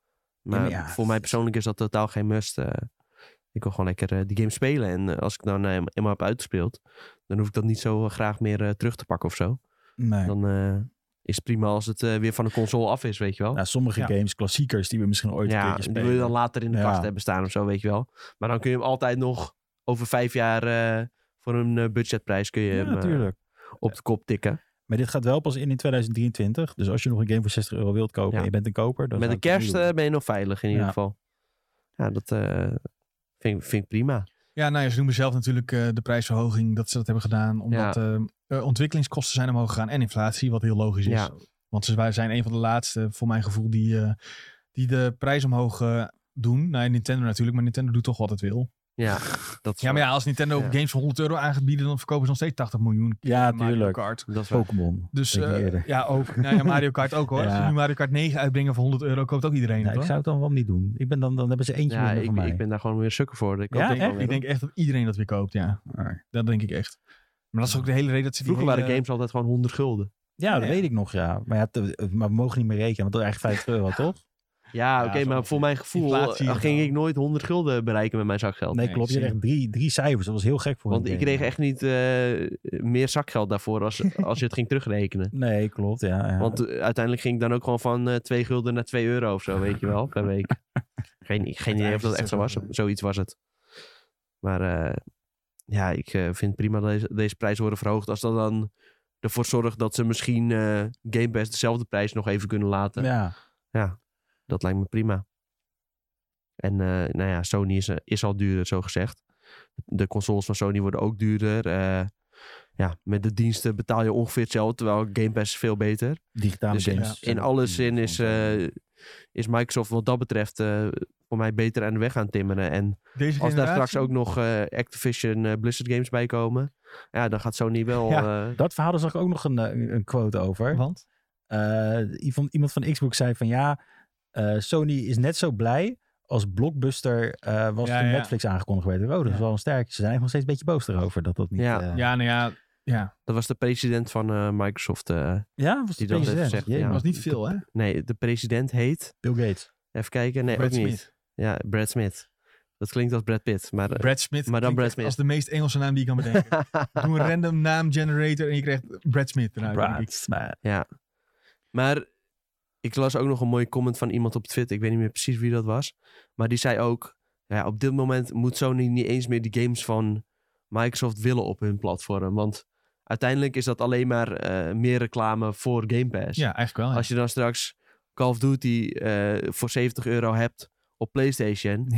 Maar voor mij persoonlijk is dat totaal geen must. Ik wil gewoon lekker die game spelen. En als ik dan eenmaal heb uitgespeeld, dan hoef ik dat niet zo graag meer terug te pakken of zo. Nee. Dan is het prima als het weer van de console af is, weet je wel. Nou, sommige games, klassiekers, die we misschien ooit een keertje spelen. Die wil je dan later in de kast hebben staan of zo, weet je wel. Maar dan kun je hem altijd nog over 5 jaar voor een budgetprijs kun je hem op de kop tikken. Maar dit gaat wel pas in 2023. Dus als je nog een game voor €60 wilt kopen en je bent een koper. Dan met de kerst ben je nog veilig in ieder geval. Ja, dat vind ik prima. Ja, nou ja, ze noemen zelf natuurlijk de prijsverhoging dat ze dat hebben gedaan. Omdat ontwikkelingskosten zijn omhoog gegaan en inflatie, wat heel logisch is. Ja. Want ze zijn een van de laatste, voor mijn gevoel, die de prijs omhoog doen. Nou, Nintendo natuurlijk, maar Nintendo doet toch wat het wil. Ja, dat is maar als Nintendo games voor €100 aan gaat bieden, dan verkopen ze nog steeds 80 miljoen. Ja, Mario tuurlijk. Kart. Dat is Pokémon. Dus ook. Nou ja, Mario Kart ook hoor. Als ze nu Mario Kart 9 uitbrengen voor €100, koopt ook iedereen het, ik zou het dan wel niet doen. Dan hebben ze eentje minder van mij. Ik ben daar gewoon weer sukker voor. Ik denk echt dat iedereen dat weer koopt, ja. Dat denk ik echt. Maar dat is ook de hele reden dat ze Vroeger waren games altijd gewoon €100. Ja, dat weet ik nog, ja. Maar we mogen niet meer rekenen, want dat is eigenlijk €50, toch? Ja, oké, maar voor mijn gevoel ging ik nooit €100 bereiken met mijn zakgeld. Nee, klopt. Je kreeg drie cijfers. Dat was heel gek voor Want ik kreeg echt niet meer zakgeld daarvoor als je het ging terugrekenen. Nee, klopt, ja. Want uiteindelijk ging ik dan ook gewoon van €2 naar €2 of zo, weet je wel, per week. Geen idee of dat echt zo was. Zoiets was het. Maar ik vind het prima dat deze prijzen worden verhoogd. Als dat dan ervoor zorgt dat ze misschien Game Pass dezelfde prijs nog even kunnen laten. Ja. Dat lijkt me prima. En Sony is al duurder, zo gezegd. De consoles van Sony worden ook duurder. Met de diensten betaal je ongeveer hetzelfde, terwijl Game Pass is veel beter. Digitale games. In alle zin is Microsoft wat dat betreft voor mij beter aan de weg aan timmeren. En als daar straks ook nog Activision Blizzard games bij komen, dan gaat Sony wel... dat verhaal zag ik ook nog een quote over. Want? Iemand van Xbox zei van Sony is net zo blij als Blockbuster was toen Netflix aangekondigd werd. Dat is wel een sterk. Ze zijn eigenlijk nog steeds een beetje boos erover dat niet... Ja. Dat was de president van Microsoft. Was die dat heeft gezegd. Dat was niet veel, hè? Nee, de president heet... Bill Gates. Even kijken. Nee, Brad ook niet. Smith. Ja, Brad Smith. Dat klinkt als Brad Pitt. Maar, Brad Smith. Maar dan Brad Smith. Als de meest Engelse naam die je kan bedenken. Doe een random naam generator en je krijgt Brad Smith eruit. Ja. Maar ik las ook nog een mooie comment van iemand op Twitter. Ik weet niet meer precies wie dat was. Maar die zei ook... op dit moment moet Sony niet eens meer die games van Microsoft willen op hun platform. Want uiteindelijk is dat alleen maar meer reclame voor Game Pass. Ja, eigenlijk wel. Ja. Als je dan straks Call of Duty voor €70 hebt op PlayStation...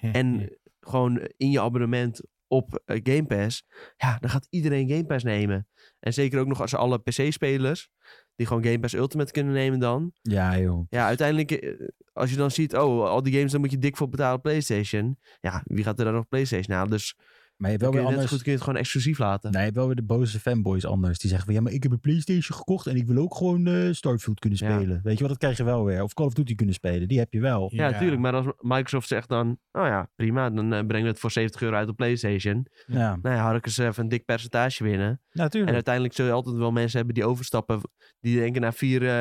en gewoon in je abonnement op Game Pass... dan gaat iedereen Game Pass nemen. En zeker ook nog als alle PC-spelers... die gewoon Game Pass Ultimate kunnen nemen dan. Ja, joh. Ja, uiteindelijk, als je dan ziet... al die games, dan moet je dik voor betalen op PlayStation. Ja, wie gaat er dan nog PlayStation halen? Dus maar je hebt wel weer anders... kun je het gewoon exclusief laten. Nee, je hebt wel weer de boze fanboys anders. Die zeggen van, maar ik heb een PlayStation gekocht... en ik wil ook gewoon Starfield kunnen spelen. Ja. Weet je wat, dat krijg je wel weer. Of Call of Duty kunnen spelen, die heb je wel. Ja, natuurlijk. Maar als Microsoft zegt dan... prima, dan brengen we het voor €70 uit op PlayStation. Ja. Had ik eens even een dik percentage winnen. Natuurlijk. En uiteindelijk zul je altijd wel mensen hebben die overstappen... die denken na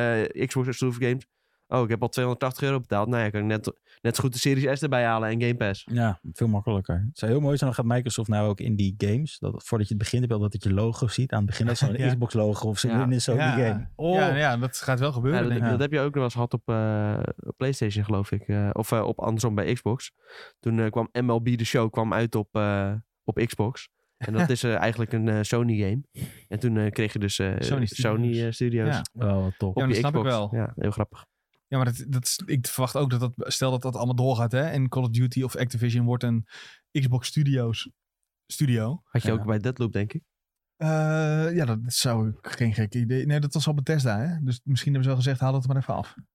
4 Xbox exclusive games... ik heb al €280 betaald. Nou ja, kan ik net zo goed de Series S erbij halen en Game Pass. Ja, veel makkelijker. Het zou heel mooi zijn, dan gaat Microsoft nou ook in die games... voordat je het begint, heb je al dat je logo ziet. Aan het begin dat zo'n Xbox logo of zo in een Sony game. Ja, dat gaat wel gebeuren. Dat heb je ook nog wel eens gehad op PlayStation, geloof ik. Of op andersom bij Xbox. Toen kwam MLB The Show uit op Xbox. En dat is eigenlijk een Sony game. En toen kreeg je dus Sony Studios. Ja, wel top. Op je snap Xbox. Ik wel. Ja, heel grappig. Ja, maar ik verwacht ook dat stel dat dat allemaal doorgaat, hè, en Call of Duty of Activision wordt een Xbox Studios studio. Had je ook bij Deathloop, denk ik? Dat zou ik geen gek idee. Nee, dat was al Bethesda, hè? Dus misschien hebben ze wel gezegd, haal dat er maar even af.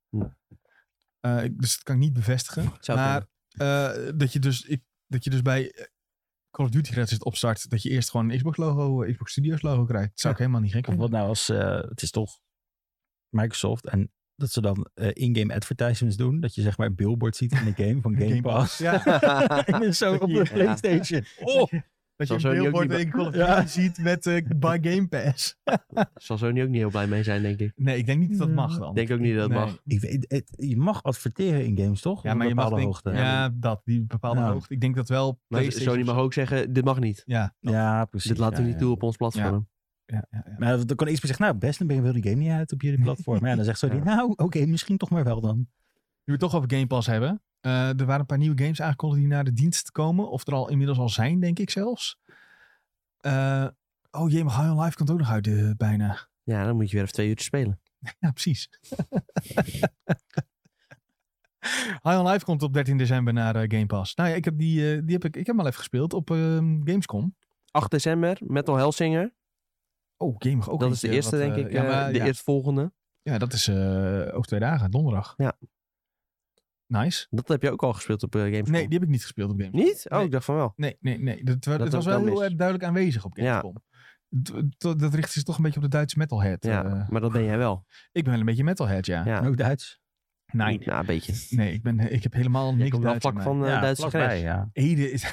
Dus dat kan ik niet bevestigen. Maar dat je dus bij Call of Duty het opstart, dat je eerst gewoon een Xbox logo, Xbox Studios logo krijgt. Dat zou ik helemaal niet gek vinden. Wat nou als het is toch Microsoft en dat ze dan in-game advertisements doen. Dat je zeg maar een billboard ziet in de game van Game Pass. Ja. En zo op de PlayStation. Dat je Zal een Sony ook billboard niet in Call of Duty ziet met Buy Game Pass. Zal Sony ook niet heel blij mee zijn, denk ik. Nee, ik denk niet dat dat mag dan. Ik denk ook niet dat het mag. Ik weet, je mag adverteren in games, toch? Ja, Op maar een je mag bepaalde denk, hoogte. die bepaalde Ja. hoogte. Ik denk dat wel Maar PlayStation... Sony mag ook zeggen, dit mag niet. Ja. Ja, precies. Dit laten we ja, niet ja. toe op ons platform. Ja. Maar dan kan Xbox zeggen, nou best, dan brengen we die game niet uit op jullie platform. Ja, dan zegt Sony, nou oké, misschien toch maar wel dan. Nu we het toch over Game Pass hebben. Er waren een paar nieuwe games aangekondigd die naar de dienst komen. Of er al inmiddels al zijn, denk ik zelfs. Oh jee, maar High on Life komt ook nog uit bijna. Ja, dan moet je weer even 2 uurtjes spelen. Ja, precies. High on Life komt op 13 december naar Game Pass. Nou ja, ik heb ik heb hem al even gespeeld op Gamescom. 8 december, Metal Hellsinger. Oh, game mag ook Dat is eentje de eerste, wat, denk ik. Ja, maar, de eerstvolgende. ja, dat is over 2 dagen, donderdag. Ja. Nice. Dat heb je ook al gespeeld op Gamescom. Nee, die heb ik niet gespeeld op Gamescom. Niet? Oh, Nee. ik dacht van wel. Nee. Het heb was ik wel dan heel mis. erg duidelijk aanwezig op Gamescom. Dat richt zich toch een beetje op de Duitse metalhead. Ja, maar dat ben jij wel. Ik ben wel een beetje metalhead, ja. Ja. En ook Duits. Nee, Nou, een beetje. nee ik heb helemaal Je niks komt wel Duits in vlak mij. van Ja, Duitse vlakbij, grens. ja. Ede is...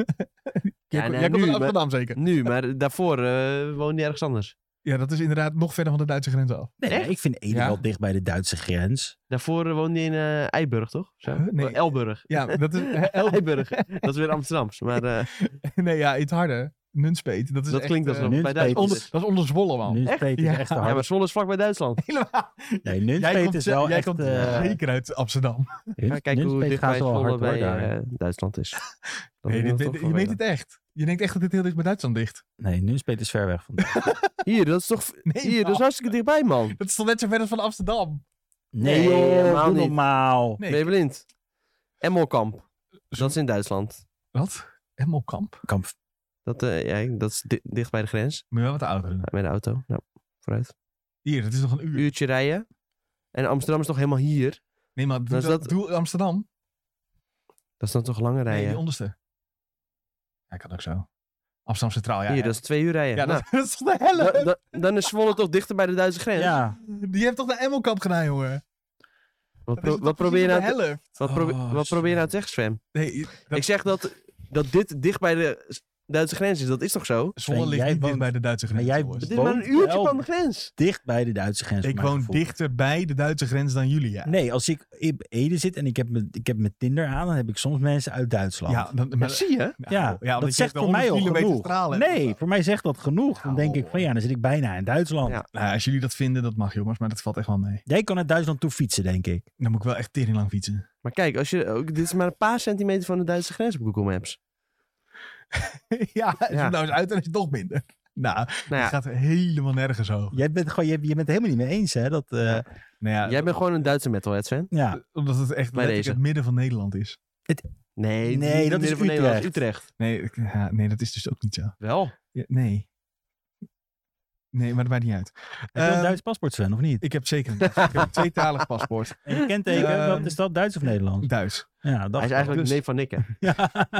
Ja, nee, jij komt nu, uit maar- Amsterdam zeker? Nu, maar daarvoor woonde je ergens anders. Ja, dat is inderdaad nog verder van de Duitse grens af. Nee, Echt? ik vind Ede Ja. wel dicht bij de Duitse grens. Daarvoor woonde je in Eiburg, toch? Zo? Huh? Nee. Elburg. Ja, dat is... Eiburg. Dat is weer Amsterdams. Maar nee, ja, iets harder. Nunspeet. Dat is dat echt, klinkt als nog Nunspeet bij is- Duitsland. dat is onder Zwolle, man. Nunspeet is Ja. echt te Ja, hard. maar Zwolle is vlakbij Duitsland. Helemaal. Nee, Jij Nunspeet komt, is wel jij echt... komt zeker uit Amsterdam. Ga kijken hoe Nunspeet dichtbij gaat wel Zwolle hard hoor, bij daar. Duitsland is. Dan Nee, moet dat toch je wel meent weten. het echt. Je denkt echt dat dit heel dicht bij Duitsland ligt. Nee, Nunspeet is ver weg van. Hier, dat is toch... Nee, Hier, dat is man. hartstikke dichtbij, man. Dat is toch net zo ver als van Amsterdam? Nee, Nee, joh, helemaal doe niet. normaal. Nee. Ben je blind? Emmelkamp. Dat is in Duitsland. Wat? Hemmelkamp? Kamp. Dat is dicht bij de grens. Moet je wel wat ouder doen. Met de auto. Nou, vooruit. Hier, dat is nog een uur. Uurtje rijden. En Amsterdam is toch helemaal hier? Nee, maar Dan is dat- doe Amsterdam. Dat is dan toch langer Nee, rijden? die onderste. Ja, kan ook zo. Amsterdam Centraal, ja. Hier, ja. dat is 2 uur rijden. Ja, Nou, dat is toch de helft? dan is Zwolle toch dichter bij de Duitse grens? Ja. Die heeft toch de Emmelkamp gedaan, jongen? Wat probeer je nou de helft? wat probeer je nou te zeggen, Sven? Nee, Ik zeg dat dit dicht bij de Duitse grens is. Dat is toch zo? Zwolle Sven, ligt jij niet dicht woont- bij de Duitse grens. jij jongens. Het is maar een woont uurtje wel van de grens. Dicht bij de Duitse grens. Ik voor mijn woon gevoel. dichter bij de Duitse grens dan jullie, ja. Nee, als ik in Ede zit en ik heb mijn Tinder aan, dan heb ik soms mensen uit Duitsland. Ja, dan, Ja, maar, zie je? nou, Ja, omdat dat je zegt wel voor mij 100 al kilometer genoeg. straal hebt. Nee, voor mij zegt dat genoeg. Dan denk ik van ja, dan zit ik bijna in Duitsland. Ja. Nou, als jullie dat vinden, dat mag jongens, maar dat valt echt wel mee. Jij kan naar Duitsland toe fietsen, denk ik. Dan moet ik wel echt tering lang fietsen. Maar kijk, dit is maar een paar centimeter van de Duitse grens op Google Maps. ja, als je Ja. het nou eens uit, dan is het nog minder. Nou, Nou het ja, gaat helemaal nergens over. Jij bent gewoon, je bent het helemaal niet mee eens, hè? Dat, Nou ja, jij bent gewoon een Duitse metalhead, Sven. ja. omdat het echt Bij letterlijk deze. het midden van Nederland is. Nee, Nee, niet dat is midden van Nederland, Utrecht. Utrecht. Nee, dat is dus ook niet zo. Wel. Ja, nee. Nee, maar dat maakt niet uit. Heb je een Ehm, Duits paspoort, Sven, of niet? Ik heb zeker een ik heb een tweetalig paspoort. En je kenteken, Ehm, wat is dat? Duits of Nederlands? Duits. Ja, dat Hij is eigenlijk dus- neef van Nikke. Ja.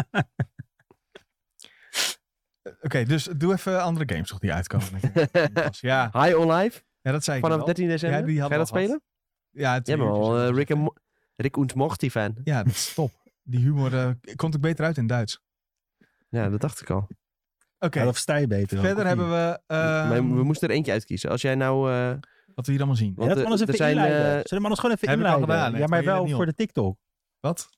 Oké, dus doe even andere games toch die uitkomen. ja, High on Life, ja, dat zei ik vanaf wel. 13 december. Ja, die Ga hadden je we dat al spelen? Ja, Jij 2 bent wel uurtjes. Rick und Morty fan. Ja, dat is top. Die humor komt ook beter uit in Duits. Ja, dat dacht ik al. Oké, Ja, dat versta je beter. dan, verder of hebben niet? we... Maar we moesten er eentje uitkiezen. Als jij nou... wat we hier allemaal zien. Ja, dat want, kan eens even er zijn, inleiden. eh, Zullen we anders gewoon even heb ik al inleiden? gedaan, hè? Ja, maar Trek je dat wel niet voor op? de TikTok. Wat?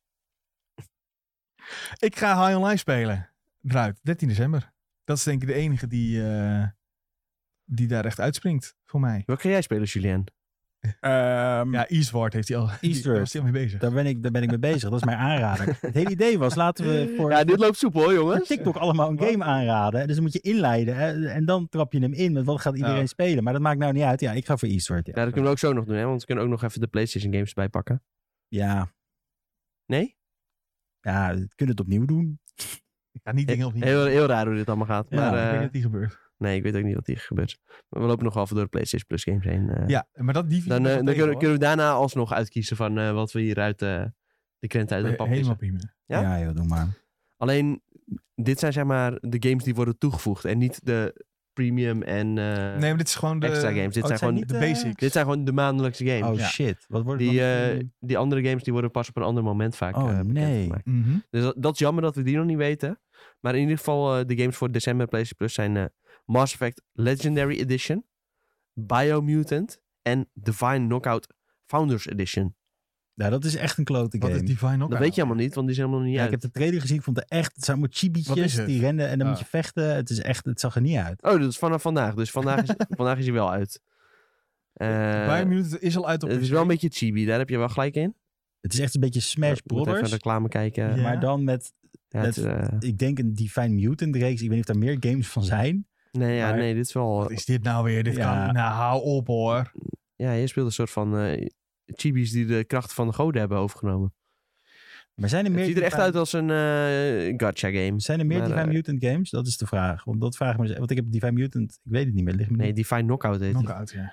Ik ga High on Life spelen. Eruit, 13 december. Dat is denk ik de enige die daar echt uitspringt voor mij. Wat ga jij spelen, Julien? Ja, Eastward heeft hij al. Eastward. Daar was hij al mee bezig. Daar ben ik mee bezig. Dat is mijn aanrader. Het hele idee was, laten we voor, Ja, dit loopt soepel hoor, voor jongens. TikTok allemaal een game aanraden. Dus dan moet je inleiden. Hè? En dan trap je hem in met wat gaat iedereen Ja. spelen. Maar dat maakt nou niet uit. Ja, ik ga voor Eastward. Ja, dat kunnen we ook zo nog doen, hè? Want we kunnen ook nog even de PlayStation games erbij pakken. Ja, Nee? ja, we kunnen het opnieuw doen. Ja, niet dingen of niet. Heel raar hoe dit allemaal gaat. Ja, maar, ik weet niet wat die gebeurt. nee, ik weet ook niet wat hier gebeurt. Maar we lopen nog wel even door de PlayStation Plus games heen. Ja, maar dat die Dan, kunnen we daarna alsnog uitkiezen van wat we hier uit de krent uit de pap helemaal kiezen. prima. Ja? Ja, joh, doe maar. Alleen, dit zijn zeg maar de games die worden toegevoegd en niet de premium en Nee, maar dit is gewoon de... extra games. Dit Oh, zijn gewoon niet de basics. Dit zijn gewoon de maandelijkse games. Oh Ja. shit. Wat wordt Die andere games die worden pas op een ander moment vaak bekendgemaakt. Mhm. Dus dat is jammer dat we die nog niet weten. Maar in ieder geval de games voor december PlayStation Plus zijn Mass Effect Legendary Edition, Biomutant en Divine Knockout Founders Edition. Ja, dat is echt een klote Wat game. is Divine Knockout? Dat weet je helemaal niet, want die zijn helemaal nog niet Ja, ik uit. heb de trailer gezien. Ik vond het echt... Het zijn allemaal Wat is chibietjes het? die rennen en dan Ah. moet je vechten. Het is echt... Het zag er niet uit. Oh, dat is vanaf vandaag. Dus vandaag is hij wel uit. Biomutant is al uit op Het is PC. wel een beetje chibi, daar heb je wel gelijk in. Het is echt een beetje Smash Ik moet even Brothers. reclame kijken. Ja. Maar dan met... Ja, het, Ik denk een Divine Mutant reeks. Ik weet niet of daar meer games van zijn. maar- nee, dit is wel... Wat is dit nou weer? Dit Ja. kan... Nou, hou op hoor. Ja, je speelt een soort van chibis die de krachten van de goden hebben overgenomen. Maar zijn er Het meer... ziet er echt Divine- uit als een gacha game. Zijn er meer Maar, Divine Mutant games? Dat is de vraag. Want dat vraag ik me... Want ik heb Divine Mutant... Ik weet het niet meer. Ligt me Nee, niet. Divine Knockout heet het. Knockout, ja.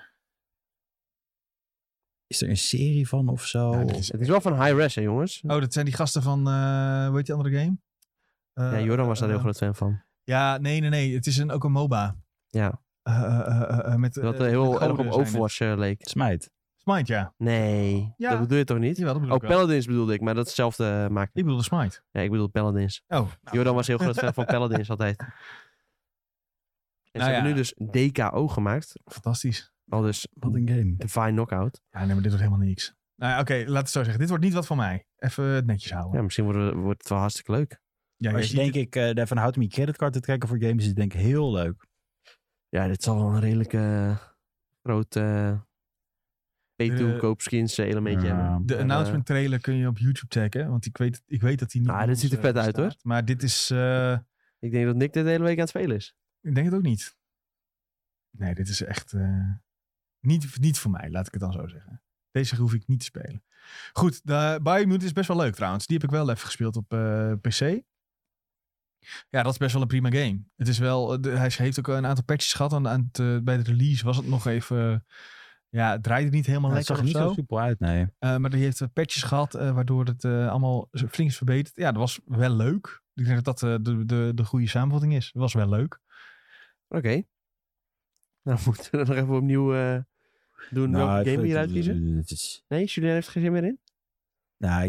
Is er een serie van of zo? Ja, dit is- Het is wel van Hi-Res, hè jongens? Oh, dat zijn die gasten van... hoe heet die andere game? Ja, Joran was daar heel groot fan van. Ja, nee. Het is ook een MOBA. Ja, Met, dat met heel goden erg op zijn het. Overwatch leek. Smite. Smite, ja. Nee, Ja. dat bedoel je toch niet? Jawel, dat bedoel Oh, ik wel. Paladins bedoelde ik, maar dat is hetzelfde maken. Ik bedoelde Smite. Ja, ik bedoel Paladins. Oh. nou. Joran was heel groot fan van Paladins altijd. En Nou ze hebben ja. nu dus DKO gemaakt. Fantastisch. Al dus Wat een game. Divine Knockout. Ja, nee, maar dit wordt helemaal niks. Nou ja, oké, laat het zo zeggen. Dit wordt niet wat voor mij. Even het netjes houden. Ja, misschien wordt het wel hartstikke leuk. Ja, Als je ziet denk ik daarvan houdt om je creditcard te trekken voor games, is het denk ik heel leuk. Ja, dit zal wel een redelijke grote pay-to koopskins elementje Ja. hebben. de Maar, announcement trailer kun je op YouTube checken. Want ik weet dat die niet... Ah, bij dit ons, ziet er vet uit, staat. Maar dit is... Ik denk dat Nick dit de hele week aan het spelen is. ik denk het ook niet. Nee, dit is echt... niet voor mij, laat ik het dan zo zeggen. Deze hoef ik niet te spelen. Goed, de Biomutant is best wel leuk trouwens. Die heb ik wel even gespeeld op PC. Ja, dat is best wel een prima game. Het is wel... hij heeft ook een aantal patches gehad. Bij de release was het nog even... het draaide niet helemaal Het lekker zag er of niet zo. zo soepel uit, nee. Maar die heeft patches gehad, waardoor het allemaal flink is verbeterd. Ja, dat was wel leuk. Ik denk dat dat de goede samenvatting is. Dat was wel leuk. Oké. Nou, moeten we dan nog even opnieuw doen welke game we hieruit kiezen? Nee, Julien heeft er geen zin meer in? Nou,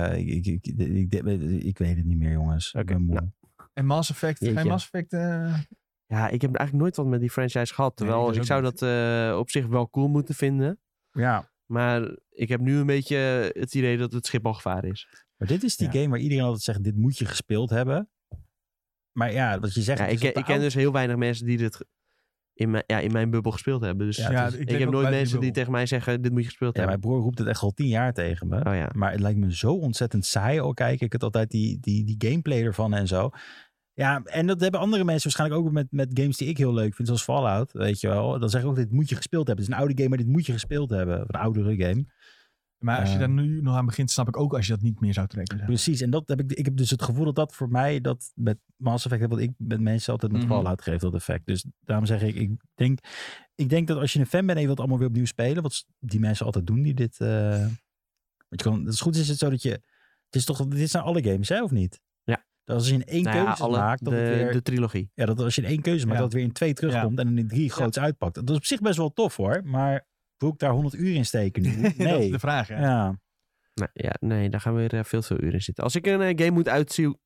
ik weet het niet meer, jongens. Ik Oké, ben moe. nou. En Mass Effect, Jeetje. geen Mass Effect... Ja, ik heb eigenlijk nooit wat met die franchise gehad. Nee, Terwijl dus ik ook zou niet. dat op zich wel cool moeten vinden. Ja, Maar ik heb nu een beetje het idee dat het schip al gevaren is. maar dit is die Ja. game waar iedereen altijd zegt, dit moet je gespeeld hebben. Maar ja, wat je zegt... Ja, het is op de ik ken oude- dus heel weinig mensen die dit in mijn bubbel gespeeld hebben. Dus Ja, Ja, het is- ik ik heb nooit mensen die tegen. tegen mij zeggen, dit moet je gespeeld Ja, mijn hebben. broer roept het echt al 10 jaar tegen me. Oh ja. Maar het lijkt me zo ontzettend saai. Al kijk ik het altijd die gameplay ervan en zo. Ja, en dat hebben andere mensen waarschijnlijk ook met games die ik heel leuk vind. Zoals Fallout, weet je wel. Dan zeg ik ook, dit moet je gespeeld hebben. Het is een oude game, maar dit moet je gespeeld hebben. Een oudere game. Maar als je daar nu nog aan begint, snap ik ook als je dat niet meer zou trekken. Zeg. Precies, en dat heb ik heb dus het gevoel dat voor mij, dat met Mass Effect, wat ik met mensen altijd met Mhm. Fallout geef, dat effect. Dus daarom zeg ik denk dat als je een fan bent en je wilt allemaal weer opnieuw spelen, wat die mensen altijd doen, die dit... want je kan, het is goed is het zo dat je... Dit zijn alle games, hè, of niet? Ja. Dat als je in één Nou ja, keuze maakt, dat het weer... de trilogie. Ja, dat als je in één keuze maakt, Ja. dat het weer in 2 terugkomt en dan in 3 groots uitpakt. Dat is op zich best wel tof hoor, maar wil ik daar 100 uur in steken nu? dat is Nee. de vraag, hè? Ja. Nee, daar gaan weer veel te veel uren in zitten. Als ik een game moet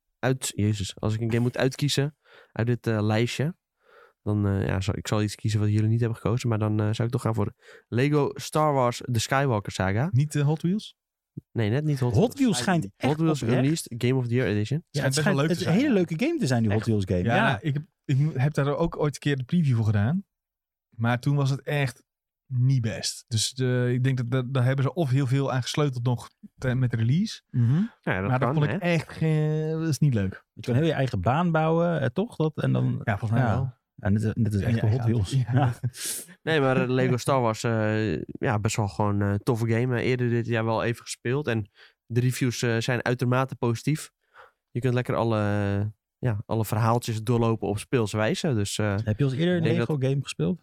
als ik een game moet uitkiezen uit dit lijstje, dan ik zal iets kiezen wat jullie niet hebben gekozen, maar dan zou ik toch gaan voor Lego Star Wars The Skywalker Saga. Niet Hot Wheels? Nee, net niet Hot Wheels schijnt echt Hot Wheels oprecht. Released Game of the Year Edition. Ja, Schijnt het, best wel leuk het te is een zijn, hele ja. leuke game te zijn, die Hot Wheels game. Ja, Ja. ik heb daar ook ooit een keer de preview voor gedaan. Maar toen was het echt niet best. Dus ik denk dat daar hebben ze of heel veel aan gesleuteld nog met de release. Mhm. Ja, dat maar dat kan, vond hè? ik echt... dat is niet leuk. Je kan heel je eigen baan bouwen, toch? Dat, en dan, Ja, volgens mij Ja. wel. en dit is En echt je een Hot eigen Wheels. auto. Ja. Ja. Nee, maar Lego Star Wars, best wel gewoon een toffe game. Eerder dit jaar wel even gespeeld. En de reviews zijn uitermate positief. Je kunt lekker alle verhaaltjes doorlopen op speelse wijze. Dus Heb je al eerder een Ik denk Lego game gespeeld?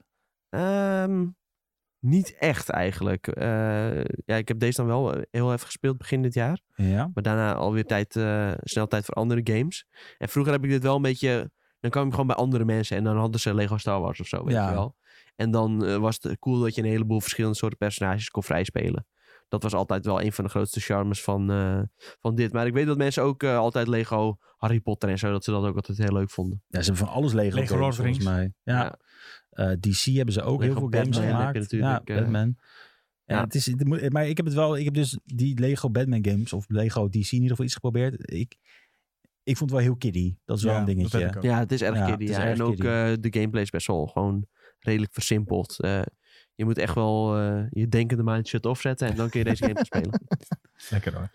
niet echt eigenlijk. Ik heb deze dan wel heel even gespeeld begin dit jaar. Ja. Maar daarna alweer snel tijd voor andere games. En vroeger heb ik dit wel een beetje Dan kwam je gewoon bij andere mensen en dan hadden ze Lego Star Wars of zo, weet Ja. je wel. En dan was het cool dat je een heleboel verschillende soorten personages kon vrijspelen. Dat was altijd wel een van de grootste charmes van dit. Maar ik weet dat mensen ook altijd Lego Harry Potter en zo, dat ze dat ook altijd heel leuk vonden. Ja, ze hebben van alles Lego Lego games, Lord of the volgens mij. Ja. DC hebben ze ook Lego heel veel games Batman heb gemaakt. je natuurlijk, ja, Batman. Ja, ja. Maar ik heb dus die Lego Batman games of Lego DC in ieder geval iets geprobeerd. Ik vond het wel heel kiddie. Dat is wel Ja, een dat dingetje. heb ik ook. Ja, het is erg Ja, kiddie. het is Ja. erg En ook kiddie. de gameplay is best wel gewoon redelijk versimpeld. Je moet echt wel je denkende mind shut off zetten en dan kun je deze game gaan spelen. Lekker hoor.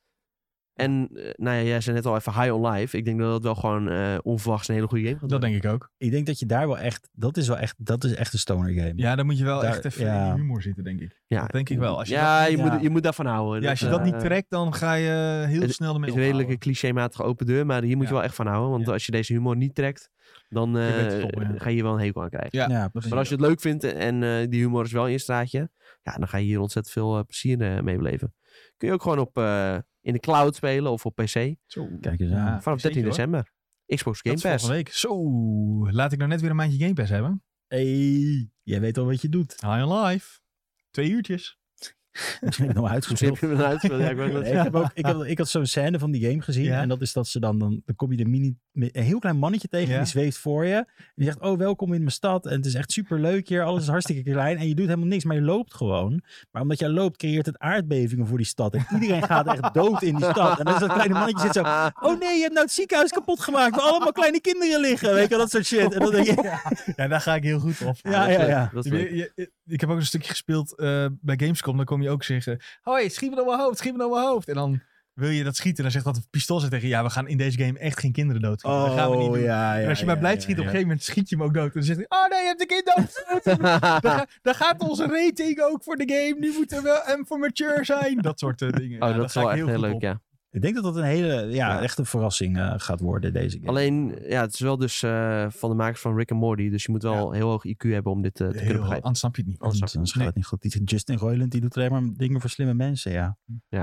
En nou ja, jij zei net al even High on Life. Ik denk dat dat wel gewoon onverwachts een hele goede game gaat Dat worden. denk ik ook. Ik denk dat je daar wel echt... Dat is echt een stoner game. Ja, dan moet je wel Daar- echt even ja. in die humor zitten, denk ik. Ja, Dat denk ik wel. Als je ja, dat je, niet, moet, je moet daarvan houden. ja, als je dat niet trekt. trekt, dan ga je heel snel ermee Het is een redelijke ophouden. clichématige open deur, maar hier moet je Ja. wel echt van houden. Want Ja. als je deze humor niet trekt, dan Je bent te stoppen, ja. ga je hier wel een hekel aan krijgen. Ja, Ja, dat precies. Maar als je het leuk vindt en die humor is wel in je straatje, ja, dan ga je hier ontzettend veel plezier mee beleven. Kun je ook gewoon in de cloud spelen of op PC. Zo. Kijk eens Ja. aan. Vanaf 13 Zeker, hoor. december. Xbox Dat Game is Pass. volgende week. Zo, laat ik nou net weer een maandje Game Pass hebben. Hey, jij weet al wat je doet. High on Life. 2 uurtjes. Misschien heb ik nog Misschien uitgespeeld. heb je hem uitgespeeld. Ja, ik wou net Nee, ik had zo'n scène van die game gezien. Ja. En dat is dat ze dan kom je een heel klein mannetje tegen. Ja. Die zweeft voor je. En die zegt, oh, welkom in mijn stad. En het is echt super leuk hier. Alles is hartstikke klein. En je doet helemaal niks, maar je loopt gewoon. Maar omdat jij loopt, creëert het aardbevingen voor die stad. En iedereen gaat echt dood in die stad. En dan is dat kleine mannetje zit zo, oh nee, je hebt nou het ziekenhuis kapot gemaakt. Waar allemaal kleine kinderen liggen. Weet je wel, dat soort shit. En dan denk je, Ja, daar ga ik heel goed op. ja. Dat is leuk. Ik heb ook een stukje gespeeld bij Gamescom. Dan kom je ook zeggen, hoi, schiet me door mijn hoofd, schiet me door mijn hoofd. En dan wil je dat schieten. Dan zegt dat pistool zegt tegen je, ja, we gaan in deze game echt geen kinderen doodschieten. dat gaan we niet doen. ja. En als je maar blijft schieten, op een gegeven moment schiet je hem ook dood. En dan zegt hij, oh nee, je hebt de kind doodgeschoten. Dan gaat onze rating ook voor de game. Nu moeten we M voor mature zijn. Dat soort dingen. Oh, Ja, dat is ga wel ik echt heel goed leuk, op. ja. Ik denk dat dat een hele, Ja. echt een verrassing gaat worden, deze game. Alleen, ja, het is wel dus van de makers van Rick and Morty. Dus je moet wel heel hoog IQ hebben om dit te kunnen Heel, begrijpen. anders snap je het niet. Anders gaat het niet goed. Die Justin Roiland, die doet alleen maar dingen voor slimme mensen, ja.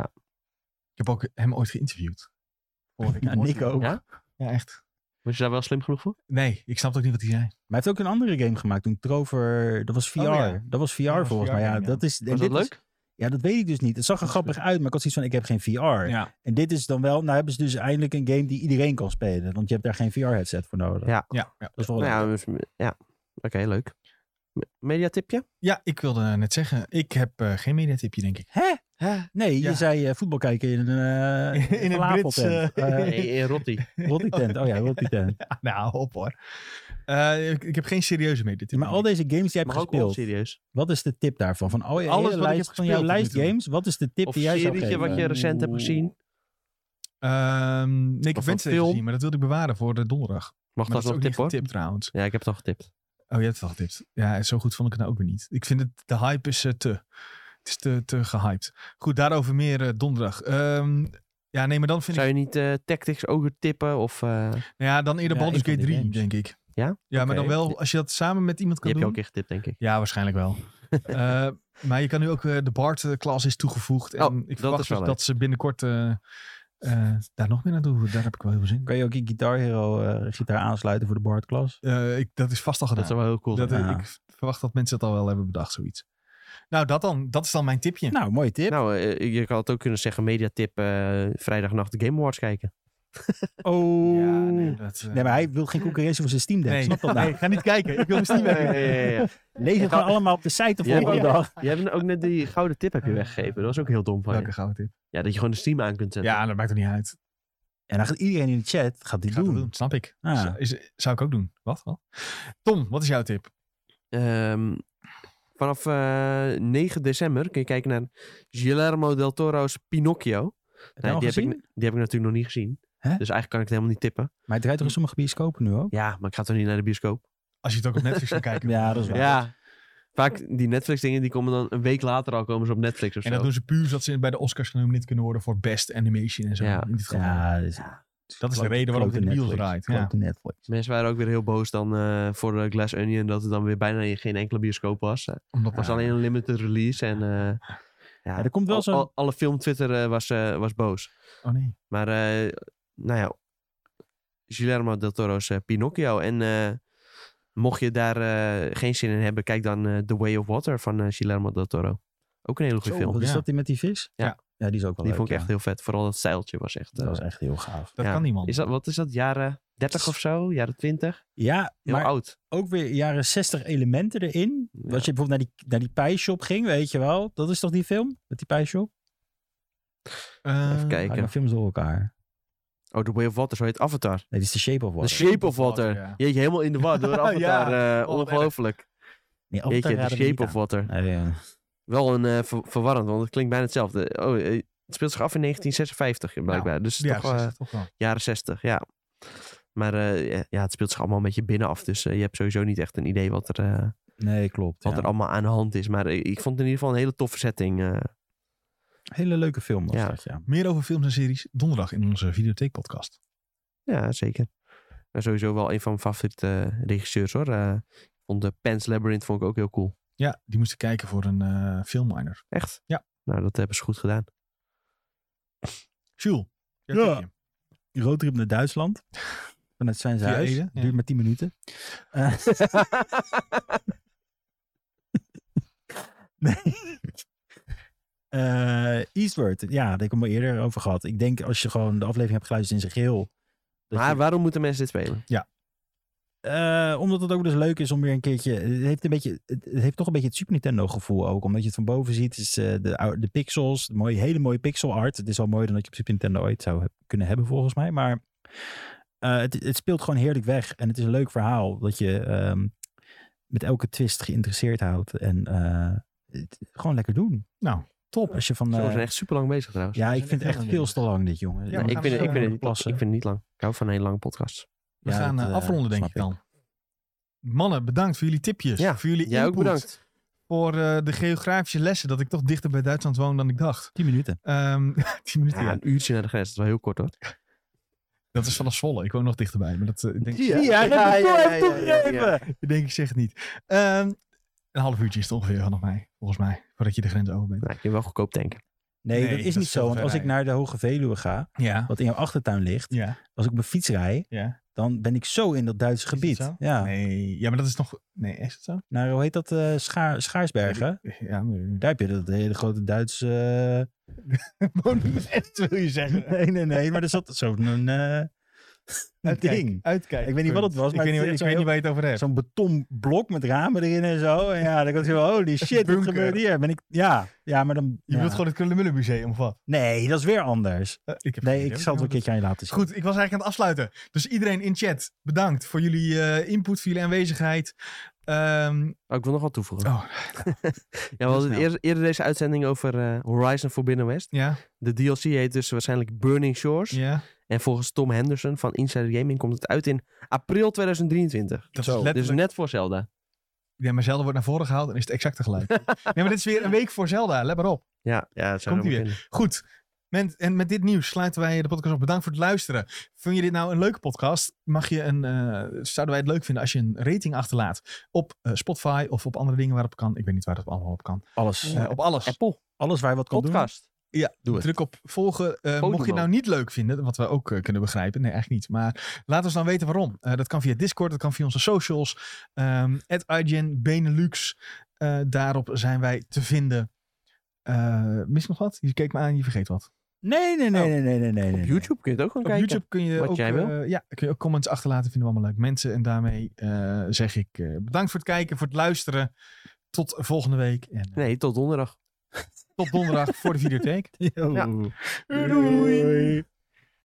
Ik heb ook hem ooit geïnterviewd. Voor Rick Ja, and Morty. Nick ook. Ja? Ja, echt. Was je daar wel slim genoeg voor? Nee, ik snap ook niet wat hij zei. Maar hij heeft ook een andere game gemaakt toen Trover, dat was VR. ja. Dat was VR dat was volgens VR, mij. Ja, ja. dat is, en Was dit dat is- leuk? ja, dat weet ik dus niet. Het zag er grappig uit, maar ik had zoiets van, ik heb geen VR. Ja. En dit is dan wel, nou hebben ze dus eindelijk een game die iedereen kan spelen. Want je hebt daar geen VR-headset voor nodig. Ja. Ja. Dat is wel Nou leuk. ja, ja. Oké, leuk. Mediatipje? Ja, ik wilde net zeggen, ik heb geen mediatipje, denk ik. Hè? Nee, Ja. je zei voetbal kijken in een In een falafeltent. Brits, Nee, in Rotti. Rotti-tent. Oh ja, Rotti-tent. Nou, op hoor. Ik heb geen serieuze mediatip. Maar al deze games die je Maar hebt ook wel gespeeld, serieus. wat is de tip daarvan? Van al je Alles hele wat ik lijst, heb van jouw gespeeld lijst tot nu toe. games, wat is de tip Of die jij zou serietje geven? wat je recent hebt gezien. Nee, ik Of heb een Wednesday film. gezien, maar dat wilde ik bewaren voor de donderdag. Mag Maar dat dat nog is ook tip niet hoor? getipt trouwens. Ja, ik heb het al getipt. Oh, je hebt het al getipt. Ja, zo goed vond ik het nou ook weer niet. Ik vind het, de hype is het is te gehyped. Goed, daarover meer donderdag. Ja, nee, maar dan vind Zou ik... je niet Tactics ook tippen? Of Nou ja, dan eerder Ja, Baldur's een van Gate die 3, games. denk ik. Ja? Ja, maar Oké. dan wel, als je dat samen met iemand die kan heb je doen. ook echt getipt, denk ik. Ja, waarschijnlijk wel. Maar je kan nu ook de Bard-klas is toegevoegd. En Oh, ik dat verwacht is wel dus leuk. dat ze binnenkort daar nog meer naartoe. Daar heb ik wel heel veel zin in. Kan je ook je Guitar Hero gitaar aansluiten voor de Bard-klas? Dat is vast al gedaan. Dat zou wel heel cool zijn. Dat, Ja. Ik verwacht dat mensen het al wel hebben bedacht, zoiets. Nou, dat is dan mijn tipje. Nou, mooie tip. Nou, je kan het ook kunnen zeggen, mediatip, vrijdagnacht de Game Awards kijken. Oh. Ja, nee, dat, Nee, maar hij wil geen concurrentie voor zijn Steam Deck. nee, Snap dat nou? nee, ga niet kijken. Ik wil mijn Steam hebben. Lees het gewoon allemaal op de site de Ja, volgende ja. dag. Je hebt ook net die gouden tip heb je weggegeven. Dat was ook heel dom van Welke je. gouden tip? Ja, dat je gewoon de Steam aan kunt zetten. Ja, dat maakt er niet uit. En dan gaat iedereen in de chat gaat dit Gaat het doen. doen, snap ik. Ah. Zou ik ook doen. Wat? Tom, wat is jouw tip? Vanaf 9 december kun je kijken naar Guillermo del Toro's Pinocchio. Heb je al die gezien? heb ik natuurlijk nog niet gezien. Hè? Dus eigenlijk kan ik het helemaal niet tippen. Maar het draait toch in sommige bioscopen nu ook? Ja, maar ik ga toch niet naar de bioscoop? Als je het ook op Netflix kan kijken. Ja, dat is waar. Ja. Vaak die Netflix dingen, die komen dan een week later al komen ze op Netflix of En zo. dat doen ze puur zodat ze bij de Oscars genomineerd kunnen worden voor Best Animation en zo. Ja. In dit geval. Ja, Dat is de reden waarom het in de bios draait. Ja. Klote Netflix. Mensen waren ook weer heel boos dan voor de Glass Onion dat het dan weer bijna geen enkele bioscoop was. Het Omdat was alleen een limited release en ja, er komt wel zo'n- alle film Twitter was boos. Oh nee. Maar nou ja, Guillermo del Toro's Pinocchio. En mocht je daar geen zin in hebben, kijk dan The Way of Water van Guillermo del Toro. Ook een hele goede film. Is dat die met die vis? Ja. Ja, die is ook wel Die leuk, vond ik echt heel vet. Vooral dat stijltje was echt... Dat was echt heel gaaf. Dat ja. kan niemand. Wat is dat? Jaren 30 of zo? Jaren 20? Ja, Heel maar oud. ook weer jaren 60 elementen erin. Ja. Als je bijvoorbeeld naar die pijshop ging, weet je wel. Dat is toch die film? Met die pijshop? Even kijken. Die films door elkaar. Oh, The Way of Water, zo heet Avatar. Nee, dit is The Shape of The Water. Shape of Water. ja. Jeetje, helemaal in de war door Avatar. Ja. Ongelooflijk. Nee, Avatar Jeetje, The raden we niet Shape of aan. Water. Nee, Wel een verwarrend, want het klinkt bijna hetzelfde. Het speelt zich af in 1956 blijkbaar. Nou, dus Ja, toch toch wel. jaren 60, ja. Maar het speelt zich allemaal een beetje binnenaf. Dus je hebt sowieso niet echt een idee wat klopt. er allemaal aan de hand is. Maar ik vond het in ieder geval een hele toffe setting. Hele leuke film was Ja. dat, ja. Meer over films en series donderdag in onze Videotheek podcast. Ja, zeker. Maar sowieso wel een van mijn favoriete regisseurs hoor. Ik vond Pan's Labyrinth vond ik ook heel cool. Ja, die moesten kijken voor een filmminer. Echt? Ja. Nou, dat hebben ze goed gedaan. Jules. Ja. Roadtrip naar Duitsland. Vanuit zijn Via huis. Ede, ja. Duurt maar 10 minuten. Nee. Eastward. Ja, daar heb ik het al eerder over gehad. Ik denk als je gewoon de aflevering hebt geluisterd in zijn geheel. Maar waarom moeten mensen dit spelen? Omdat het ook dus leuk is om weer een keertje... Het heeft toch een beetje het Super Nintendo gevoel ook. Omdat je het van boven ziet. Is, de pixels. Hele mooie pixel art. Het is al mooier dan dat je op Super Nintendo ooit zou kunnen hebben volgens mij. Maar het speelt gewoon heerlijk weg. En het is een leuk verhaal. Dat je met elke twist geïnteresseerd houdt. En gewoon lekker doen. Nou, top. Als je van... Ze zijn echt super lang bezig trouwens. ja, ik zijn vind het echt echt heel veel te lang dit, jongen. Ja, Nee, we ik gaan vind zo het niet lang. Ik hou van hele lange podcasts. We Ja, gaan dat, afronden, denk snap ik dan. Mannen, bedankt voor jullie tipjes. Ja, voor jullie jij ook input. bedankt. Voor de geografische lessen. Dat ik toch dichter bij Duitsland woon dan ik dacht. 10 minuten. 10 minuten, Ja, ja. een uurtje naar de grens. Dat is wel heel kort hoor. Dat is vanaf Zwolle. Ik woon nog dichterbij. Maar dat denk ik, ik denk, ik zeg het niet. Een half uurtje is het ongeveer vanaf mij. Volgens mij. Voordat je de grens over bent. Nou, ik kan wel goedkoop tanken. Nee, Nee, dat dat is niet is zo. veel Want als ik verrijden. naar de Hoge Veluwe ga, Ja. wat in jouw achtertuin ligt, Ja. als ik op mijn fiets rij, Ja. dan ben ik zo in dat Duitse Is het gebied. zo? Ja. Nee. Ja, maar dat is nog... Nee, is het zo? Naar, hoe heet dat? Schaarsbergen. Ja, maar... Daar heb je dat hele grote Duitse... monument wil je zeggen. Nee. Maar er zat zo'n ding. Uitkijk. Ik weet niet wat het was, Ik maar weet niet, het is ik weet niet waar je het over hebt. Zo'n betonblok met ramen erin en zo. En ja, dan dacht ik wel, holy shit, wat bunker. gebeurt hier? Ben ik... Ja, maar dan... Je ja. bedoelt gewoon het Krullenmullen Museum of wat? Nee, dat is weer anders. Ik heb Nee, geen ik idee. zal het wel een keertje aan je laten zien. Goed, ik was eigenlijk aan het afsluiten. Dus iedereen in chat, bedankt voor jullie input, voor jullie aanwezigheid. Oh, ik wil nog wat toevoegen. Oh. Ja, we hadden eerder deze uitzending over Horizon Forbidden West. Ja, De DLC heet dus waarschijnlijk Burning Shores. ja. En volgens Tom Henderson van Insider Gaming komt het uit in april 2023. Dat Zo, is Dus letterlijk... net voor Zelda. Ja, maar Zelda wordt naar voren gehaald en is het exact tegelijk. Nee, maar dit is weer een week voor Zelda. Let maar op. Ja, het zou Komt-ie wel weer. kunnen. Goed. En met dit nieuws sluiten wij de podcast op. Bedankt voor het luisteren. Vond je dit nou een leuke podcast? Zouden wij het leuk vinden als je een rating achterlaat op Spotify of op andere dingen waarop kan. Ik weet niet waar dat allemaal op kan. Alles. Op alles. Apple, Alles waar je wat kan doen. podcast. Ja, Doe het. druk op volgen. Mocht je het nou niet leuk vinden, wat we ook kunnen begrijpen. Nee, eigenlijk niet. Maar laat ons dan weten waarom. Dat kan via Discord, dat kan via onze socials. @IGN Benelux. Daarop zijn wij te vinden. Mis nog wat? Je keek me aan, je vergeet wat. Nee. Op YouTube kun je het ook gewoon Op kijken. YouTube kun je Wat ook, jij wil. kun je ook comments achterlaten. Vinden we allemaal leuk. Mensen. En daarmee zeg ik bedankt voor het kijken, voor het luisteren. Tot volgende week. En Nee, tot donderdag. tot donderdag voor de videotheek. Yo. Ja. Doei.